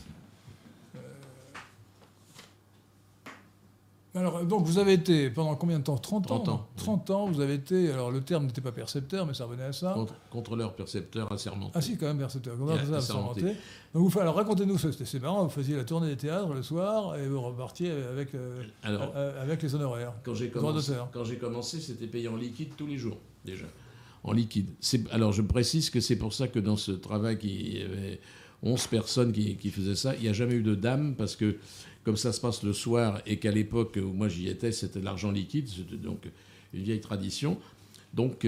Alors, donc, vous avez été, pendant combien de temps ? 30 ans. 30 ans. 30 ans, vous avez été, alors le terme n'était pas percepteur, mais ça revenait à ça. Contrôleur, percepteur, assermenté. Ah si, quand même, percepteur. Assermenté. Donc, racontez-nous, c'est marrant, vous faisiez la tournée des théâtres le soir, et vous repartiez avec les honoraires. Quand j'ai commencé, c'était payé en liquide tous les jours, déjà. En liquide. Alors, je précise que c'est pour ça que dans ce travail, il y avait 11 personnes qui faisaient ça. Il n'y a jamais eu de dame, parce que comme ça se passe le soir, et qu'à l'époque où moi j'y étais, c'était de l'argent liquide, c'était donc une vieille tradition. Donc,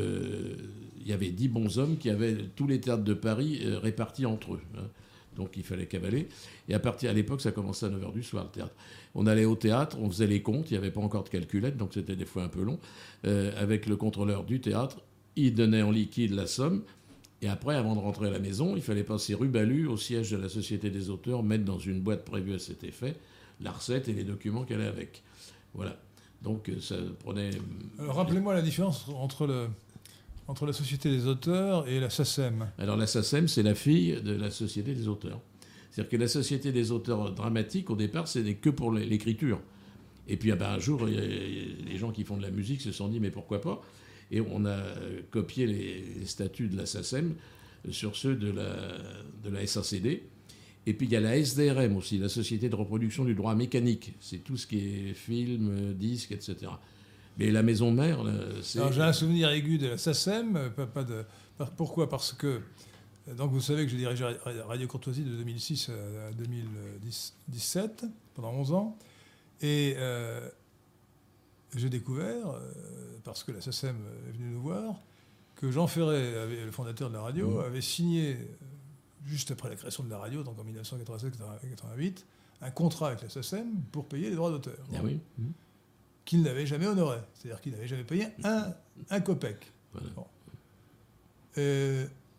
il y avait 10 bonshommes qui avaient tous les théâtres de Paris répartis entre eux. Hein. Donc, il fallait cavaler. Et à l'époque, ça commençait à 9h du soir, le théâtre. On allait au théâtre, on faisait les comptes, il n'y avait pas encore de calculette, donc c'était des fois un peu long, avec le contrôleur du théâtre. Il donnait en liquide la somme. Et après, avant de rentrer à la maison, il fallait passer rue Balu au siège de la Société des auteurs, mettre dans une boîte prévue à cet effet la recette et les documents qu'elle allait avec. Voilà. Donc ça prenait... Rappelez-moi la différence entre la Société des auteurs et la SACEM. Alors la SACEM, c'est la fille de la Société des auteurs. C'est-à-dire que la Société des auteurs dramatiques, au départ, c'est que pour l'écriture. Et puis un jour, les gens qui font de la musique se sont dit, mais pourquoi pas ? Et on a copié les statuts de la SACEM sur ceux de la SACD. Et puis il y a la SDRM aussi, la Société de reproduction du droit mécanique. C'est tout ce qui est film, disque, etc. Mais la maison mère, c'est... Alors j'ai un souvenir aigu de la SACEM. Pourquoi ? Parce que, donc vous savez que j'ai dirigé Radio Courtoisie de 2006 à 2017, pendant 11 ans. Et... j'ai découvert, parce que la SACEM est venue nous voir, que Jean Ferret, le fondateur de la radio, avait signé, juste après la création de la radio, donc en 1987-88, un contrat avec la SACEM pour payer les droits d'auteur. Ah oui. Qu'il n'avait jamais honoré. C'est-à-dire qu'il n'avait jamais payé un copec. Voilà. Bon.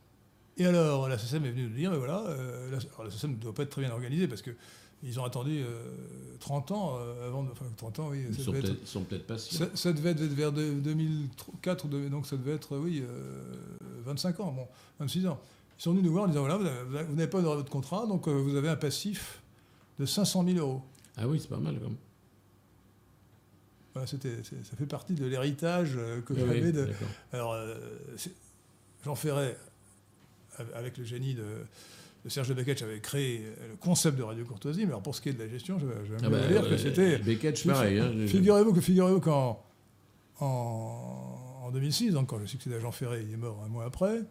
Et alors, la SACEM est venue nous dire, mais voilà, la SACEM ne doit pas être très bien organisée parce qu'ils ont attendu 30 ans avant de... Enfin, 30 ans, oui. Ils sont peut-être pas si. Ça devait être vers 2004, donc ça devait être, 25 ans, 26 ans. Ils sont venus nous voir en disant, voilà, vous n'avez pas honoré votre contrat, donc vous avez un passif de 500 000 €. Ah oui, c'est pas mal, quand même. Voilà, ça fait partie de l'héritage que j'avais de... D'accord. Alors, Jean Ferret, avec le génie de Serge de Beketch, avait créé le concept de Radio Courtoisie, mais alors pour ce qui est de la gestion, je vais dire que c'était... Beketch, pareil. Figurez-vous qu'en 2006, donc quand je succédé à Jean Ferret, il est mort un mois après,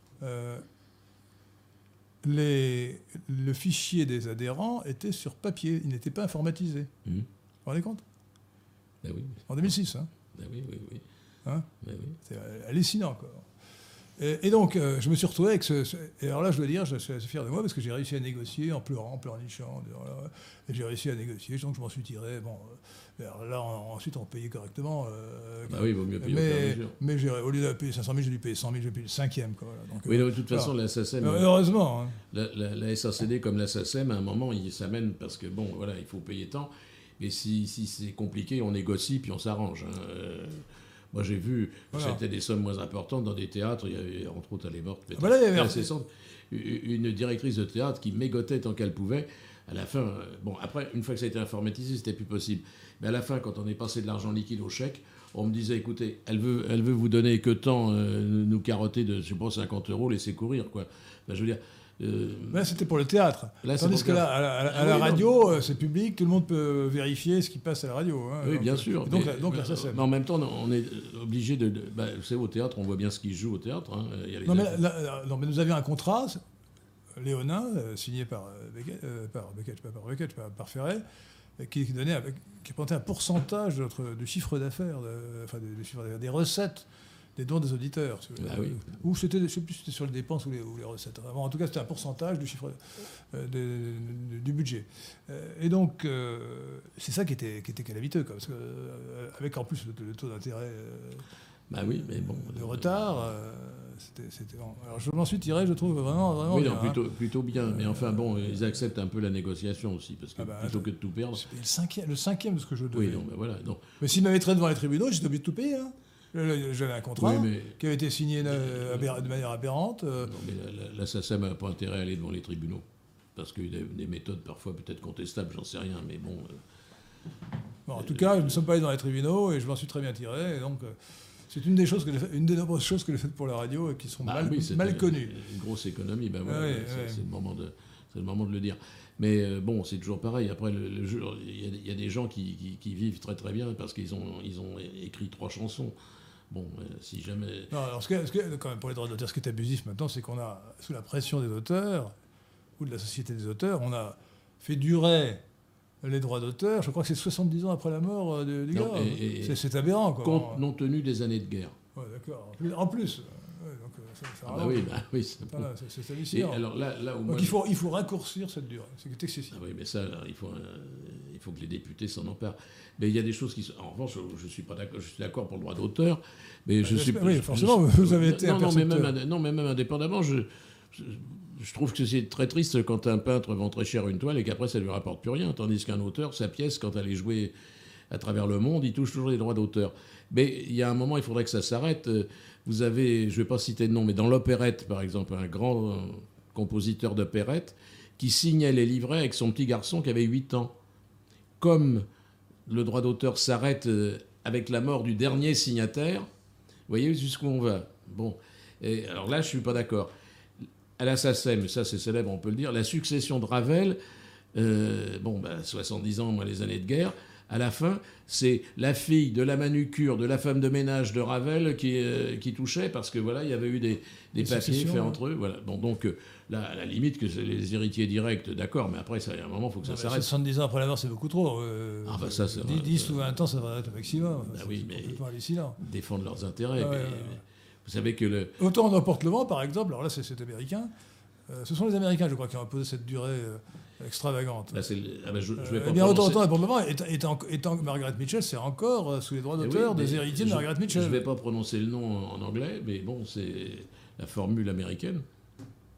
le fichier des adhérents était sur papier, il n'était pas informatisé. Vous vous rendez compte? Ben oui. En 2006, hein. Ben oui. Hein, ben oui. c'est hallucinant, quoi. Et donc, je me suis retrouvé avec et alors là, je dois dire, je suis assez fier de moi parce que j'ai réussi à négocier en pleurant, en pleurnichant. Et j'ai réussi à négocier, donc je m'en suis tiré. Bon, alors là, ensuite, on payait correctement. Bah oui, il vaut mieux payer au fur et à mesure. Mais au lieu de payer 500 000, j'ai dû payer 100 000, j'ai payé le cinquième. Quoi, donc, oui, de toute façon, la SACEM. Heureusement. Hein. La SACD comme la SACEM, à un moment, il s'amène parce que, bon, voilà, il faut payer tant. Mais si c'est compliqué, on négocie puis on s'arrange. Hein. Moi, j'ai vu, c'était des sommes moins importantes dans des théâtres. Il y avait, entre autres, elle est morte, une directrice de théâtre qui mégotait tant qu'elle pouvait. À la fin, bon, après, une fois que ça a été informatisé, c'était plus possible. Mais à la fin, quand on est passé de l'argent liquide au chèque, on me disait, écoutez, elle veut vous donner que tant, nous carotter de, je sais pas, 50 €, laisser courir, quoi. Ben, je veux dire... Là, c'était pour le théâtre. Là, tandis que là, à la radio, c'est public, tout le monde peut vérifier ce qui passe à la radio. Hein, oui, bien sûr. Donc la SACEM. Mais en même temps, on est obligé de... vous savez, au théâtre, on voit bien ce qui se joue au théâtre. Hein. Il y a les mais nous avions un contrat, léonin, signé par Ferret, qui présentait un pourcentage du chiffre d'affaires, des recettes, des dons des auditeurs. Ou c'était, je ne sais plus si c'était sur les dépenses ou les recettes. En tout cas, c'était un pourcentage du chiffre du budget. Et donc, c'est ça qui était calamiteux, parce qu'avec en plus le taux d'intérêt de retard, c'était bon. Alors je m'en suis tiré, je trouve vraiment oui, bien. Non, plutôt bien. Mais enfin, bon, ils acceptent un peu la négociation aussi, parce que plutôt que de tout perdre... Le cinquième de ce que je devais. Oui, non, mais voilà. Non. Mais s'ils m'avaient traité devant les tribunaux, j'étais obligé de tout payer, hein. J'avais un contrat qui avait été signé de manière aberrante. Non, mais la SACEM n'a pas intérêt à aller devant les tribunaux. Parce qu'il y a des méthodes parfois peut-être contestables, j'en sais rien, mais bon... En tout cas, je ne sommes pas allés dans les tribunaux et je m'en suis très bien tiré. Et donc, c'est une des nombreuses choses que j'ai faites pour la radio et qui sont mal connues. Une grosse économie, c'est le moment de le dire. Mais bon, c'est toujours pareil. Après, le jeu, il y a des gens qui vivent très très bien parce qu'ils ont écrit 3 chansons. Bon, si jamais... Non, alors quand même, pour les droits d'auteur, ce qui est abusif maintenant, c'est qu'on a, sous la pression des auteurs, ou de la société des auteurs, on a fait durer les droits d'auteur, je crois que c'est 70 ans après la mort du gars. C'est aberrant, quoi. Compte tenu des années de guerre. Ouais, d'accord. En plus. C'est hallucinant. Alors donc il faut raccourcir cette durée. C'est excessif. Ah oui, mais ça, il faut que les députés s'en emparent. Mais il y a des choses qui sont... En revanche, je suis pas d'accord. Je suis d'accord pour le droit d'auteur, mais forcément, vous avez été un percepteur. Non, mais même indépendamment, je trouve que c'est très triste quand un peintre vend très cher une toile et qu'après ça lui rapporte plus rien, tandis qu'un auteur, sa pièce, quand elle est jouée à travers le monde, il touche toujours les droits d'auteur. Mais il y a un moment, il faudrait que ça s'arrête. Vous avez, je ne vais pas citer de nom, mais dans l'opérette, par exemple, un grand compositeur d'opérette qui signait les livrets avec son petit garçon qui avait 8 ans. Comme le droit d'auteur s'arrête avec la mort du dernier signataire, vous voyez jusqu'où on va. Bon, et alors là, je ne suis pas d'accord. À la SACEM, ça c'est célèbre, on peut le dire, la succession de Ravel, 70 ans, moins les années de guerre, à la fin, c'est la fille de la manucure, de la femme de ménage de Ravel qui touchait, parce que voilà, il y avait eu des papiers faits entre eux. Voilà. Bon, donc là, à la limite, que c'est les héritiers directs, d'accord, mais après, ça, il y a un moment, il faut que ça s'arrête. 70 ans après la mort, c'est beaucoup trop. 10 ou 20 ans, ça va être le maximum. Oui, mais hallucinant. Défendre leurs intérêts. Vous savez que Autant en emporte le vent, par exemple, alors là, c'est américain. Ce sont les Américains, je crois, qui ont imposé cette durée extravagante. Là, je vais pas autant emporte le vent, étant Margaret Mitchell, c'est encore sous les droits d'auteur des héritiers de Margaret Mitchell. Je ne vais pas prononcer le nom en anglais, mais bon, c'est la formule américaine.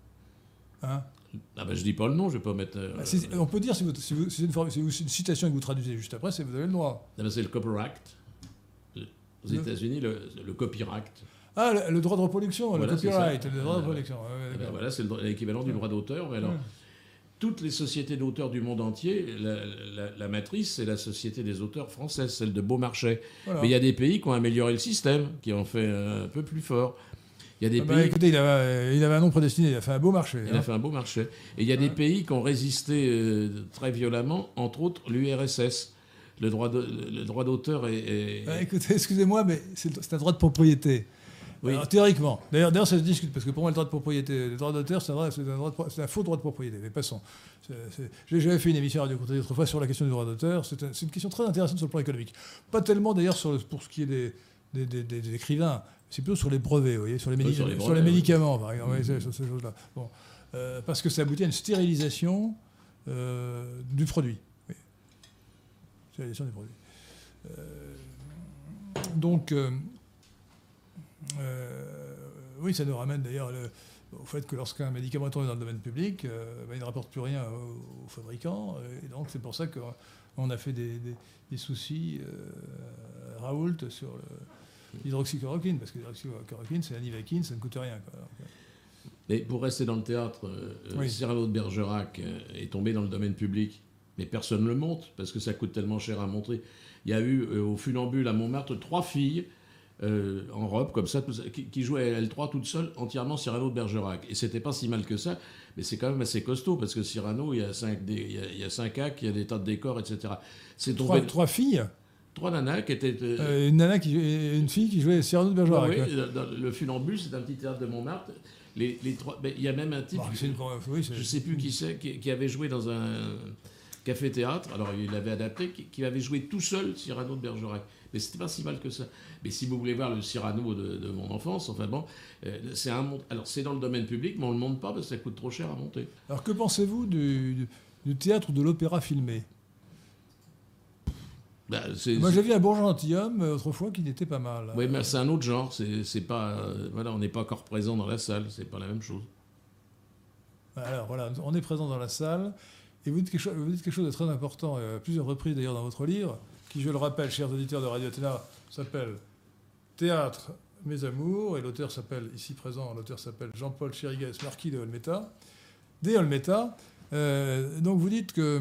Hein? Ah ben je dis pas le nom, je vais pas mettre... On peut dire, si c'est une citation que vous traduisez juste après, vous avez le droit. Ah ben c'est le Copyright. Aux États-Unis, le Copyright. Ah, le droit de reproduction, voilà, le copyright, le droit de voilà. reproduction. Ben voilà, c'est l'équivalent du droit d'auteur. Mais alors, toutes les sociétés d'auteurs du monde entier, la matrice, c'est la Société des auteurs française, celle de Beaumarchais. Voilà. Mais il y a des pays qui ont amélioré le système, qui ont fait un peu plus fort. Il y a des pays... Écoutez, il avait un nom prédestiné, il a fait un beau marché. Il a fait un beau marché. Et il y a des pays qui ont résisté très violemment, entre autres l'URSS. Le droit d'auteur est... Écoutez, excusez-moi, mais c'est un droit de propriété. Oui. Alors, théoriquement. D'ailleurs, ça se discute, parce que pour moi, le droit de propriété, le droit d'auteur, c'est un faux droit de propriété. Mais passons. J'avais fait une émission à Radio Courtoisie autrefois sur la question du droit d'auteur. C'est une question très intéressante sur le plan économique. Pas tellement, d'ailleurs, pour ce qui est des écrivains. C'est plutôt sur les brevets, vous voyez, sur les médicaments, par exemple, sur ces choses-là. Bon. Parce que ça aboutit à une stérilisation du produit. Oui. Stérilisation du produit. Donc, oui, ça nous ramène d'ailleurs au fait que lorsqu'un médicament est tombé dans le domaine public, il ne rapporte plus rien aux fabricants. Et donc, c'est pour ça qu'on a fait des soucis à Raoult sur l'hydroxychloroquine, parce que l'hydroxychloroquine, c'est la Nivaquine, ça ne coûte rien. Quoi. Mais pour rester dans le théâtre, Cyrano de Bergerac est tombé dans le domaine public, mais personne ne le montre, parce que ça coûte tellement cher à montrer. Il y a eu au Funambule à Montmartre 3 filles en robe, comme ça, qui jouaient à L3 toutes seules, entièrement Cyrano de Bergerac. Et c'était pas si mal que ça, mais c'est quand même assez costaud, parce que Cyrano, il y a 5 actes, il y a des tas de décors, etc. C'est 3 filles 3 nanas qui étaient... une fille qui jouait Cyrano de Bergerac. Oui, dans le Funambule, c'est un petit théâtre de Montmartre. Les 3, il y a même un type, je ne sais plus qui c'est, qui avait joué dans un café-théâtre, alors il l'avait adapté, qui avait joué tout seul Cyrano de Bergerac. Mais c'était pas si mal que ça. Mais si vous voulez voir le Cyrano de mon enfance, enfin bon, alors c'est dans le domaine public, mais on ne le monte pas parce que ça coûte trop cher à monter. Alors que pensez-vous du théâtre ou de l'opéra filmé ? Moi j'ai vu un bon gentilhomme autrefois qui n'était pas mal. Oui, mais c'est un autre genre. C'est pas, voilà, on n'est pas encore présent dans la salle. C'est pas la même chose. Alors voilà, on est présent dans la salle et vous dites quelque chose de très important à plusieurs reprises d'ailleurs dans votre livre, qui, je le rappelle, chers auditeurs de Radio Athéna, s'appelle Théâtre, mes amours, et l'auteur s'appelle, ici présent, Jean-Paul Chérigas, marquis de Olmeta. Donc vous dites que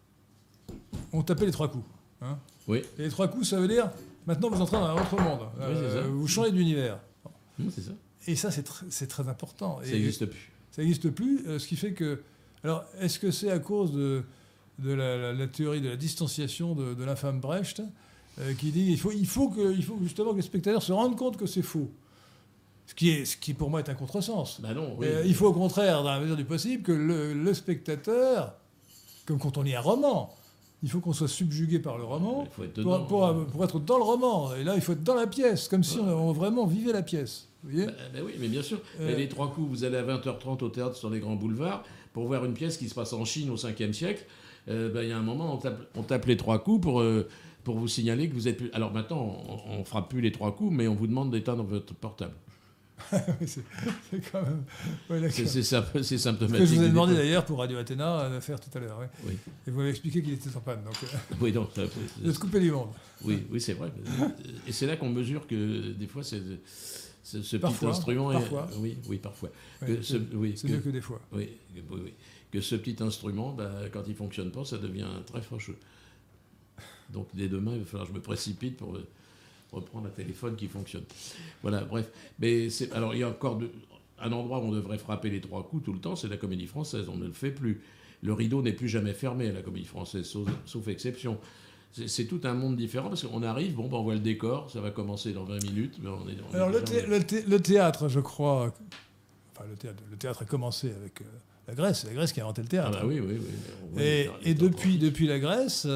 on tapait les 3 coups. Hein, oui. Et les 3 coups, ça veut dire, maintenant vous entrez dans un autre monde. Oui, c'est ça. Vous changez d'univers. C'est ça. Et ça, c'est très important. Ça n'existe plus. Ça n'existe plus, ce qui fait que... Alors, est-ce que c'est à cause de la théorie de la distanciation de l'infâme Brecht, qui dit qu'il faut justement que les spectateurs se rendent compte que c'est faux. Ce qui pour moi est un contresens. Ben non, oui. Il faut au contraire, dans la mesure du possible, que le spectateur, comme quand on lit un roman, il faut qu'on soit subjugué par le roman pour être dans le roman. Et là, il faut être dans la pièce, comme si on vraiment vivait la pièce. Vous voyez ? Ben oui, mais bien sûr. Mais les 3 coups, vous allez à 20h30 au théâtre sur les grands boulevards pour voir une pièce qui se passe en Chine au 5e siècle. Il y a un moment, on tape les 3 coups pour vous signaler que vous êtes plus... Alors maintenant, on ne frappe plus les 3 coups, mais on vous demande d'éteindre votre portable. c'est quand même... Ouais, c'est symptomatique. Ce que je vous ai demandé d'ailleurs pour Radio Athéna de faire tout à l'heure. Ouais. Oui. Et vous m'avez expliqué qu'il était en panne. Donc, oui, donc... de se couper du monde. Oui, c'est vrai. Et c'est là qu'on mesure que des fois, ce petit instrument... Parfois. Oui, parfois. Ouais, c'est mieux que des fois. Oui. Que ce petit instrument, quand il ne fonctionne pas, ça devient très fâcheux. Donc dès demain, il va falloir que je me précipite pour reprendre un téléphone qui fonctionne. Voilà, bref. Mais alors il y a encore un endroit où on devrait frapper les 3 coups tout le temps, c'est la Comédie Française. On ne le fait plus. Le rideau n'est plus jamais fermé à la Comédie Française, sauf exception. C'est tout un monde différent parce qu'on arrive, on voit le décor, ça va commencer dans 20 minutes. Mais alors le théâtre, je crois... Enfin, le théâtre a commencé avec... la Grèce, c'est la Grèce qui a inventé le théâtre. Ah bah oui. Et depuis la Grèce,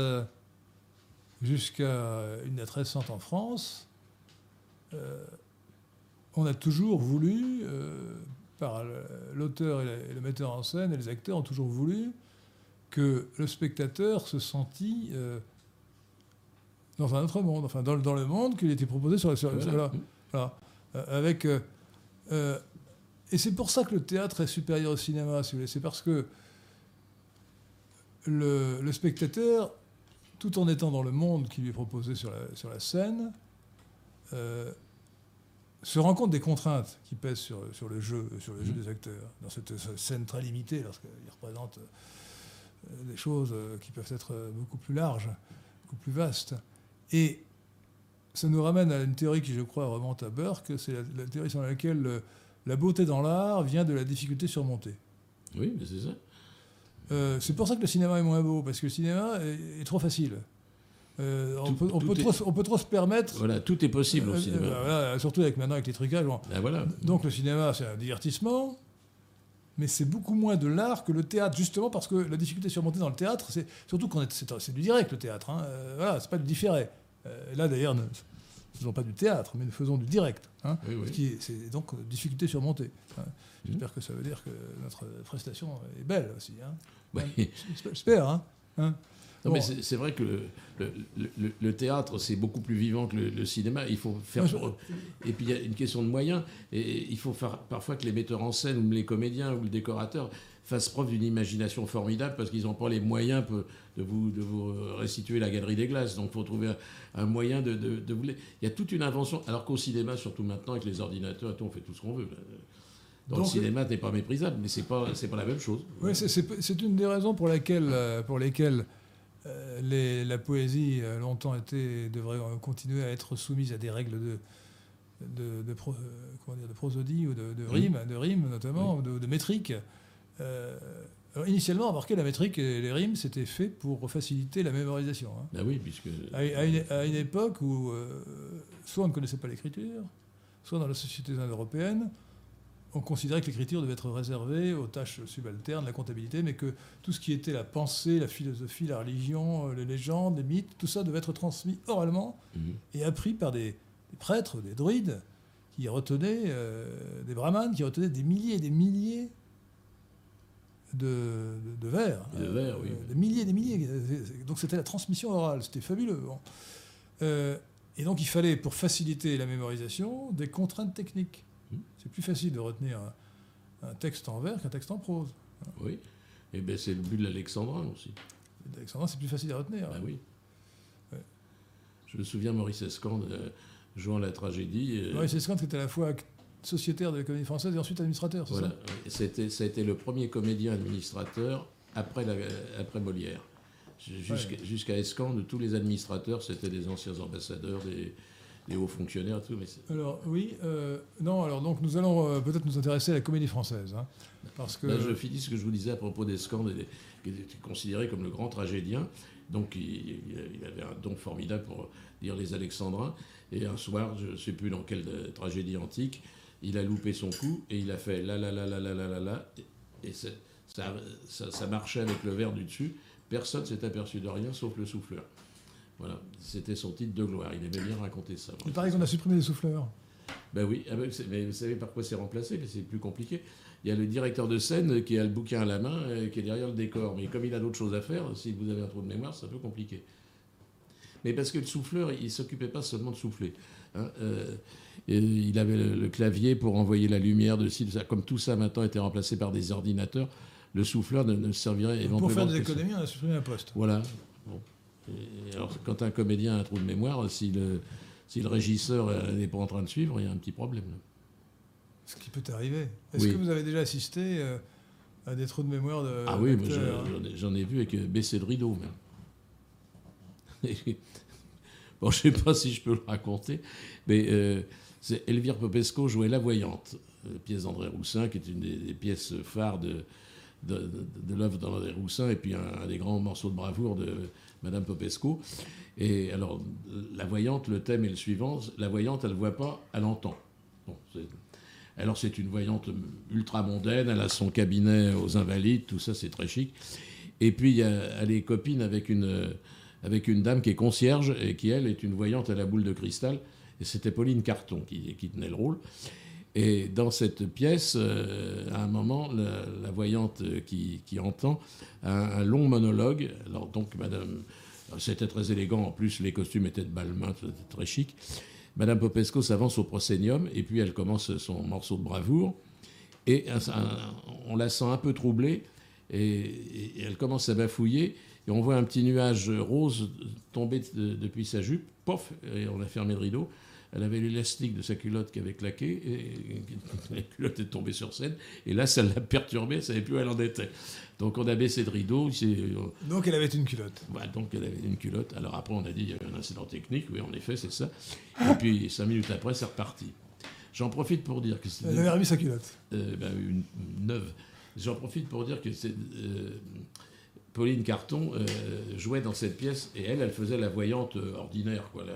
jusqu'à une date récente en France, on a toujours voulu, par l'auteur et le metteur en scène et les acteurs ont toujours voulu que le spectateur se sentît dans un autre monde, enfin dans le monde qu'il était proposé sur voilà. Avec... Et c'est pour ça que le théâtre est supérieur au cinéma, si vous voulez. C'est parce que le spectateur, tout en étant dans le monde qui lui est proposé sur la scène, se rend compte des contraintes qui pèsent sur le jeu des acteurs, dans cette scène très limitée, lorsqu'ils représentent des choses qui peuvent être beaucoup plus larges, beaucoup plus vastes. Et ça nous ramène à une théorie qui, je crois, remonte à Burke, c'est la théorie selon laquelle la beauté dans l'art vient de la difficulté surmontée. Oui, mais c'est ça. C'est pour ça que le cinéma est moins beau, parce que le cinéma est trop facile. On peut trop se permettre. Voilà, tout est possible au cinéma. Voilà, surtout maintenant avec les trucages. Bon. Ben voilà. Donc le cinéma, c'est un divertissement, mais c'est beaucoup moins de l'art que le théâtre, justement parce que la difficulté surmontée dans le théâtre, c'est surtout c'est du direct, le théâtre. Hein. Voilà, c'est pas du différé. Là, d'ailleurs, nous ne faisons pas du théâtre, mais nous faisons du direct. Hein, oui. C'est donc difficulté surmontée. Hein. J'espère que ça veut dire que notre prestation est belle aussi. Hein. Oui. J'espère. Hein. Non, mais c'est vrai que le théâtre, c'est beaucoup plus vivant que le cinéma. Il faut faire. Et puis il y a une question de moyens. Et il faut parfois que les metteurs en scène, ou les comédiens, ou le décorateur fassent preuve d'une imagination formidable parce qu'ils n'ont pas les moyens de vous restituer la Galerie des Glaces. Donc il faut trouver un moyen de vous. Il y a toute une invention. Alors qu'au cinéma, surtout maintenant, avec les ordinateurs et tout, on fait tout ce qu'on veut. Donc le cinéma n'est pas méprisable, mais c'est pas la même chose. Oui, c'est une des raisons pour lesquelles la poésie longtemps devrait continuer à être soumise à des règles de prosodie ou de rime notamment, ou de métrique. Alors initialement, remarquez, la métrique et les rimes, c'était fait pour faciliter la mémorisation. Hein. Ah oui, puisque... À une époque où soit on ne connaissait pas l'écriture, soit dans la société indo-européenne, on considérait que l'écriture devait être réservée aux tâches subalternes, la comptabilité, mais que tout ce qui était la pensée, la philosophie, la religion, les légendes, les mythes, tout ça devait être transmis oralement et appris par des prêtres, des druides, qui retenaient, des brahmanes, qui retenaient des milliers et des milliers de vers. Oui. Des milliers et des milliers. Donc c'était la transmission orale, c'était fabuleux. Bon. Et donc il fallait, pour faciliter la mémorisation, des contraintes techniques. C'est plus facile de retenir un texte en vers qu'un texte en prose. Oui, et bien c'est le but de l'Alexandrin aussi. L'Alexandrin, c'est plus facile à retenir. Ah oui. Ouais. Je me souviens Maurice Escande jouant la tragédie. Maurice Escande qui était à la fois sociétaire de la Comédie Française et ensuite administrateur, c'est voilà. Ça ça a été le premier comédien administrateur après Molière. Jusqu'à Escande, tous les administrateurs, c'était des anciens ambassadeurs, des hauts fonctionnaires, tout. Mais alors oui, non. Alors donc nous allons peut-être nous intéresser à la Comédie Française, hein, parce que. Là, je finis ce que je vous disais à propos d'Escande, qui était considéré comme le grand tragédien. Donc il avait un don formidable pour lire les Alexandrins. Et un soir, je ne sais plus dans quelle tragédie antique, il a loupé son coup et il a fait la, et ça marchait avec le vers du dessus. Personne ne s'est aperçu de rien sauf le souffleur. Voilà, c'était son titre de gloire. Il aimait bien raconter ça. Il paraît qu'on a supprimé les souffleurs. Ben oui, mais vous savez par quoi c'est remplacé? Mais c'est plus compliqué. Il y a le directeur de scène qui a le bouquin à la main, qui est derrière le décor. Mais comme il a d'autres choses à faire, si vous avez un trou de mémoire, c'est un peu compliqué. Mais parce que le souffleur, il ne s'occupait pas seulement de souffler. Hein, il avait le clavier pour envoyer la lumière de ci, de ça. Comme tout ça maintenant était remplacé par des ordinateurs, le souffleur ne servirait éventuellement. Pour faire des économies, on a supprimé un poste. Voilà. Bon. Et alors, quand un comédien a un trou de mémoire, si le régisseur n'est pas en train de suivre, il y a un petit problème. Là. Ce qui peut arriver. Est-ce que vous avez déjà assisté à des trous de mémoire de Ah oui, j'en ai vu avec baisser le rideau, même. Bon, je ne sais pas si je peux le raconter, mais Elvire Popesco jouait La Voyante, pièce d'André Roussin, qui est une des pièces phares de l'œuvre d'André Roussin, et puis un des grands morceaux de bravoure de Madame Popesco. Et alors, La Voyante, le thème est le suivant. La Voyante, elle ne voit pas, elle entend. Bon, alors, c'est une voyante ultra mondaine, elle a son cabinet aux Invalides, tout ça, c'est très chic. Et puis, elle est copine avec une dame qui est concierge et qui, elle, est une voyante à la boule de cristal. Et c'était Pauline Carton qui tenait le rôle. Et dans cette pièce, à un moment, la voyante qui entend un long monologue. Alors donc, madame, c'était très élégant. En plus, les costumes étaient de balmain, c'était très chic. Madame Popesco s'avance au proscenium et puis elle commence son morceau de bravoure. Et on la sent un peu troublée, et elle commence à bafouiller, et on voit un petit nuage rose tomber depuis sa jupe, pof, et on a fermé le rideau. Elle avait l'élastique de sa culotte qui avait claqué, et la culotte est tombée sur scène, et là, ça l'a perturbée, elle ne savait plus où elle en était. Donc on a baissé le rideau. Donc elle avait une culotte. Voilà, donc elle avait une culotte. Alors après, on a dit qu'il y avait un incident technique, oui, en effet, c'est ça. Et puis 5 minutes après, c'est reparti. J'en profite pour dire que c'est... Elle avait remis sa culotte. Une neuve. J'en profite pour dire que c'est... Pauline Carton jouait dans cette pièce, et elle faisait la voyante ordinaire, quoi,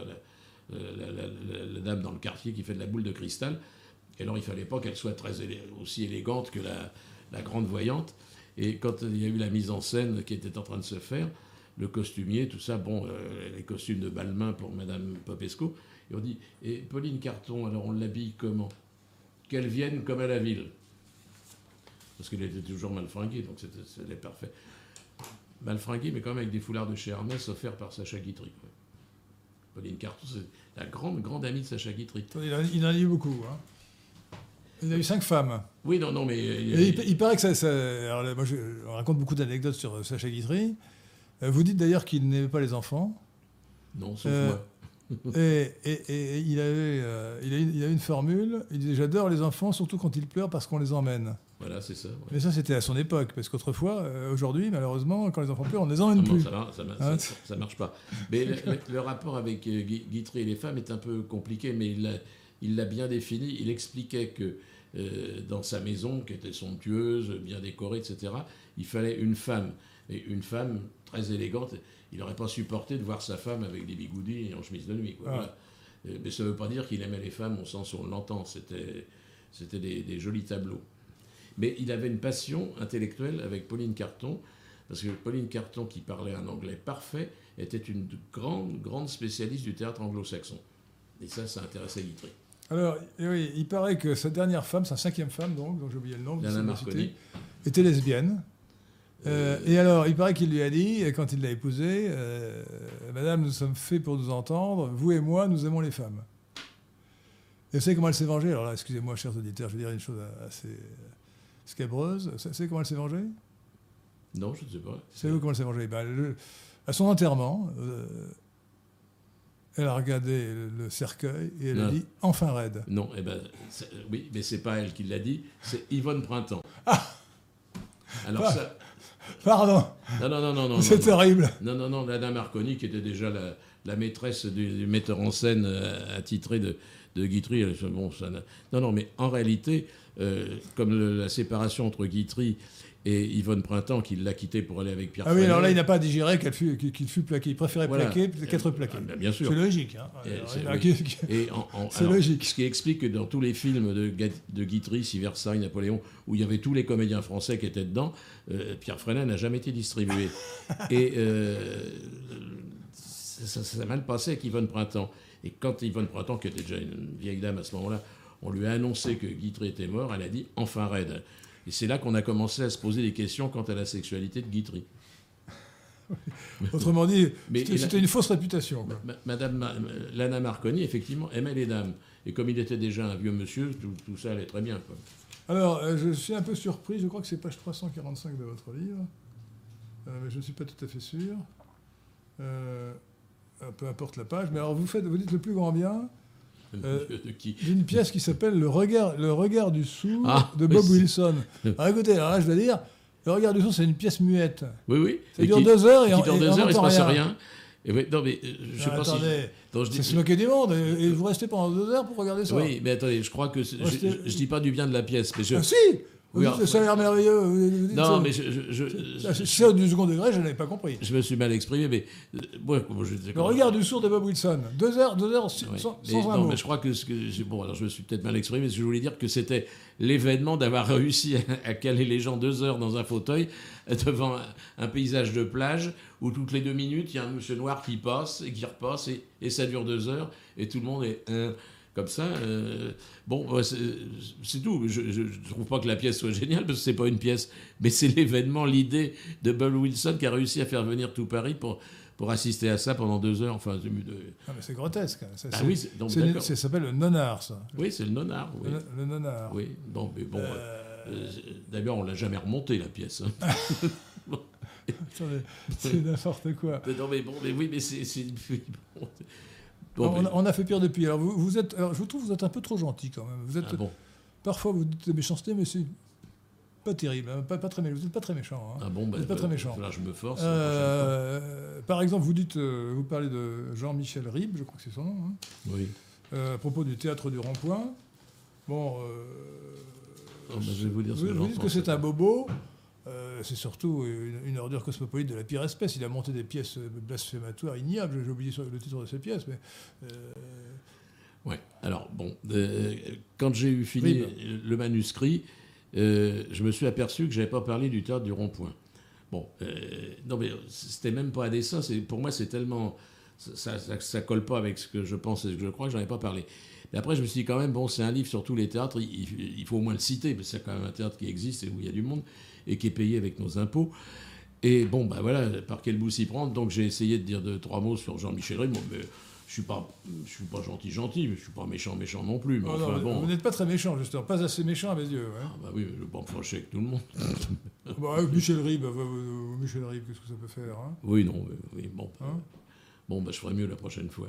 la dame dans le quartier qui fait de la boule de cristal. Et alors, il ne fallait pas qu'elle soit aussi élégante que la grande voyante. Et quand il y a eu la mise en scène qui était en train de se faire, le costumier, tout ça, les costumes de Balmain pour Madame Popesco, et on dit, et Pauline Carton, alors on l'habille comment? Qu'elle vienne comme à la ville. Parce qu'elle était toujours mal fringuée, donc c'était parfait. Mal fringuée, mais quand même avec des foulards de chez Hermès offerts par Sacha Guitry. Pauline Carton, c'est la grande amie de Sacha Guitry. Il en a eu beaucoup. Hein. Il a eu 5 femmes. Oui, non, mais... Il paraît que ça alors là, moi, on raconte beaucoup d'anecdotes sur Sacha Guitry. Vous dites d'ailleurs qu'il n'aimait pas les enfants. Non, sauf moi. Et il avait une formule. Il disait, j'adore les enfants, surtout quand ils pleurent parce qu'on les emmène. Voilà, c'est ça. Ouais. Mais ça, c'était à son époque. Parce qu'autrefois, aujourd'hui, malheureusement, quand les enfants pleurent, on ne les emmène plus. Ça marche pas. Mais le rapport avec Guitry et les femmes est un peu compliqué, mais il l'a bien défini. Il expliquait que dans sa maison, qui était somptueuse, bien décorée, etc., il fallait une femme. Et une femme très élégante. Il n'aurait pas supporté de voir sa femme avec des bigoudis et en chemise de nuit. Quoi. Voilà. Mais ça ne veut pas dire qu'il aimait les femmes au sens où on l'entend. C'était des jolis tableaux. Mais il avait une passion intellectuelle avec Pauline Carton, parce que Pauline Carton, qui parlait un anglais parfait, était une grande spécialiste du théâtre anglo-saxon. Et ça intéressait Guitry. Alors, oui, il paraît que sa dernière femme, sa 5e femme, donc, dont j'ai oublié le nom, Lana Marconi, était lesbienne. Et alors, il paraît qu'il lui a dit, quand il l'a épousée, Madame, nous sommes faits pour nous entendre, vous et moi, nous aimons les femmes. Et vous savez comment elle s'est vengée? Alors là, excusez-moi, chers auditeurs, je vais dire une chose assez scabreuse. Vous savez comment elle s'est vengée? Non, je ne sais pas. Savez-vous comment elle s'est vengée? À son enterrement, elle a regardé le cercueil et elle a dit « Enfin raide ». Non, oui, mais c'est pas elle qui l'a dit, c'est Yvonne Printemps. Ah! Alors ça... Pardon. Non. C'est terrible. Non, Lana Marconi, qui était déjà la maîtresse du metteur en scène attitré de Guitry. Non, mais en réalité, comme la séparation entre Guitry et Yvonne Printemps, qui l'a quitté pour aller avec Pierre Freinet. Oui, alors là, il n'a pas digéré qu'il fut plaqué. Il préférait plaquer qu'être plaqué. Bien sûr. C'est logique. Hein. C'est logique. Ce qui explique que dans tous les films de Guitry, Siversailles, Napoléon, où il y avait tous les comédiens français qui étaient dedans, Pierre Freinet n'a jamais été distribué. Et ça s'est mal passé avec Yvonne Printemps. Et quand Yvonne Printemps, qui était déjà une vieille dame à ce moment-là, on lui a annoncé que Guitry était mort, elle a dit « Enfin raide ». Et c'est là qu'on a commencé à se poser des questions quant à la sexualité de Guitry. Autrement dit, c'était une fausse réputation. Madame Lana Marconi, effectivement, aimait les dames. Et comme il était déjà un vieux monsieur, tout ça allait très bien. Quoi. Alors, je suis un peu surpris. Je crois que c'est page 345 de votre livre. Mais je ne suis pas tout à fait sûr. Peu importe la page. Mais alors, vous dites le plus grand bien... d'une pièce qui s'appelle Le regard du sourd de Bob Wilson. Alors écoutez, alors là je dois dire, Le regard du sourd, c'est une pièce muette. Oui. Ça dure 2 heures et il ne se passe rien. rien. Et oui, non, mais je sais pas si... C'est se moquer du monde. Et vous restez pendant 2 heures pour regarder ça. Oui, mais attendez, je crois que... Je ne dis pas du bien de la pièce, mais je... Ah si oui, ça a l'air merveilleux. Non, mais c'est du second degré, je n'avais pas compris. Je me suis mal exprimé, mais... Le regard du sourd de Bob Wilson. 2 heures sans un mot. Mais je crois que... Bon, alors je me suis peut-être mal exprimé, mais je voulais dire que c'était l'événement d'avoir réussi à caler les gens 2 heures dans un fauteuil devant un paysage de plage où toutes les 2 minutes, il y a un monsieur noir qui passe et qui repasse et ça dure 2 heures et tout le monde est... comme ça, c'est tout. Je ne trouve pas que la pièce soit géniale, parce que ce n'est pas une pièce, mais c'est l'événement, l'idée de Bob Wilson qui a réussi à faire venir tout Paris pour assister à ça pendant 2 heures. Enfin, mais c'est grotesque. Oui, ça s'appelle le nonard, ça. Oui, c'est le nonard. Oui. Le nonard. Oui, bon, mais bon. D'ailleurs, on l'a jamais remontée, la pièce. Hein. Attendez, c'est n'importe quoi. Non, mais bon, mais oui, mais c'est... Bon, on a fait pire depuis. Alors, vous êtes, alors, je trouve que vous êtes un peu trop gentil quand même. Vous êtes, parfois, vous dites des méchancetés, mais c'est pas terrible. Hein, pas très, vous n'êtes pas très méchant. Hein. Ah bon, vous n'êtes pas très méchant. Là, je me force. Par exemple, vous parlez de Jean-Michel Ribes, je crois que c'est son nom. Hein, oui. À propos du théâtre du Rond-Point. Bon, je vais vous dire ce que vous dites que c'est un bobo. C'est surtout une ordure cosmopolite de la pire espèce. Il a monté des pièces blasphématoires ignobles. J'ai oublié le titre de ces pièces, mais... Ouais. Alors, bon, quand j'ai eu fini le manuscrit, je me suis aperçu que je n'avais pas parlé du théâtre du Rond-Point. Bon, non, mais c'était même pas à dessein. Pour moi, c'est tellement... Ça colle pas avec ce que je pense et ce que je crois que j'en ai pas parlé. Mais après, je me suis dit quand même, bon, c'est un livre sur tous les théâtres, il faut au moins le citer, parce que c'est quand même un théâtre qui existe et où il y a du monde, et qui est payé avec nos impôts. Et bon, ben voilà, par quel bout s'y prendre. Donc j'ai essayé de dire 2-3 mots sur Jean-Michel Ribes. Bon, mais je suis pas gentil, mais je suis pas méchant non plus. Mais enfin, bon. Vous n'êtes pas très méchant, justement, pas assez méchant à mes yeux. Ouais. Ah bah oui, je ne vais pas me fâcher avec tout le monde. Michel Ribes, qu'est-ce que ça peut faire, hein? Oui, non, oui, bon. Hein? Bon, bah, je ferai mieux la prochaine fois.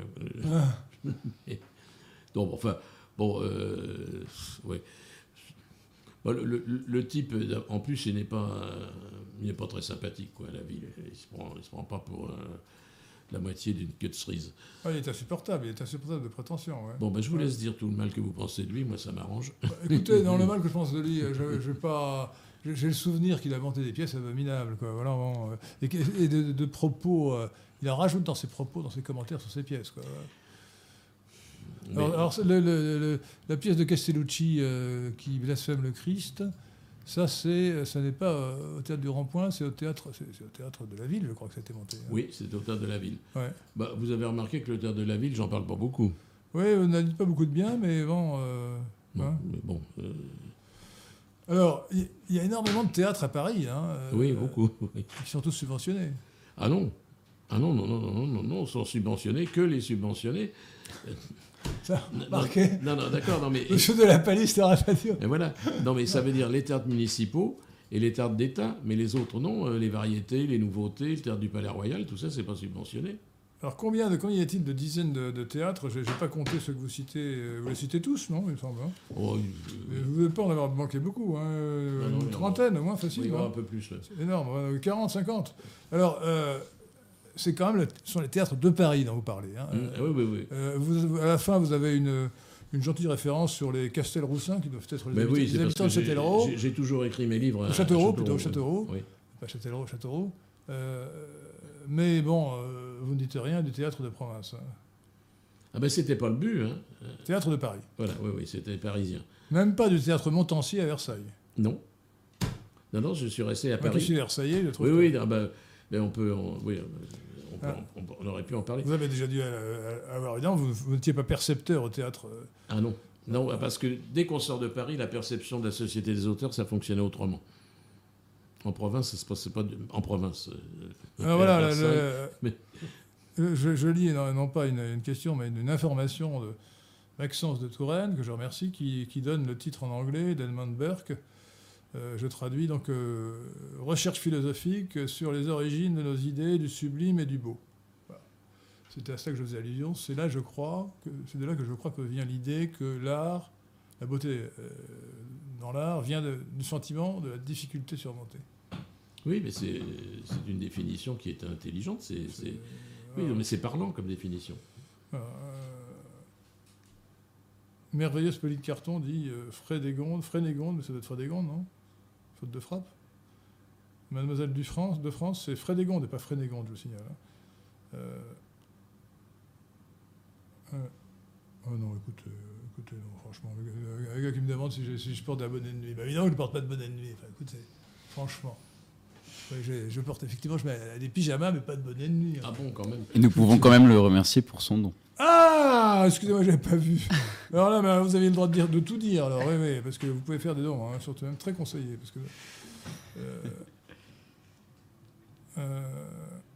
Donc, enfin, bon, ouais. Bon, le type, en plus, il n'est pas très sympathique, quoi, à la ville. Il se prend pas pour la moitié d'une queue de cerise. Ah, il est insupportable de prétention. Ouais. Bon, ben, je vous laisse dire tout le mal que vous pensez de lui, moi ça m'arrange. Écoutez, dans le mal que je pense de lui, je vais pas... J'ai le souvenir qu'il a inventé des pièces abominables, quoi. Voilà, bon, et de propos... il en rajoute dans ses propos, dans ses commentaires sur ses pièces, quoi. Mais... Alors la pièce de Castellucci qui blasphème le Christ, ça n'est pas au théâtre du Rond-Point, c'est au théâtre de la ville, je crois que ça a été monté. Hein. Oui, c'est au théâtre de la ville. Ouais. Bah, vous avez remarqué que le théâtre de la ville, j'en parle pas beaucoup. Oui, on n'a dit pas beaucoup de bien, mais bon... non, hein. Mais bon... Alors, il y a énormément de théâtres à Paris. Hein, oui, beaucoup. Oui. Qui sont tous subventionnés. Ah non. Ah non, sont subventionnés que les subventionnés. Ça, marqué. Non, d'accord, non mais... Monsieur de la Palisse n'aura pas dit. Et voilà. Non, mais ça veut dire les théâtres municipaux et les théâtres d'État, mais les autres non, les variétés, les nouveautés, le théâtre du Palais Royal, tout ça, c'est pas subventionné. Alors combien y a-t-il de dizaines de théâtres? J'ai pas compté ceux que vous citez. Vous les citez tous, non, il me semble. Hein. Oh, vous n'avez pas en avoir manqué beaucoup. Hein. Non, une trentaine, au moins, facile. Oui, hein. un peu plus. Là. C'est énorme, 40, 50. Alors, c'est quand même ce sont les théâtres de Paris dont vous parlez. Hein. Oui. À la fin, vous avez une gentille référence sur les Castelroussins, qui doivent être les habitants de Châtellerault. J'ai toujours écrit mes livres. Châteauroux, plutôt Châteauroux. Oui. Pas Châteauroux. Mais bon, vous ne dites rien du théâtre de province. Hein. Ah ben c'était pas le but. Hein. Théâtre de Paris. Voilà, oui, c'était parisien. Même pas du théâtre Montansier à Versailles. Non, je suis resté à Paris. Moi qui suis Versaillais, je trouve. Oui, mais on peut... on aurait pu en parler. Vous avez déjà dû avoir une vous n'étiez pas percepteur au théâtre. Ah non, parce que dès qu'on sort de Paris, la perception de la Société des auteurs, ça fonctionnait autrement. En province, ça se passait pas... En province... Alors voilà, je lis, non pas une question, mais une information de Maxence de Touraine, que je remercie, qui donne le titre en anglais d'Edmund Burke. Je traduis donc recherche philosophique sur les origines de nos idées du sublime et du beau. Voilà. C'était à ça que je faisais allusion. C'est de là que je crois que vient l'idée que l'art, la beauté dans l'art, vient du sentiment de la difficulté surmontée. Oui, mais c'est une définition qui est intelligente. Oui, mais c'est parlant comme définition. Merveilleuse Pauline Carton dit Frédégonde, mais ça doit être Frédégonde, non? Faute de frappe. Mademoiselle de France, c'est Frédégonde et pas Frédégonde, je vous signale. Oh non, écoutez, non, franchement. Un gars qui me demande si je porte un bonnet de nuit. Bah évidemment, je ne porte pas de bonnet de nuit. Enfin, écoutez, franchement. Je porte effectivement, je mets des pyjamas, mais pas de bonnet de nuit. Ah bon, quand même. Et nous pouvons quand même le remercier pour son don. Ah, excusez-moi, j'avais pas vu. Alors là, vous avez le droit de tout dire. Alors oui, parce que vous pouvez faire des dons, hein, surtout même très conseillés, parce que.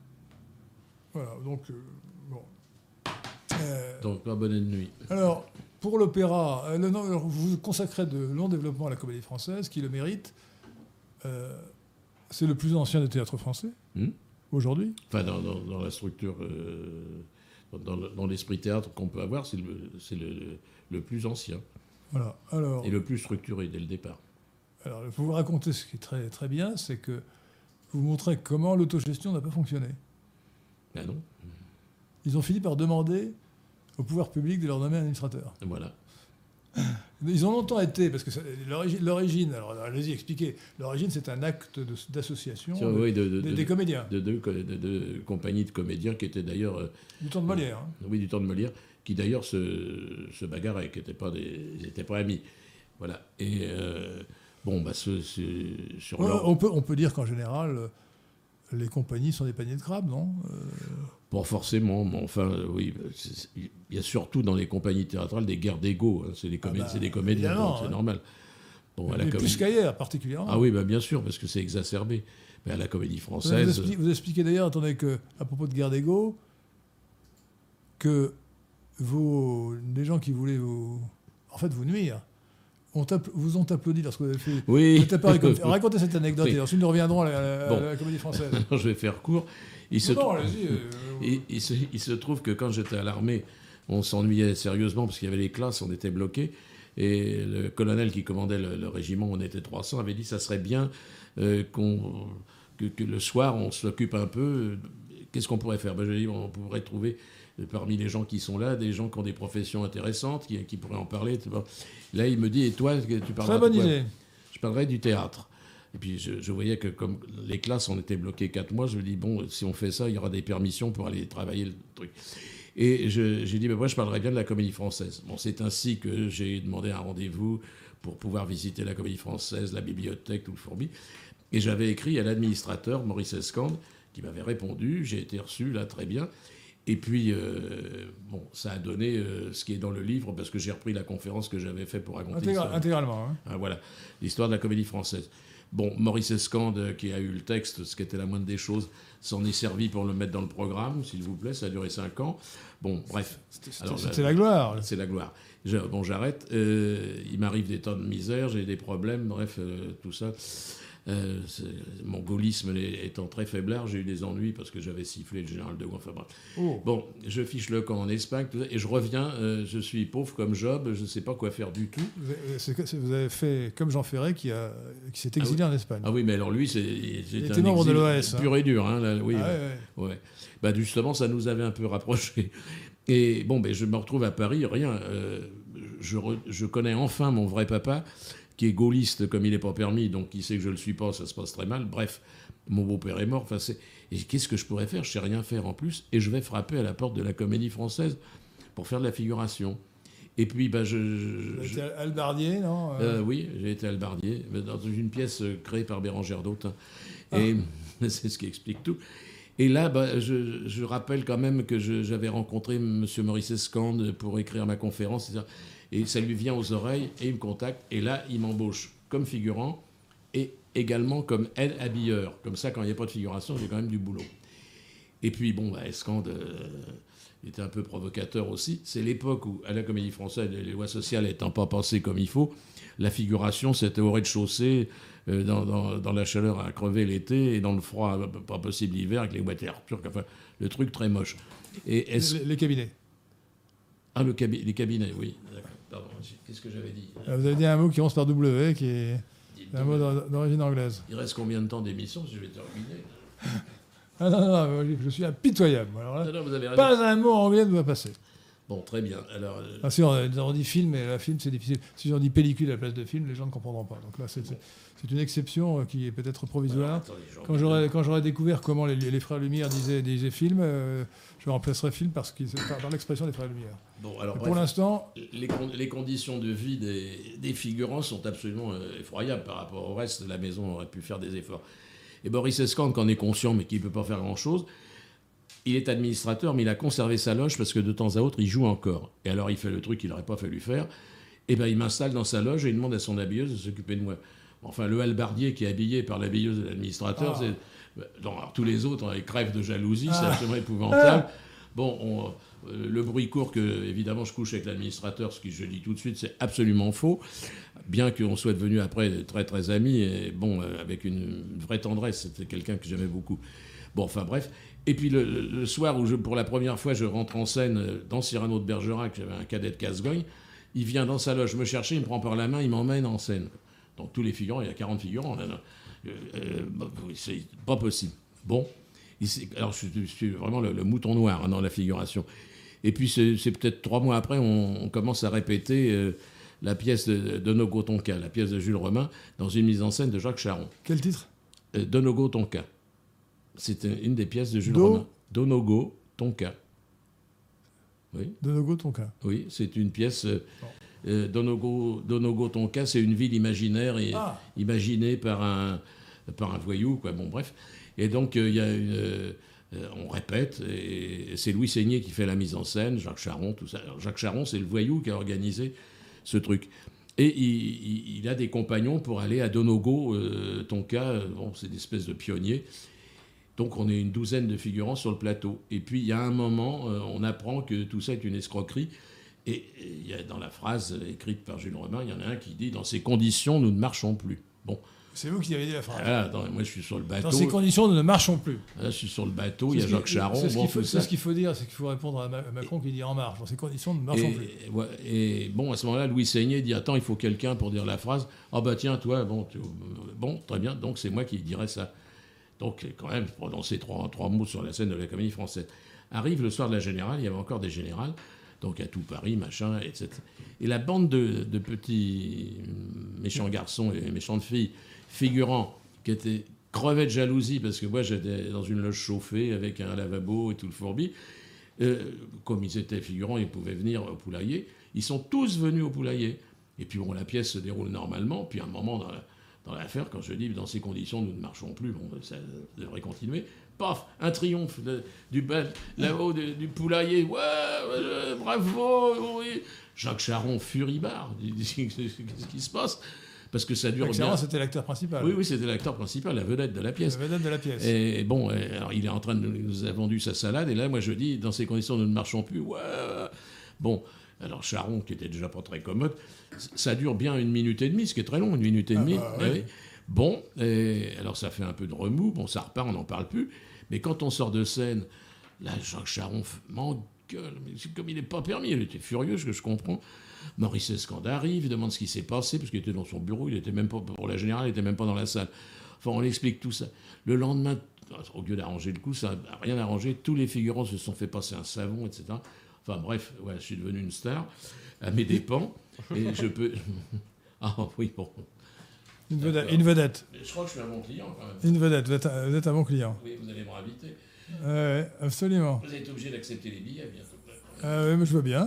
Voilà, donc bon. Donc pas bonnet de nuit. Alors, pour l'opéra, vous consacrez de long développement à la Comédie Française, qui le mérite. C'est le plus ancien des théâtres français, aujourd'hui. Enfin, dans la structure, dans l'esprit théâtre qu'on peut avoir, c'est le plus ancien. Voilà. Alors, et le plus structuré dès le départ. Alors, il faut vous raconter ce qui est très, très bien, c'est que vous montrez comment l'autogestion n'a pas fonctionné. Ben non. Ils ont fini par demander au pouvoir public de leur nommer un administrateur. Voilà. Ils ont longtemps été, parce que l'origine, alors allez-y, expliquez. L'origine, c'est un acte d'association des comédiens. De deux compagnies de comédiens qui étaient d'ailleurs... du temps de Molière. Oui, du temps de Molière, qui d'ailleurs se bagarraient, qui n'étaient pas amis. Voilà. Et sur on peut dire qu'en général, les compagnies sont des paniers de crabes, non Pas forcément, mais enfin, oui. Il y a surtout dans les compagnies théâtrales des guerres d'ego. Hein. C'est des comédiens, donc c'est normal. Bon, mais plus qu'ailleurs, particulièrement. Ah oui, bien sûr, parce que c'est exacerbé. Mais à la Comédie Française... Vous expliquez d'ailleurs, attendez, à propos de guerre d'ego, que les gens qui voulaient vous nuire, vous ont applaudi lorsque vous avez fait... Oui. Racontez cette anecdote, Oui. et ensuite nous reviendrons à la Comédie Française. Je vais faire court. Il se trouve que quand j'étais à l'armée, on s'ennuyait sérieusement parce qu'il y avait les classes, on était bloqués. Et le colonel qui commandait le régiment, on était 300, avait dit ça serait bien que le soir, on s'occupe un peu. Qu'est-ce qu'on pourrait faire ? Je lui ai dit, on pourrait trouver parmi les gens qui sont là des gens qui ont des professions intéressantes, qui pourraient en parler. Là, il me dit, et toi, tu parleras de quoi ? Très bonne idée. Je parlerai du théâtre. Et puis je voyais que comme les classes, on était bloqués 4 mois, je me dis, bon, si on fait ça, il y aura des permissions pour aller travailler le truc. Et j'ai dit, moi, je parlerai bien de la Comédie Française. Bon, c'est ainsi que j'ai demandé un rendez-vous pour pouvoir visiter la Comédie Française, la bibliothèque, tout le fourbi. Et j'avais écrit à l'administrateur, Maurice Escande, qui m'avait répondu. J'ai été reçu, là, très bien. Et puis, ça a donné ce qui est dans le livre, parce que j'ai repris la conférence que j'avais faite pour raconter l'histoire. Intégralement. Voilà, l'histoire de la Comédie Française. Bon, Maurice Escande, qui a eu le texte, ce qui était la moindre des choses, s'en est servi pour le mettre dans le programme, s'il vous plaît. Ça a duré 5 ans. Bon, bref. C'était la gloire. C'est la gloire. J'arrête. Il m'arrive des tas de misères, j'ai des problèmes, bref, tout ça. Mon gaullisme étant très faiblard, j'ai eu des ennuis parce que j'avais sifflé le général de Gaulle. Enfin, bref. Bon, je fiche le camp en Espagne, tout ça, et je reviens, je suis pauvre comme Job, je ne sais pas quoi faire du tout. Vous avez fait comme Jean Ferret qui s'est exilé en Espagne. Ah oui, mais alors lui, il était membre de l'OAS. Pur et dur. Hein, là, oui, ouais. Bah, justement, ça nous avait un peu rapprochés. Et bon, je me retrouve à Paris, rien. Je connais enfin mon vrai papa, qui est gaulliste comme il n'est pas permis, donc il sait que je ne le suis pas, ça se passe très mal. Bref, mon beau-père est mort. Et qu'est-ce que je pourrais faire ? Je ne sais rien faire en plus. Et je vais frapper à la porte de la Comédie Française pour faire de la figuration. Et puis, Vous avez été albardier, non Oui, j'ai été albardier, dans une pièce créée par Bérangère d'Autun. Et c'est ce qui explique tout. Et là, je rappelle quand même que j'avais rencontré M. Maurice Escande pour écrire ma conférence, etc. Et ça lui vient aux oreilles, et il me contacte, et là, il m'embauche comme figurant, et également comme aide-habilleur. Comme ça, quand il n'y a pas de figuration, j'ai quand même du boulot. Et puis, Escande était un peu provocateur aussi. C'est l'époque où, à la Comédie Française, les lois sociales n'étant pas passées comme il faut, la figuration, c'était au rez-de-chaussée, dans la chaleur à crever l'été, et dans le froid, pas possible l'hiver, avec les boîtes turques, enfin, le truc très moche. Et les cabinets. Ah, les cabinets, oui. Pardon, qu'est-ce que j'avais dit ? Vous avez dit un mot qui commence par W, qui est un mot d'origine anglaise. Il reste combien de temps d'émission si je vais terminer ? Ah non, je suis impitoyable. Alors là, vous avez raison. Pas un mot anglais ne doit passer. Bon, très bien. Alors, si on dit film, et la film, c'est difficile. Si on dit pellicule à la place de film, les gens ne comprendront pas. Donc là, c'est une exception qui est peut-être provisoire. Voilà, quand j'aurai découvert comment les frères Lumière disaient film, je remplacerai film par l'expression des frères Lumière. Bon, alors, pour l'instant... Les conditions de vie des figurants sont absolument effroyables par rapport au reste. La maison aurait pu faire des efforts. Et Boris Escande, qui en est conscient, mais qui ne peut pas faire grand-chose, il est administrateur, mais il a conservé sa loge parce que de temps à autre, il joue encore. Et alors, il fait le truc qu'il n'aurait pas fallu faire. Et il m'installe dans sa loge et il demande à son habilleuse de s'occuper de moi. Enfin, le halbardier qui est habillé par l'habilleuse de l'administrateur, alors, tous les autres, ils crèvent de jalousie, c'est absolument épouvantable. Bon, le bruit court que, évidemment, je couche avec l'administrateur, ce que je dis tout de suite, c'est absolument faux. Bien qu'on soit devenus après très très amis, et bon, avec une vraie tendresse, c'était quelqu'un que j'aimais beaucoup. Bon, enfin bref. Et puis le soir où pour la première fois je rentre en scène dans Cyrano de Bergerac, j'avais un cadet de Casgogne, il vient dans sa loge me chercher, il me prend par la main, il m'emmène en scène. Donc tous les figurants, il y a 40 figurants, c'est pas possible. Bon, alors je suis vraiment le mouton noir dans la figuration. Et puis c'est peut-être 3 mois après, on commence à répéter la pièce de Donogo Tonka, la pièce de Jules Romain, dans une mise en scène de Jacques Charon. Quel titre? Donogo Tonka. C'était une des pièces de Jules Romain. Donogo Tonka. Oui. Donogo Tonka. Oui, c'est une pièce. Donogo Tonka, c'est une ville imaginaire et imaginée par un voyou, quoi. Bon, bref. Et donc, il y a on répète, et c'est Louis Seigné qui fait la mise en scène, Jacques Charon, tout ça. Alors, Jacques Charon, c'est le voyou qui a organisé ce truc. Et il a des compagnons pour aller à Donogo Tonka. Bon, c'est des espèces de pionniers. Donc on est une douzaine de figurants sur le plateau. Et puis il y a un moment, on apprend que tout ça est une escroquerie. Et il y a dans la phrase écrite par Jules Romain, il y en a un qui dit « Dans ces conditions, nous ne marchons plus ». Bon. C'est vous qui avez dit la phrase. Voilà, moi je suis sur le bateau. Dans ces conditions, nous ne marchons plus. Là, je suis sur le bateau, il y a Jacques Charon. Ce qu'il faut dire, c'est qu'il faut répondre à Macron qui dit « En marche ». Dans ces conditions, nous ne marchons plus. Et bon, à ce moment-là, Louis Seigné dit « Attends, il faut quelqu'un pour dire la phrase. Ah bah tiens, toi, bon, très bien, donc c'est moi qui dirais ça ». Donc, quand même, prononcer trois mots sur la scène de la Comédie Française. Arrive le soir de la Générale, il y avait encore des générales, donc à tout Paris, machin, etc. Et la bande de petits méchants garçons et méchantes filles, figurants, qui étaient crevés de jalousie, parce que moi, j'étais dans une loge chauffée avec un lavabo et tout le fourbi. Comme ils étaient figurants, ils pouvaient venir au poulailler. Ils sont tous venus au poulailler. Et puis, bon, la pièce se déroule normalement. Puis, à un moment, dans l'affaire, quand je dis dans ces conditions, nous ne marchons plus, bon, ça devrait continuer. Paf, un triomphe là-haut du poulailler. Ouais, bravo. Oui. Jacques Charon, furibard. Qu'est-ce qui se passe? Parce que ça dure bien. Charon, c'était l'acteur principal. Oui, c'était l'acteur principal, la vedette de la pièce. La vedette de la pièce. Et bon, alors il est en train de nous a vendu sa salade. Et là, moi, je dis, dans ces conditions, nous ne marchons plus. Ouais. Bon. Alors Charon, qui était déjà pas très commode, ça dure bien 1 minute et demie, ce qui est très long, 1 minute et demie. Oui. Bon, alors ça fait un peu de remous, bon, ça repart, on n'en parle plus. Mais quand on sort de scène, là, Jacques Charon m'engueule, mais comme il n'est pas permis, il était furieux, ce que je comprends. Maurice Escande arrive, il demande ce qui s'est passé, parce qu'il était dans son bureau, il était même pas, pour la Générale, il n'était même pas dans la salle. Enfin, on explique tout ça. Le lendemain, au lieu d'arranger le coup, ça n'a rien arrangé, tous les figurants se sont fait passer un savon, etc. Enfin bref, ouais, je suis devenu une star à mes dépens et je peux. Ah oui, bon. Une vedette. Je crois que je suis un bon client quand même. Une vedette, vous êtes un bon client. Oui, vous allez me réinviter. Absolument. Vous êtes obligé d'accepter les billets bientôt. Mais je veux bien.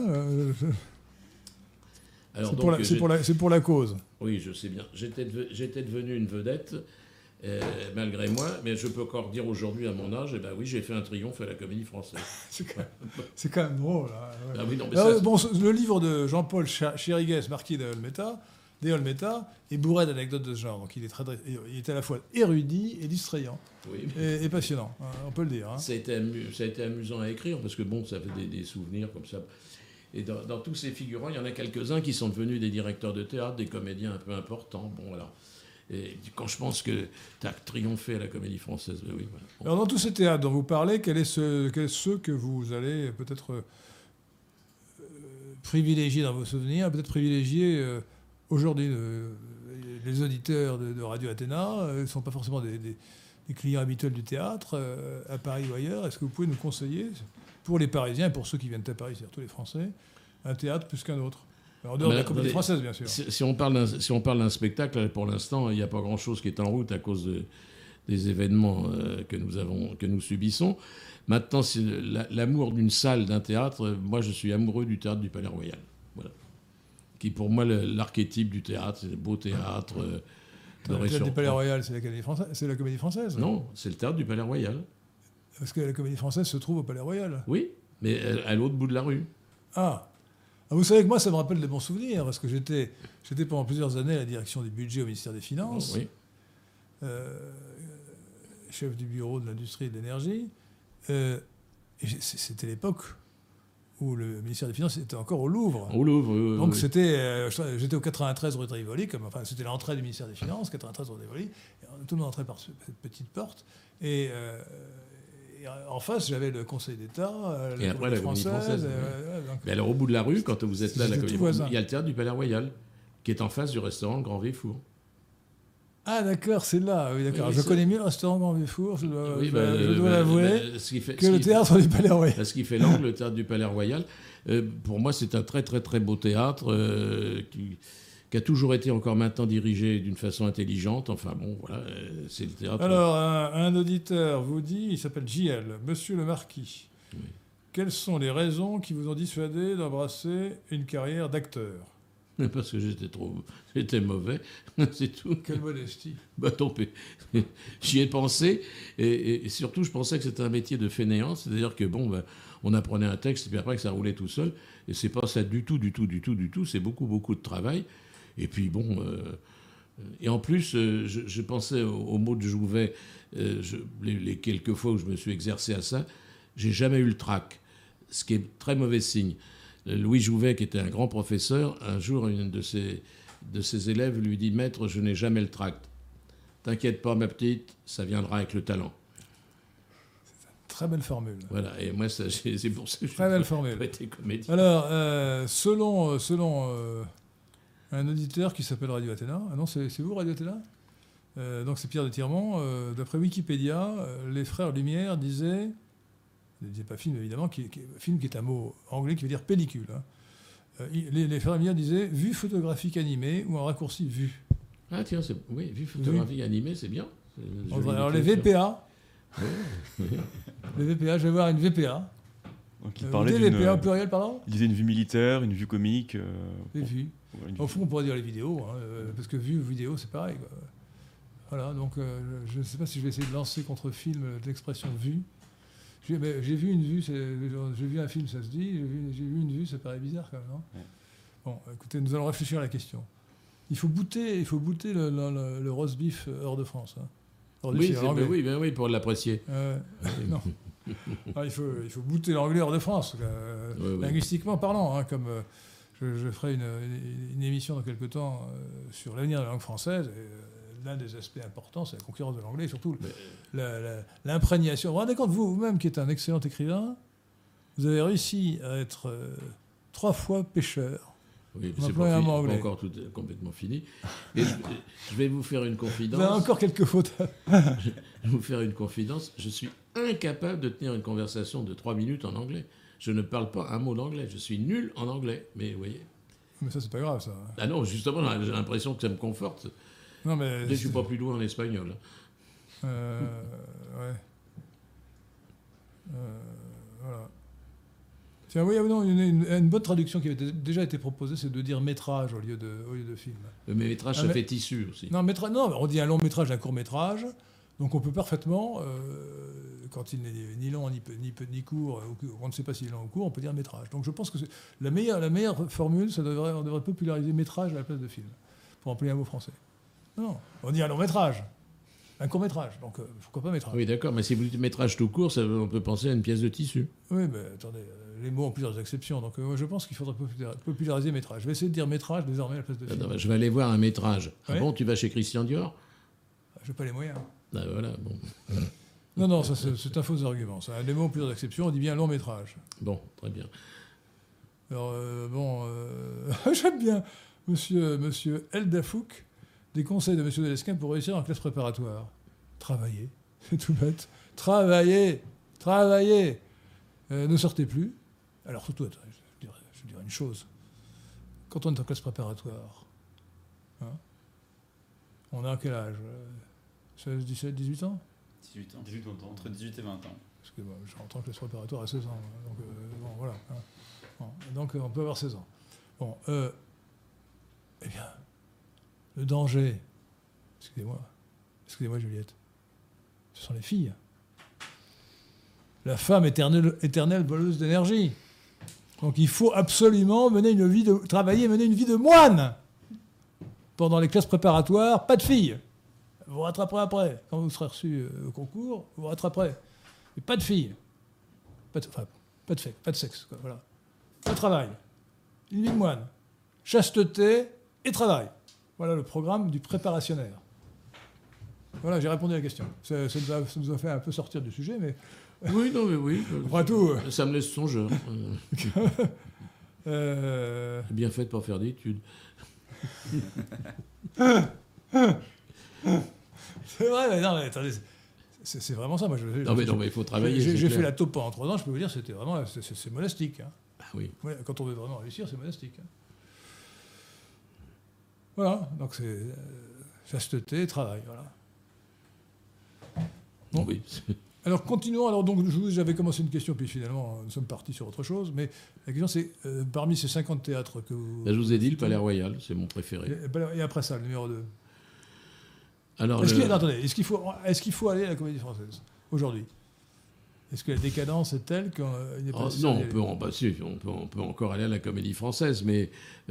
C'est pour la cause. Oui, je sais bien. J'étais devenu une vedette. Malgré moi, mais je peux encore dire aujourd'hui à mon âge, eh ben oui, j'ai fait un triomphe à la Comédie Française. c'est quand même drôle. Hein, ouais. Ah oui, non, mais le livre de Jean-Paul Chérigues, marquis d'Olmeta, est bourré d'anecdotes de ce genre. Donc il est à la fois érudit et distrayant, et passionnant, hein, on peut le dire. Hein. Ça a été amusant à écrire, parce que bon, ça fait des souvenirs comme ça. Et dans tous ces figurants, il y en a quelques-uns qui sont devenus des directeurs de théâtre, des comédiens un peu importants. Bon, alors... Et quand je pense que tu as triomphé à la Comédie Française, oui. Voilà. Bon. Alors dans tous ces théâtres dont vous parlez, quels sont ceux que vous allez peut-être privilégier dans vos souvenirs, peut-être privilégier aujourd'hui les auditeurs de Radio Athéna ne sont pas forcément des clients habituels du théâtre à Paris ou ailleurs. Est-ce que vous pouvez nous conseiller, pour les Parisiens et pour ceux qui viennent à Paris, c'est-à-dire tous les Français, un théâtre plus qu'un autre? En dehors de la Comédie Française, bien sûr. Si on parle d'un spectacle, pour l'instant, il n'y a pas grand-chose qui est en route à cause des événements que nous subissons. Maintenant, l'amour d'une salle, d'un théâtre, moi, je suis amoureux du théâtre du Palais Royal. Voilà. Qui, pour moi, l'archétype du théâtre, c'est le beau théâtre. Le théâtre du Palais Royal, c'est la Comédie Française? Non, c'est le théâtre du Palais Royal. Parce que la Comédie Française se trouve au Palais Royal. Oui, mais à l'autre bout de la rue. Ah. Vous savez que moi, ça me rappelle des bons souvenirs, parce que j'étais pendant plusieurs années à la direction du budget au ministère des Finances, chef du bureau de l'industrie et de l'énergie. Et c'était l'époque où le ministère des Finances était encore au Louvre. Au Louvre. Donc j'étais au 93 rue de Rivoli, c'était l'entrée du ministère des Finances, 93 rue de Rivoli. Tout le monde entrait par cette petite porte. Et en face, j'avais le Conseil d'État, et après la Comédie Française. Mais alors au bout de la rue, quand vous êtes là, la Comédie Française, il y a le théâtre du Palais Royal, qui est en face du restaurant Le Grand Véfour. Ah d'accord, c'est là. Oui, d'accord. Oui, je connais mieux le restaurant Grand Véfour, je dois l'avouer, que le théâtre du Palais Royal. Parce qu'il fait l'angle, le théâtre du Palais Royal. Pour moi, c'est un très très très beau théâtre qui a toujours été encore maintenant dirigé d'une façon intelligente. Enfin bon, voilà, c'est le théâtre. Alors, un auditeur vous dit, il s'appelle JL, Monsieur le Marquis. Oui. Quelles sont les raisons qui vous ont dissuadé d'embrasser une carrière d'acteur ? Parce que j'étais mauvais, c'est tout. Quelle modestie. Bah tant pis. J'y ai pensé, et surtout, je pensais que c'était un métier de fainéant, c'est-à-dire que on apprenait un texte, et puis après que ça roulait tout seul, et c'est pas ça du tout, c'est beaucoup de travail. Et puis et en plus, je pensais au mot de Jouvet, les quelques fois où je me suis exercé à ça, j'ai jamais eu le trac, ce qui est très mauvais signe. Louis Jouvet, qui était un grand professeur, un jour, une de ses élèves lui dit « Maître, je n'ai jamais le tract. T'inquiète pas, ma petite, ça viendra avec le talent. » C'est une très belle formule. Voilà, et moi, c'est pour ça que je très belle formule. Été comédien. Alors, selon un auditeur qui s'appelle Radio Athéna, ah non, c'est vous, Radio Athéna ? Donc c'est Pierre de Tirmont. D'après Wikipédia, les frères Lumière disaient... Je ne disais pas film, évidemment, film qui est un mot anglais qui veut dire pellicule. Hein. Les frères Lumière disaient vue photographique animée ou en raccourci vue. Ah tiens, oui, vue photographique animée, c'est bien. Alors les VPA, les VPA, je vais voir une VPA. Donc il parlait d'une VPA au pluriel, pardon. Il disait une vue militaire, une vue comique. Les vues. Au fond, on pourrait dire les vidéos, hein, parce que vue, vidéo, c'est pareil. Quoi. Voilà, donc je ne sais pas si je vais essayer de lancer contre film l'expression vue. J'ai vu une vue, j'ai vu un film, ça se dit, j'ai vu une vue, ça paraît bizarre quand même, non ? Ouais. Bon, écoutez, nous allons réfléchir à la question. Il faut booter le roast beef hors de France. Hein. Oui, pour l'apprécier. Non. Il faut booter l'anglais hors de France, linguistiquement parlant, hein, comme je ferai une émission dans quelque temps sur l'avenir de la langue française. L'un des aspects importants, c'est la concurrence de l'anglais, et surtout l'imprégnation. Vous vous rendez compte, vous-même, qui êtes un excellent écrivain, vous avez réussi à être 3 fois pêcheur. Oui, c'est pas encore tout complètement fini. Et je vais vous faire une confidence. Vous avez encore quelques fautes. Je vais vous faire une confidence. Je suis incapable de tenir une conversation de 3 minutes en anglais. Je ne parle pas un mot d'anglais. Je suis nul en anglais. Mais vous voyez. Mais ça, c'est pas grave, ça. Ah non, justement, j'ai l'impression que ça me conforte. Non, mais je ne suis pas plus loin en espagnol. Ouais. Voilà. Tiens, oui, non, une bonne traduction qui avait déjà été proposée, c'est de dire métrage au lieu de film. Mais métrage, ça fait tissu aussi. Non, on dit un long métrage, un court métrage. Donc on peut parfaitement, quand il n'est ni long ni court, on ne sait pas s'il est long ou court, on peut dire métrage. Donc je pense que la meilleure formule, on devrait populariser métrage à la place de film, pour employer un mot français. Non, on dit un long métrage, un court métrage, donc pourquoi pas métrage. Oui, d'accord, mais si vous dites métrage tout court, on peut penser à une pièce de tissu. Oui, mais attendez, les mots ont plusieurs exceptions, donc je pense qu'il faudrait populariser métrage. Je vais essayer de dire métrage désormais à la place de film. Non, je vais aller voir un métrage. Oui. Ah bon, tu vas chez Christian Dior ? Je n'ai pas les moyens. Ah, voilà, bon. Non, ça c'est un faux argument. Ça, les mots ont plusieurs exceptions, on dit bien long métrage. Bon, très bien. Alors, j'aime bien monsieur Eldafouk. Des conseils de M. Delesquin pour réussir en classe préparatoire. Travailler, c'est tout bête. Travailler. Ne sortez plus. Alors surtout, je dirais une chose. Quand on est en classe préparatoire, hein, on a quel âge 16, 17, 18 ans 18 ans. 18 ans, entre 18 et 20 ans. Parce que je rentre en classe préparatoire à 16 ans. Donc, voilà. Hein. Bon, donc on peut avoir 16 ans. Bon, eh bien... Le danger, excusez-moi Juliette, ce sont les filles. La femme éternelle voleuse d'énergie. Donc il faut absolument mener une vie de moine. Pendant les classes préparatoires, pas de filles. Vous rattraperez après. Quand vous serez reçu au concours, vous rattraperez. Mais pas de filles. Pas de sexe, quoi, voilà. le travail. Une vie de moine. Chasteté et travail. Voilà le programme du préparationnaire. Voilà, j'ai répondu à la question. Ça nous a fait un peu sortir du sujet, mais... Oui, non, mais oui. Après tout... Ça me laisse songeur. Bien fait de pas faire d'études. C'est vrai, mais non, mais attendez, c'est vraiment ça. Moi, non, mais il faut travailler. J'ai fait la taupe pendant 3 ans, je peux vous dire, c'était vraiment... C'est monastique. Hein. Ah oui. Ouais, quand on veut vraiment réussir, c'est monastique. Hein. Voilà, donc c'est chasteté, travail, voilà. Bon. Oui. Alors continuons. Alors donc j'avais commencé une question, puis finalement nous sommes partis sur autre chose. Mais la question c'est parmi ces 50 théâtres que vous... Là, je vous ai dit le Palais Royal, c'est mon préféré. Et après ça, le numéro 2. Alors, est-ce qu'il faut aller à la Comédie Française aujourd'hui? Est-ce que la décadence est telle qu'il n'est pas... Non, on peut encore aller à la Comédie Française, mais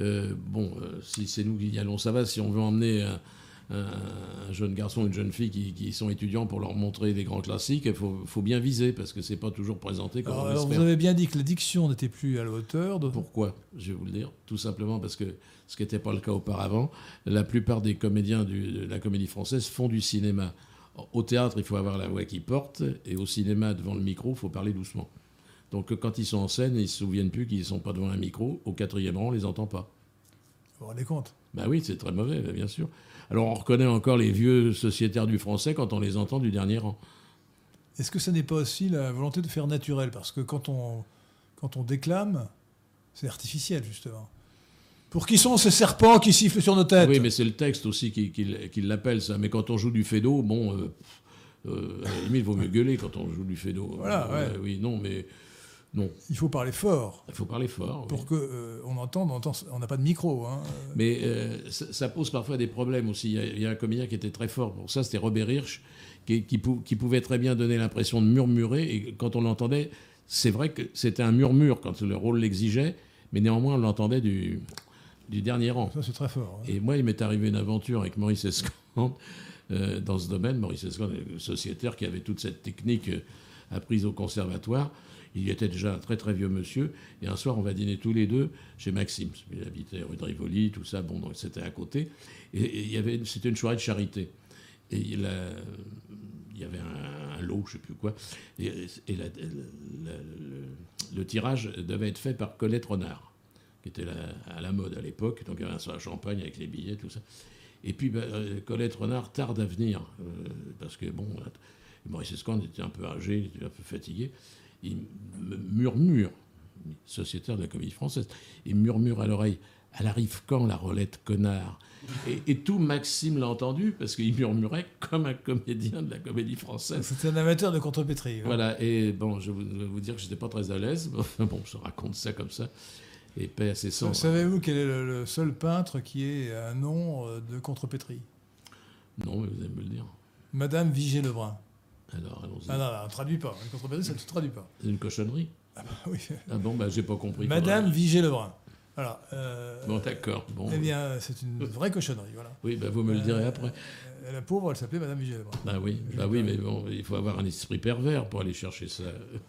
si c'est nous qui y allons, ça va. Si on veut emmener un jeune garçon, une jeune fille qui sont étudiants pour leur montrer des grands classiques, il faut bien viser, parce que c'est pas toujours présenté comme on alors espère. vous avez bien dit que la diction n'était plus à la hauteur. Pourquoi? Je vais vous le dire. Tout simplement parce que, ce qui n'était pas le cas auparavant, la plupart des comédiens de la Comédie Française font du cinéma. Au théâtre, il faut avoir la voix qui porte, et au cinéma, devant le micro, il faut parler doucement. Donc quand ils sont en scène, ils ne se souviennent plus qu'ils ne sont pas devant un micro. Au 4e rang, on ne les entend pas. Vous vous rendez compte? Ben oui, c'est très mauvais, bien sûr. Alors on reconnaît encore les vieux sociétaires du français quand on les entend du dernier rang. Est-ce que ça n'est pas aussi la volonté de faire naturel? Parce que quand on déclame, c'est artificiel, justement. Pour qui sont ces serpents qui sifflent sur nos têtes? Oui, mais c'est le texte aussi qui l'appelle, ça. Mais quand on joue du Feydeau, bon, à la limite, il vaut mieux gueuler quand on joue du Feydeau. Voilà, ouais. Oui, non, mais... Non. Il faut parler fort. Il faut parler fort. Pour qu'on entende, on n'a pas de micro. Hein. Mais ça pose parfois des problèmes aussi. Il y a un comédien qui était très fort pour ça, c'était Robert Hirsch, qui pouvait très bien donner l'impression de murmurer. Et quand on l'entendait, c'est vrai que c'était un murmure quand le rôle l'exigeait, mais néanmoins on l'entendait du dernier rang. Ça, c'est très fort. Hein. Et moi, il m'est arrivé une aventure avec Maurice Escande dans ce domaine. Maurice Escande, le sociétaire qui avait toute cette technique apprise au conservatoire. Il était déjà un très très vieux monsieur. Et un soir, on va dîner tous les deux chez Maxime. Il habitait rue de Rivoli, tout ça. Bon, donc c'était à côté. Et c'était une soirée de charité. Et il y avait un lot, je ne sais plus quoi. Et le tirage devait être fait par Colette Renard, qui était à la mode à l'époque. Donc il y avait un soir à champagne avec les billets, tout ça. Et puis Colette Renard tarde à venir. Parce que, bon, Maurice Escande était un peu âgé, il était un peu fatigué. Il me murmure, sociétaire de la Comédie Française, il murmure à l'oreille, elle arrive quand la Rolette, connard? Et tout Maxime l'a entendu, parce qu'il murmurait comme un comédien de la Comédie Française. C'était un amateur de contrepétrie. Hein. Voilà, et bon, je vais vous dire que je n'étais pas très à l'aise. Bon, je raconte ça comme ça, et paix à ses cendres. Savez-vous quel est le seul peintre qui ait un nom de contrepétrie? Non, mais vous allez me le dire. Madame Vigée-Lebrun. Alors, allons-y. Ah non, on ne traduit pas. Une contrepétrie, ça ne se traduit pas. C'est une cochonnerie? Ah bah oui. Ah bon, j'ai pas compris. Madame Vigée-Lebrun. Alors, bon, d'accord. Bon. Eh bien, c'est une vraie cochonnerie, voilà. Oui, vous me le direz après. La pauvre, elle s'appelait Madame Vigée-Lebrun. Oui, mais bon, il faut avoir un esprit pervers pour aller chercher ça.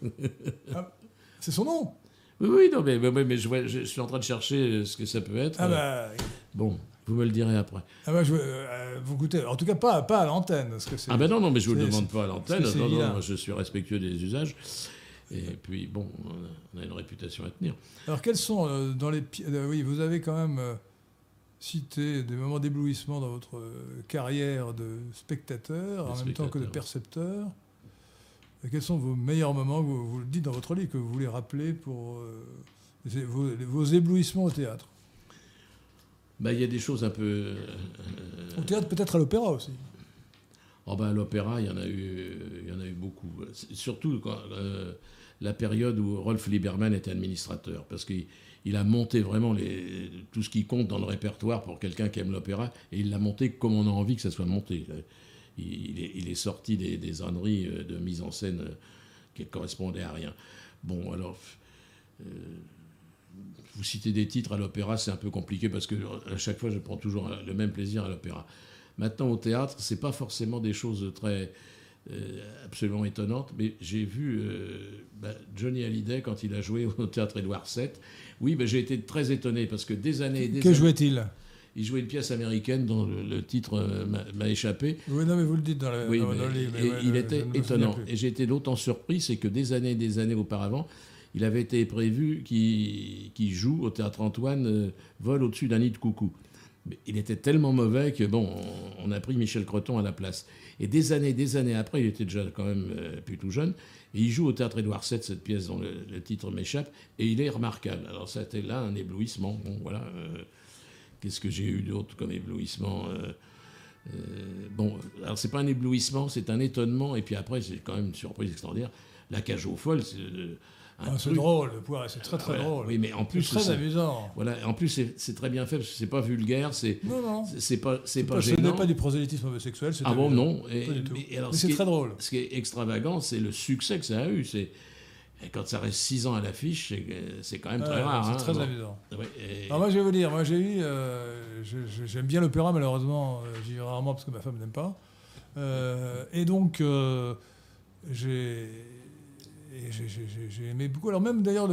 C'est son nom? Oui, non, mais je suis en train de chercher ce que ça peut être. Bon, vous me le direz après. Vous goûtez. En tout cas, pas à l'antenne. Parce que non, mais je ne vous le demande pas à l'antenne. Non, moi, je suis respectueux des usages. Et puis, bon, on a une réputation à tenir. Alors, quels sont oui, vous avez quand même cité des moments d'éblouissement dans votre carrière de spectateur, en même temps que de percepteur. Et quels sont vos meilleurs moments, vous le dites dans votre livre, que vous voulez rappeler pour vos éblouissements au théâtre? Il y a des choses un peu... Au théâtre, peut-être à l'opéra aussi. À l'opéra, il y en a eu beaucoup. Surtout la période où Rolf Lieberman était administrateur, parce qu'il a monté vraiment tout ce qui compte dans le répertoire pour quelqu'un qui aime l'opéra, et il l'a monté comme on a envie que ça soit monté. Il est sorti des âneries de mise en scène qui ne correspondaient à rien. Bon, alors... vous citez des titres à l'opéra, c'est un peu compliqué, parce que à chaque fois, je prends toujours le même plaisir à l'opéra. Maintenant, au théâtre, c'est pas forcément des choses très, absolument étonnante. Mais j'ai vu Johnny Hallyday quand il a joué au théâtre Édouard VII. Oui, j'ai été très étonné parce que des années et des Que années... jouait-il ? Il jouait une pièce américaine dont le titre m'a échappé. Oui, non, mais vous le dites dans le livre. Il était étonnant. Et j'ai été d'autant surpris, c'est que des années auparavant, il avait été prévu qu'il joue au Théâtre Antoine Vol au-dessus d'un nid de coucou. Mais il était tellement mauvais que, on a pris Michel Creton à la place. Et des années après, il était déjà quand même plus tout jeune, et il joue au Théâtre Édouard VII, cette pièce dont le titre m'échappe, et il est remarquable. Alors ça a été là un éblouissement. Bon, voilà... Qu'est-ce que j'ai eu d'autre comme éblouissement alors c'est pas un éblouissement, c'est un étonnement. Et puis après, c'est quand même une surprise extraordinaire. La cage aux folles, c'est drôle, c'est très très drôle. Oui, mais en plus, c'est très amusant. Voilà, en plus, c'est très bien fait parce que c'est pas vulgaire, non. C'est pas gênant. Ce n'est pas du prosélytisme homosexuel. Ah bon, non. Mais c'est très drôle. Ce qui est extravagant, c'est le succès que ça a eu. Et quand ça reste 6 ans à l'affiche, c'est quand même très rare. C'est très amusant. Ouais, Alors moi, je vais vous dire, j'aime bien l'opéra, malheureusement, j'y vais rarement parce que ma femme n'aime pas. Et donc, j'ai aimé beaucoup. Alors même d'ailleurs,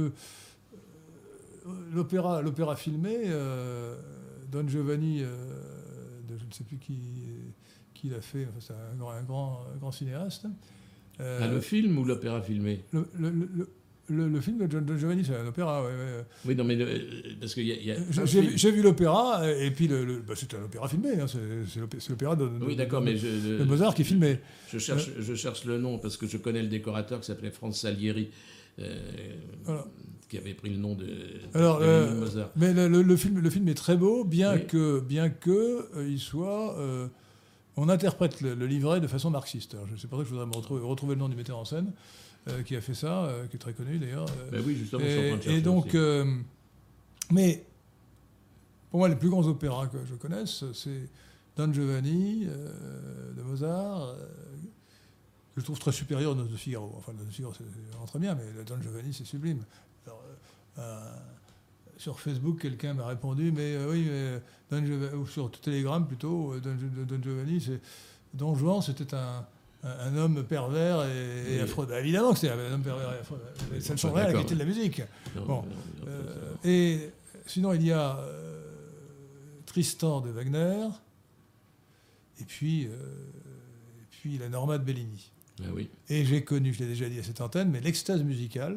l'opéra filmé, Don Giovanni, de je ne sais plus qui l'a fait, enfin, c'est un grand cinéaste. Le film ou l'opéra filmé ? Le film de Don Giovanni, c'est un opéra, ouais. Oui, non, mais parce qu'il y a j'ai vu l'opéra, et puis c'est un opéra filmé, hein, c'est l'opéra de Mozart qui est filmé. Je cherche le nom, parce que je connais le décorateur qui s'appelait Franz Salieri, qui avait pris le nom de Mozart. Mais le film est très beau, bien que il soit... on interprète le livret de façon marxiste. Alors, c'est pour ça que je voudrais me retrouver le nom du metteur en scène qui a fait ça, qui est très connu d'ailleurs. Oui, justement, je suis en train de chercher. Et donc, mais pour moi, les plus grands opéras que je connaisse, c'est Don Giovanni de Mozart, que je trouve très supérieur aux Noces de Figaro. Enfin, Noces de Figaro, c'est vraiment très bien, mais Don Giovanni, c'est sublime. Alors, sur Facebook, quelqu'un m'a répondu, mais ou sur Telegram plutôt, Don Giovanni, Don Juan, c'était un homme pervers et affreux. Évidemment que c'est un homme pervers et affreux. Ça ne change rien à la qualité de la musique. Et sinon, il y a Tristan de Wagner, et puis la Norma de Bellini. Ah oui. Et j'ai connu, je l'ai déjà dit à cette antenne, mais l'extase musicale.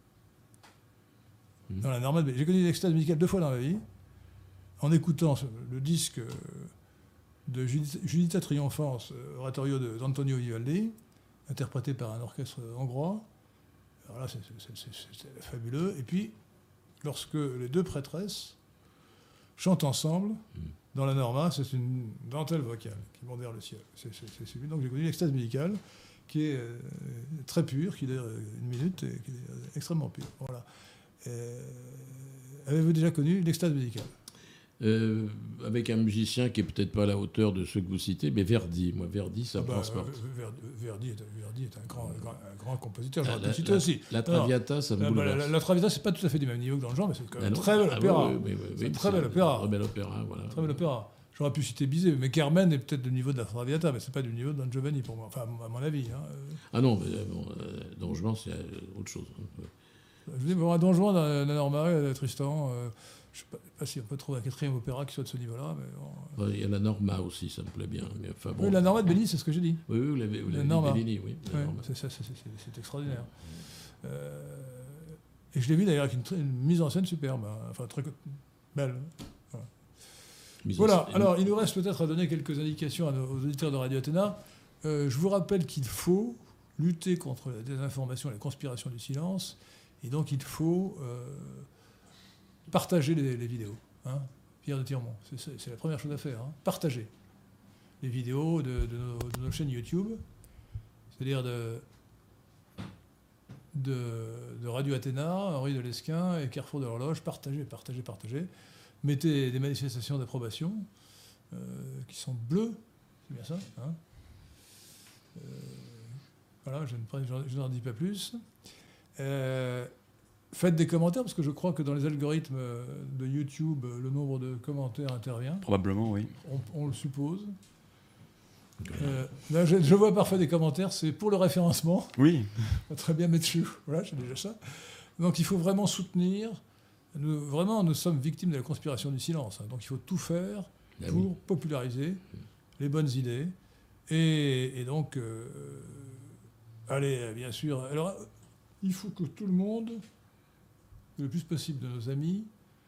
Dans la Norma de Bellini. J'ai connu l'extase musicale 2 fois dans ma vie, en écoutant le disque de Juditha Triomphans, oratorio d'Antonio Vivaldi, interprété par un orchestre hongrois. Alors là, c'est fabuleux. Et puis, lorsque les 2 prêtresses chantent ensemble, dans la Norma, c'est une dentelle vocale qui monte vers le ciel. C'est sublime. Donc j'ai connu l'extase musicale, qui est très pure, qui dure 1 minute, et qui est extrêmement pure. Voilà. Avez-vous déjà connu l'extase musicale ? Avec un musicien qui est peut-être pas à la hauteur de ceux que vous citez, mais Verdi. Moi, Verdi, ça me transporte. Verdi est un grand compositeur. J'aurais pu le citer aussi. La Traviata, ça me bouleverse. La Traviata, c'est pas tout à fait du même niveau que dans le genre, mais c'est quand même un très bel opéra. C'est un très bel opéra. Très bel opéra, voilà. Très bel opéra. J'aurais pu citer Bizet, mais Carmen est peut-être du niveau de la Traviata, mais c'est pas du niveau de Don Giovanni pour moi. Enfin, à mon avis. Ah non, mais Don Juan, c'est autre chose. Je dis, à Don Juan, la Norma, Tristan, je ne sais pas si on peut trouver un 4e opéra qui soit de ce niveau-là. Mais il y a la Norma aussi, ça me plaît bien. Mais enfin, bon, oui, la Norma de Bellini, c'est ce que j'ai dit. Oui, vous l'avez dit, Bellini, oui. C'est extraordinaire. Et je l'ai vu d'ailleurs avec une mise en scène superbe, enfin très belle. Voilà, alors il nous reste peut-être à donner quelques indications aux auditeurs de Radio Athéna. Je vous rappelle qu'il faut lutter contre la désinformation et la conspiration du silence, et donc il faut partager les vidéos. Pierre de Tirmont, c'est la première chose à faire. Partager les vidéos de nos chaînes YouTube, c'est-à-dire de Radio Athéna, Henri de Lesquin et Carrefour de l'Horloge. Partagez. Mettez des manifestations d'approbation qui sont bleues, c'est bien ça. Voilà, je n'en dis pas plus. Faites des commentaires, parce que je crois que dans les algorithmes de YouTube, le nombre de commentaires intervient. Probablement, oui. On le suppose. Là, je vois parfois des commentaires, c'est pour le référencement. Oui. Très bien mettre chou. Voilà, j'ai déjà ça. Donc il faut vraiment soutenir. Nous sommes victimes de la conspiration du silence. Hein. Donc il faut tout faire pour populariser les bonnes idées. Et donc, allez, bien sûr. Alors, il faut que tout le monde, le plus possible de nos amis,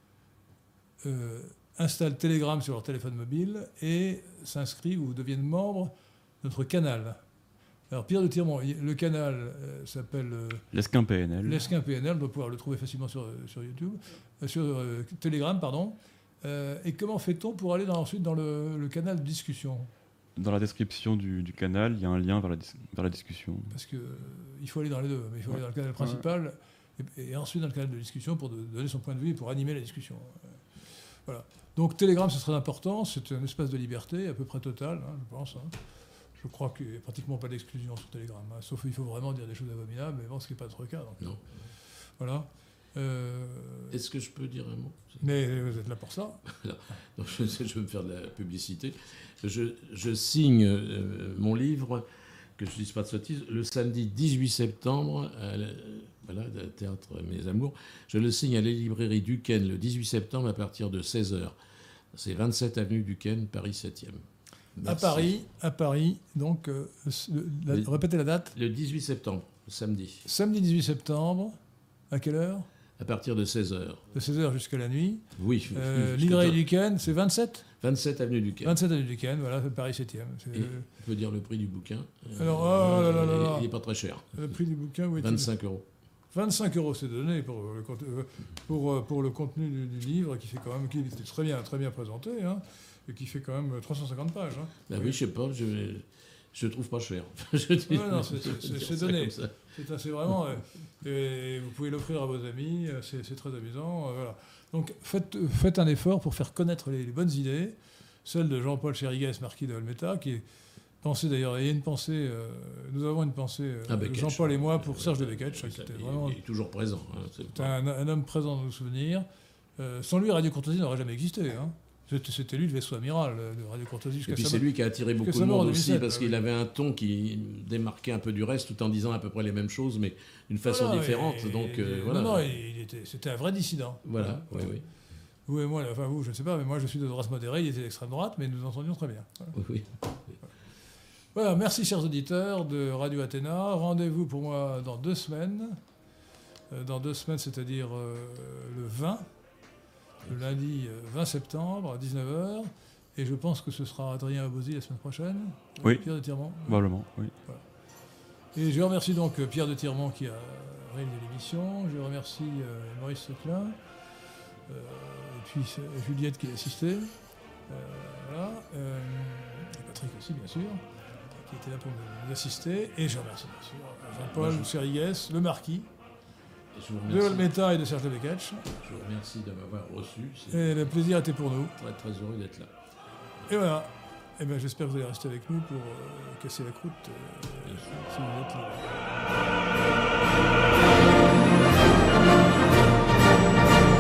installe Telegram sur leur téléphone mobile et s'inscrivent ou deviennent membres de notre canal. Alors, Pierre de Tirmont, le canal s'appelle Lesquin PNL. Lesquin PNL, on doit pouvoir le trouver facilement sur YouTube, sur Telegram, pardon. Et comment fait-on pour aller ensuite dans le canal de discussion ? Dans la description du canal, il y a un lien vers la discussion. Parce qu'il faut aller dans les deux. Mais il faut aller dans le canal principal et ensuite dans le canal de discussion pour donner son point de vue et pour animer la discussion. Voilà. Donc Telegram, c'est très important. C'est un espace de liberté à peu près total, hein, je pense. Hein. Je crois qu'il n'y a pratiquement pas d'exclusion sur Telegram. Hein, sauf qu'il faut vraiment dire des choses abominables, mais bon, ce qui n'est pas trop le cas. Donc, non. Voilà. Est-ce que je peux dire un mot ? Mais vous êtes là pour ça. Donc, je veux me faire de la publicité. Je signe mon livre, que je ne dise pas de sottises, le samedi 18 septembre, le théâtre Mes Amours. Je le signe à la librairie Duquesne le 18 septembre à partir de 16h. C'est 27 avenue Duquesne, Paris 7e. Merci. À Paris, donc, répétez la date. Le 18 septembre, samedi. Samedi 18 septembre, à quelle heure ? À partir de 16h. De 16h jusqu'à la nuit. Oui. Librairie Duquesne, c'est 27 ? 27 avenue Duquesne. 27 avenue Duquesne, voilà, Paris 7e. On peut dire le prix du bouquin. Alors, il n'est pas très cher. Le prix du bouquin, oui. 25 €. 25 €, c'est donné pour le contenu du livre, qui fait quand même, qui était très bien présenté, hein, et qui fait quand même 350 pages. Hein. Ben oui, je sais pas, je trouve pas cher. C'est donné. C'est vraiment. Et vous pouvez l'offrir à vos amis, c'est très amusant. Voilà. Donc faites un effort pour faire connaître les bonnes idées, celle de Jean-Paul Chériguès, marquis de Olmeta, qui est pensée d'ailleurs. Il y a une pensée, nous avons une pensée, Jean-Paul et moi, pour Serge de Beketch. Il est toujours présent. Hein, c'est un homme présent dans nos souvenirs. Sans lui, Radio Courtoisie n'aurait jamais existé. Hein. C'était lui le vaisseau amiral de Radio Courtoisie jusqu'à sa mort. Et puis c'est lui qui a attiré beaucoup de monde aussi, parce qu'il avait un ton qui démarquait un peu du reste, tout en disant à peu près les mêmes choses, mais d'une façon différente. Voilà. Non, c'était un vrai dissident. Voilà, oui. Vous et moi, enfin vous, je ne sais pas, mais moi je suis de droite modérée, il était d'extrême droite, mais nous entendions très bien. Voilà. Oui. Voilà, merci chers auditeurs de Radio Athéna. Rendez-vous pour moi dans 2 semaines. Dans 2 semaines, c'est-à-dire le 20. Le lundi 20 septembre à 19h. Et je pense que ce sera Adrien Abosi la semaine prochaine. Oui. Pierre de Tirmont. Probablement, oui. Voilà. Et je remercie donc Pierre de Tirmont qui a réalisé l'émission. Je remercie Maurice Seclin. Et puis Juliette qui a assisté. Voilà. Et Patrick aussi, bien sûr, qui était là pour nous assister. Et je remercie, bien sûr, Jean-Paul Chériguès, le marquis. De Olmeta et de Serge de Beketch. Je vous remercie de m'avoir reçu. Et le plaisir était pour nous. Très, très heureux d'être là. Et voilà. Et ben, j'espère que vous allez rester avec nous pour casser la croûte si vous êtes là.